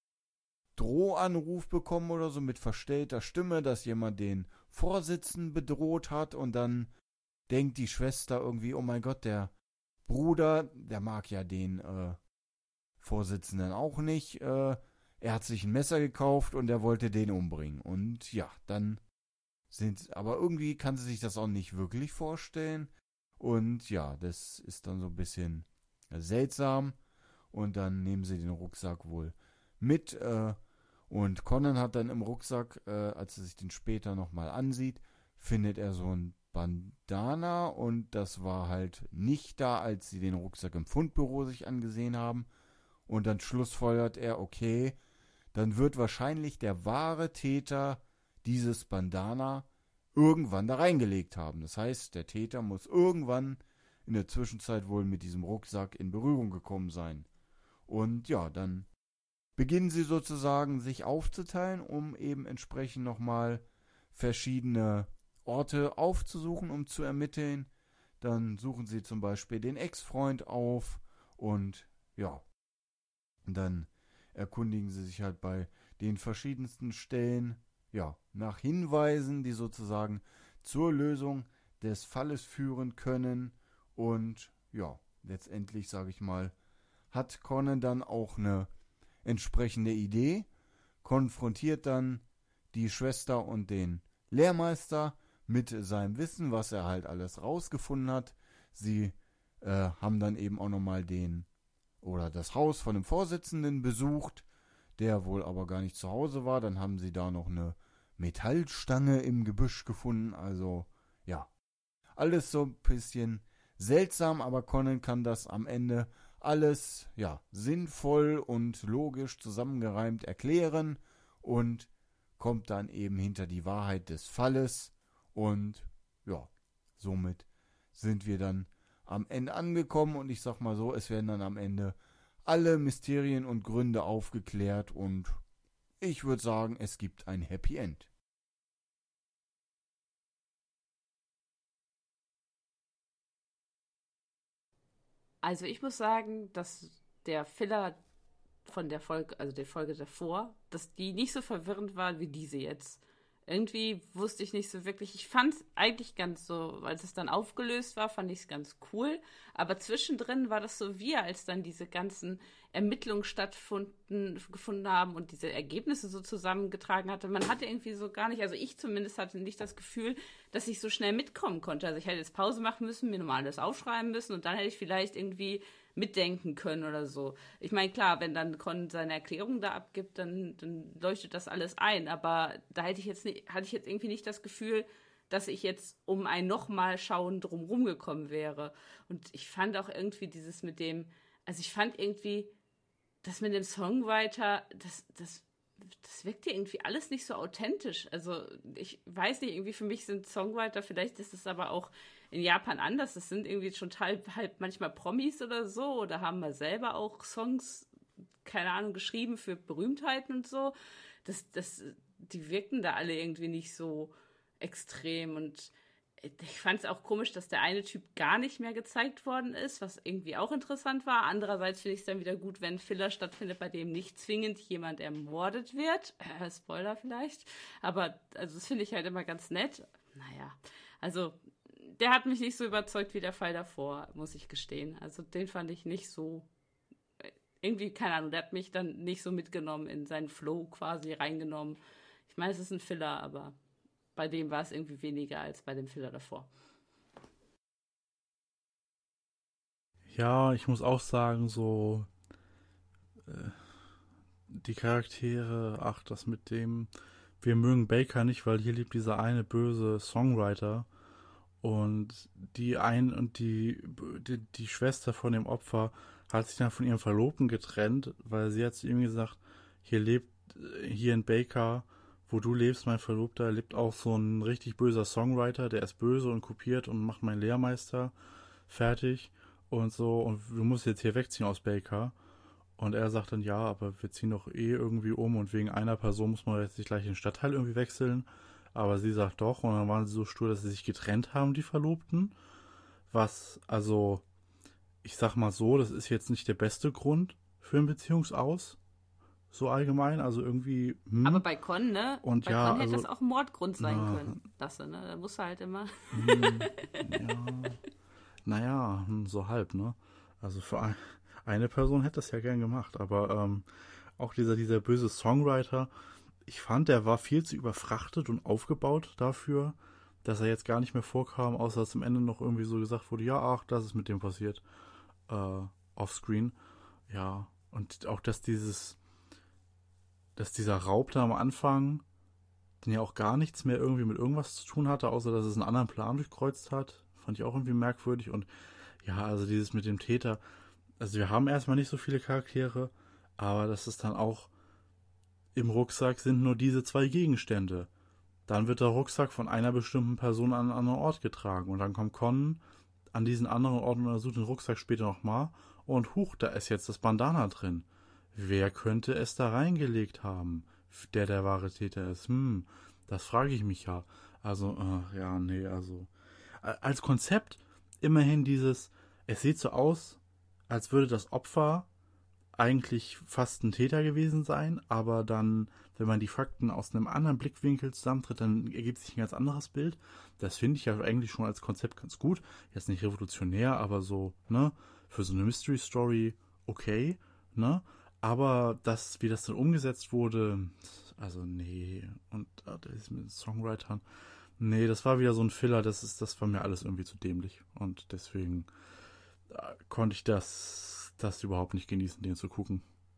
Drohanruf bekommen oder so mit verstellter Stimme, dass jemand den Vorsitzenden bedroht hat. Und dann denkt die Schwester irgendwie, oh mein Gott, der Bruder, der mag ja den äh, Vorsitzenden auch nicht. Äh, er hat sich ein Messer gekauft und er wollte den umbringen. Und ja, dann sind, aber irgendwie kann sie sich das auch nicht wirklich vorstellen. Und ja, das ist dann so ein bisschen seltsam. Und dann nehmen sie den Rucksack wohl mit. Äh, und Conan hat dann im Rucksack, äh, als er sich den später nochmal ansieht, findet er so ein Bandana. Und das war halt nicht da, als sie den Rucksack im Fundbüro sich angesehen haben. Und dann schlussfolgert er, okay, dann wird wahrscheinlich der wahre Täter dieses Bandana irgendwann da reingelegt haben. Das heißt, der Täter muss irgendwann in der Zwischenzeit wohl mit diesem Rucksack in Berührung gekommen sein. Und ja, dann beginnen sie sozusagen sich aufzuteilen, um eben entsprechend nochmal verschiedene Orte aufzusuchen, um zu ermitteln. Dann suchen sie zum Beispiel den Ex-Freund auf und ja, dann erkundigen sie sich halt bei den verschiedensten Stellen, ja, nach Hinweisen, die sozusagen zur Lösung des Falles führen können. Und ja, letztendlich, sage ich mal, hat Conan dann auch eine entsprechende Idee, konfrontiert dann die Schwester und den Lehrmeister mit seinem Wissen, was er halt alles rausgefunden hat. Sie äh, haben dann eben auch nochmal den oder das Haus von dem Vorsitzenden besucht, der wohl aber gar nicht zu Hause war. Dann haben sie da noch eine Metallstange im Gebüsch gefunden. Also ja, alles so ein bisschen seltsam, aber Conan kann das am Ende alles ja sinnvoll und logisch zusammengereimt erklären und kommt dann eben hinter die Wahrheit des Falles. Und ja, somit sind wir dann am Ende angekommen und ich sag mal so, es werden dann am Ende alle Mysterien und Gründe aufgeklärt und ich würde sagen, es gibt ein Happy End. Also ich muss sagen, dass der Filler von der Folge, also der Folge davor, dass die nicht so verwirrend war wie diese jetzt. Irgendwie wusste ich nicht so wirklich. Ich fand es eigentlich ganz so, als es dann aufgelöst war, fand ich es ganz cool. Aber zwischendrin war das so wie, als dann diese ganzen Ermittlungen stattgefunden gefunden haben und diese Ergebnisse so zusammengetragen hatte. Man hatte irgendwie so gar nicht, also ich zumindest hatte nicht das Gefühl, dass ich so schnell mitkommen konnte. Also ich hätte jetzt Pause machen müssen, mir nochmal alles aufschreiben müssen und dann hätte ich vielleicht irgendwie mitdenken können oder so. Ich meine, klar, wenn dann Con seine Erklärung da abgibt, dann, dann leuchtet das alles ein. Aber da hätte ich jetzt nicht, hatte ich jetzt irgendwie nicht das Gefühl, dass ich jetzt um ein nochmal Schauen drumherum gekommen wäre. Und ich fand auch irgendwie dieses mit dem, also ich fand irgendwie, das mit dem Songwriter, das, das, das wirkte irgendwie alles nicht so authentisch. Also ich weiß nicht, irgendwie für mich sind Songwriter, vielleicht ist es aber auch in Japan anders. Das sind irgendwie schon halb, halb manchmal Promis oder so oder haben mal selber auch Songs, keine Ahnung, geschrieben für Berühmtheiten und so. Das, das, die wirkten da alle irgendwie nicht so extrem und ich fand es auch komisch, dass der eine Typ gar nicht mehr gezeigt worden ist, was irgendwie auch interessant war. Andererseits finde ich es dann wieder gut, wenn ein Filler stattfindet, bei dem nicht zwingend jemand ermordet wird. Äh, Spoiler vielleicht. Aber also das finde ich halt immer ganz nett. Naja, also der hat mich nicht so überzeugt wie der Fall davor, muss ich gestehen. Also den fand ich nicht so, irgendwie, keine Ahnung, der hat mich dann nicht so mitgenommen, in seinen Flow quasi reingenommen. Ich meine, es ist ein Filler, aber bei dem war es irgendwie weniger als bei dem Filler davor. Ja, ich muss auch sagen, so äh, die Charaktere, ach, das mit dem, wir mögen Baker nicht, weil hier lebt dieser eine böse Songwriter und die ein und die, die, die Schwester von dem Opfer hat sich dann von ihrem Verlobten getrennt, weil sie hat zu ihm gesagt, hier lebt, hier in Baker, wo du lebst, mein Verlobter, lebt auch so ein richtig böser Songwriter, der ist böse und kopiert und macht meinen Lehrmeister fertig und so und du musst jetzt hier wegziehen aus Baker. Und er sagt dann, ja, aber wir ziehen doch eh irgendwie um und wegen einer Person muss man jetzt nicht gleich den Stadtteil irgendwie wechseln. Aber sie sagt doch und dann waren sie so stur, dass sie sich getrennt haben, die Verlobten. Was, also, ich sag mal so, das ist jetzt nicht der beste Grund für ein Beziehungsaus. So allgemein, also irgendwie. Hm. Aber bei Con, ne? Und bei ja, Con hätte also, das auch ein Mordgrund sein na, können. Das, ne? Da muss er halt immer. Hm, ja. Naja, so halb, ne? Also für ein, eine Person hätte das ja gern gemacht, aber ähm, auch dieser, dieser böse Songwriter, ich fand, der war viel zu überfrachtet und aufgebaut dafür, dass er jetzt gar nicht mehr vorkam, außer dass am Ende noch irgendwie so gesagt wurde, ja, ach, das ist mit dem passiert, äh, offscreen. Ja, und auch, dass dieses dass dieser Raub da am Anfang den ja auch gar nichts mehr irgendwie mit irgendwas zu tun hatte, außer dass es einen anderen Plan durchkreuzt hat. Fand ich auch irgendwie merkwürdig. Und ja, also dieses mit dem Täter, also wir haben erstmal nicht so viele Charaktere, aber das ist dann auch, im Rucksack sind nur diese zwei Gegenstände. Dann wird der Rucksack von einer bestimmten Person an einen anderen Ort getragen und dann kommt Con an diesen anderen Ort und untersucht den Rucksack später nochmal und huch, da ist jetzt das Bandana drin. Wer könnte es da reingelegt haben, der der wahre Täter ist? Hm, das frage ich mich ja. Also, äh, ja, nee, also. Als Konzept immerhin dieses, es sieht so aus, als würde das Opfer eigentlich fast ein Täter gewesen sein, aber dann, wenn man die Fakten aus einem anderen Blickwinkel zusammentritt, dann ergibt sich ein ganz anderes Bild. Das finde ich ja eigentlich schon als Konzept ganz gut. Jetzt nicht revolutionär, aber so, ne, für so eine Mystery Story okay, ne? Aber das, wie das dann umgesetzt wurde, also nee, und äh, das mit den Songwritern, nee, das war wieder so ein Filler, das ist, das war mir alles irgendwie zu dämlich. Und deswegen äh, konnte ich das, das überhaupt nicht genießen, den zu gucken.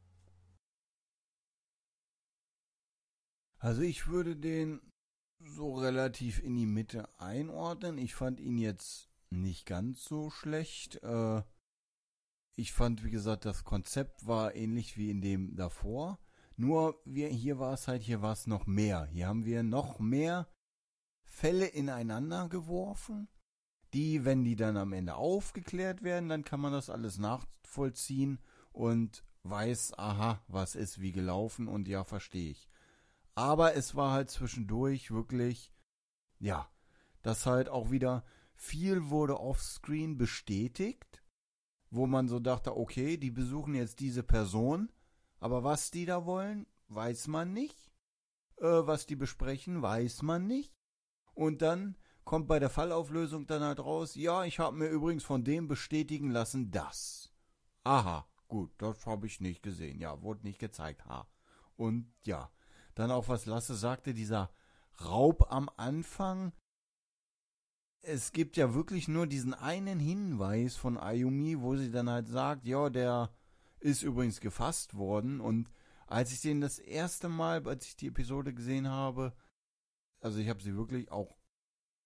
Also ich würde den so relativ in die Mitte einordnen. Ich fand ihn jetzt nicht ganz so schlecht. Äh, Ich fand, wie gesagt, das Konzept war ähnlich wie in dem davor. Nur wir, hier war es halt, hier war es noch mehr. Hier haben wir noch mehr Fälle ineinander geworfen, die, wenn die dann am Ende aufgeklärt werden, dann kann man das alles nachvollziehen und weiß, aha, was ist wie gelaufen und ja, verstehe ich. Aber es war halt zwischendurch wirklich, ja, dass halt auch wieder viel wurde offscreen bestätigt, wo man so dachte, okay, die besuchen jetzt diese Person, aber was die da wollen, weiß man nicht. Äh, was die besprechen, weiß man nicht. Und dann kommt bei der Fallauflösung dann halt raus, ja, ich habe mir übrigens von dem bestätigen lassen, das. Aha, gut, das habe ich nicht gesehen. Ja, wurde nicht gezeigt, ha. Und ja, dann auch was Lasse sagte, dieser Raub am Anfang. Es gibt ja wirklich nur diesen einen Hinweis von Ayumi, wo sie dann halt sagt, ja, der ist übrigens gefasst worden. Und als ich den das erste Mal, als ich die Episode gesehen habe, also ich habe sie wirklich auch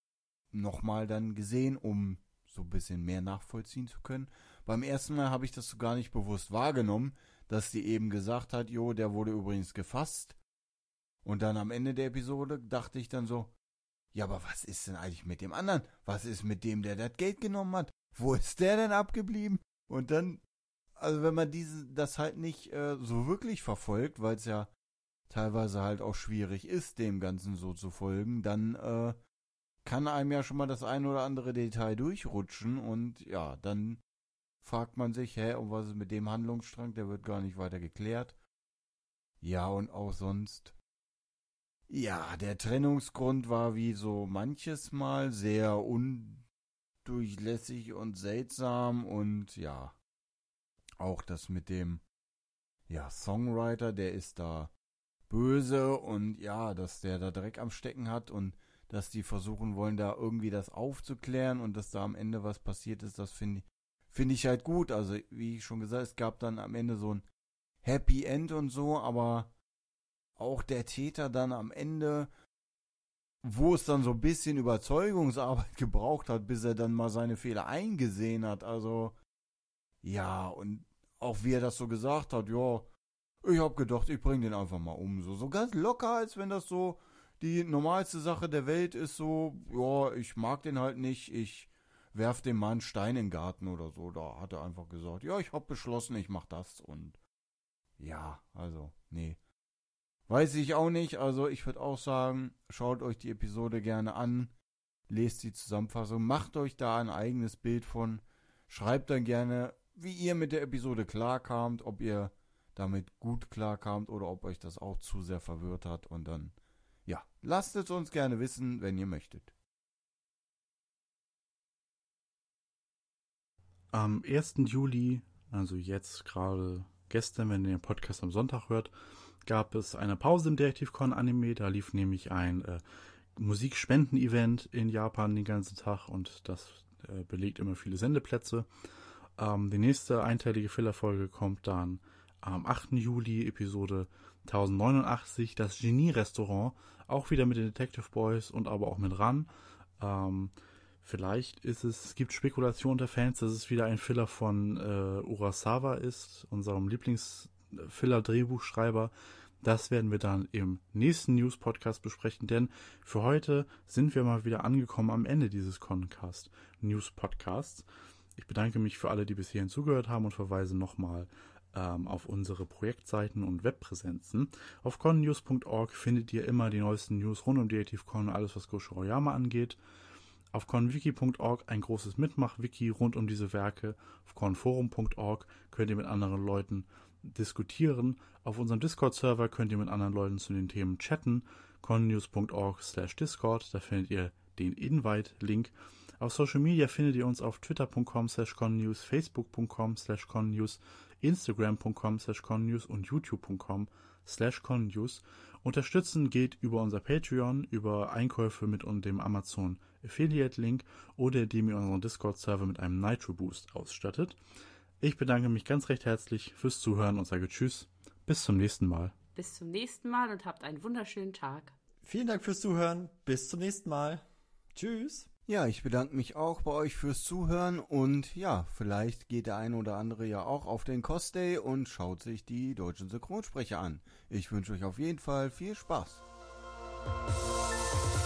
nochmal dann gesehen, um so ein bisschen mehr nachvollziehen zu können. Beim ersten Mal habe ich das so gar nicht bewusst wahrgenommen, dass die eben gesagt hat, jo, der wurde übrigens gefasst. Und dann am Ende der Episode dachte ich dann so, ja, aber was ist denn eigentlich mit dem anderen? Was ist mit dem, der das Geld genommen hat? Wo ist der denn abgeblieben? Und dann, also wenn man diese, das halt nicht äh, so wirklich verfolgt, weil es ja teilweise halt auch schwierig ist, dem Ganzen so zu folgen, dann äh, kann einem ja schon mal das ein oder andere Detail durchrutschen und ja, dann fragt man sich, hä, und was ist mit dem Handlungsstrang? Der wird gar nicht weiter geklärt. Ja, und auch sonst. Ja, der Trennungsgrund war wie so manches Mal sehr undurchlässig und seltsam und ja, auch das mit dem, ja, Songwriter, der ist da böse und ja, dass der da Dreck am Stecken hat und dass die versuchen wollen, da irgendwie das aufzuklären und dass da am Ende was passiert ist, das finde ich, finde ich halt gut. Also, wie ich schon gesagt, es gab dann am Ende so ein Happy End und so, aber auch der Täter dann am Ende, wo es dann so ein bisschen Überzeugungsarbeit gebraucht hat, bis er dann mal seine Fehler eingesehen hat. Also, ja, und auch wie er das so gesagt hat, ja, ich hab gedacht, ich bring den einfach mal um. So, so ganz locker, als wenn das so die normalste Sache der Welt ist, so, ja, ich mag den halt nicht, ich werf dem mal einen Stein in den Garten oder so. Da hat er einfach gesagt, ja, ich hab beschlossen, ich mach das und ja, also, nee. Weiß ich auch nicht, also ich würde auch sagen, schaut euch die Episode gerne an, lest die Zusammenfassung, macht euch da ein eigenes Bild von, schreibt dann gerne, wie ihr mit der Episode klarkamt, ob ihr damit gut klarkamt oder ob euch das auch zu sehr verwirrt hat und dann, ja, lasst es uns gerne wissen, wenn ihr möchtet. Am ersten Juli, also jetzt gerade gestern, wenn ihr den Podcast am Sonntag hört, gab es eine Pause im Detektiv-Con-Anime. Da lief nämlich ein äh, Musikspenden-Event in Japan den ganzen Tag und das äh, belegt immer viele Sendeplätze. Ähm, die nächste einteilige Filler-Folge kommt dann am achten Juli, Episode tausendneunundachtzig, das Genie-Restaurant, auch wieder mit den Detective Boys und aber auch mit Ran. Ähm, vielleicht ist es, es gibt Spekulationen der Fans, dass es wieder ein Filler von äh, Urasawa ist, unserem Lieblings-Filler-Drehbuchschreiber. Das werden wir dann im nächsten News-Podcast besprechen, denn für heute sind wir mal wieder angekommen am Ende dieses Concast-News-Podcasts. Ich bedanke mich für alle, die bis hierhin zugehört haben und verweise nochmal ähm, auf unsere Projektseiten und Webpräsenzen. Auf connews punkt org findet ihr immer die neuesten News rund um DetektivCon und alles, was Gosho Aoyama angeht. Auf conwiki punkt org ein großes Mitmach-Wiki rund um diese Werke. Auf conforum punkt org könnt ihr mit anderen Leuten diskutieren. Auf unserem Discord-Server könnt ihr mit anderen Leuten zu den Themen chatten. connews punkt org slash discord, da findet ihr den Invite-Link. Auf Social Media findet ihr uns auf twitter punkt com slash connews, facebook punkt com slash connews, instagram punkt com slash connews und youtube punkt com slash connews. Unterstützen geht über unser Patreon, über Einkäufe mit und dem Amazon Affiliate-Link oder indem ihr unseren Discord-Server mit einem Nitro-Boost ausstattet. Ich bedanke mich ganz recht herzlich fürs Zuhören und sage Tschüss, bis zum nächsten Mal. Bis zum nächsten Mal und habt einen wunderschönen Tag. Vielen Dank fürs Zuhören. Bis zum nächsten Mal. Tschüss. Ja, ich bedanke mich auch bei euch fürs Zuhören und ja, vielleicht geht der eine oder andere ja auch auf den Cosday und schaut sich die deutschen Synchronsprecher an. Ich wünsche euch auf jeden Fall viel Spaß.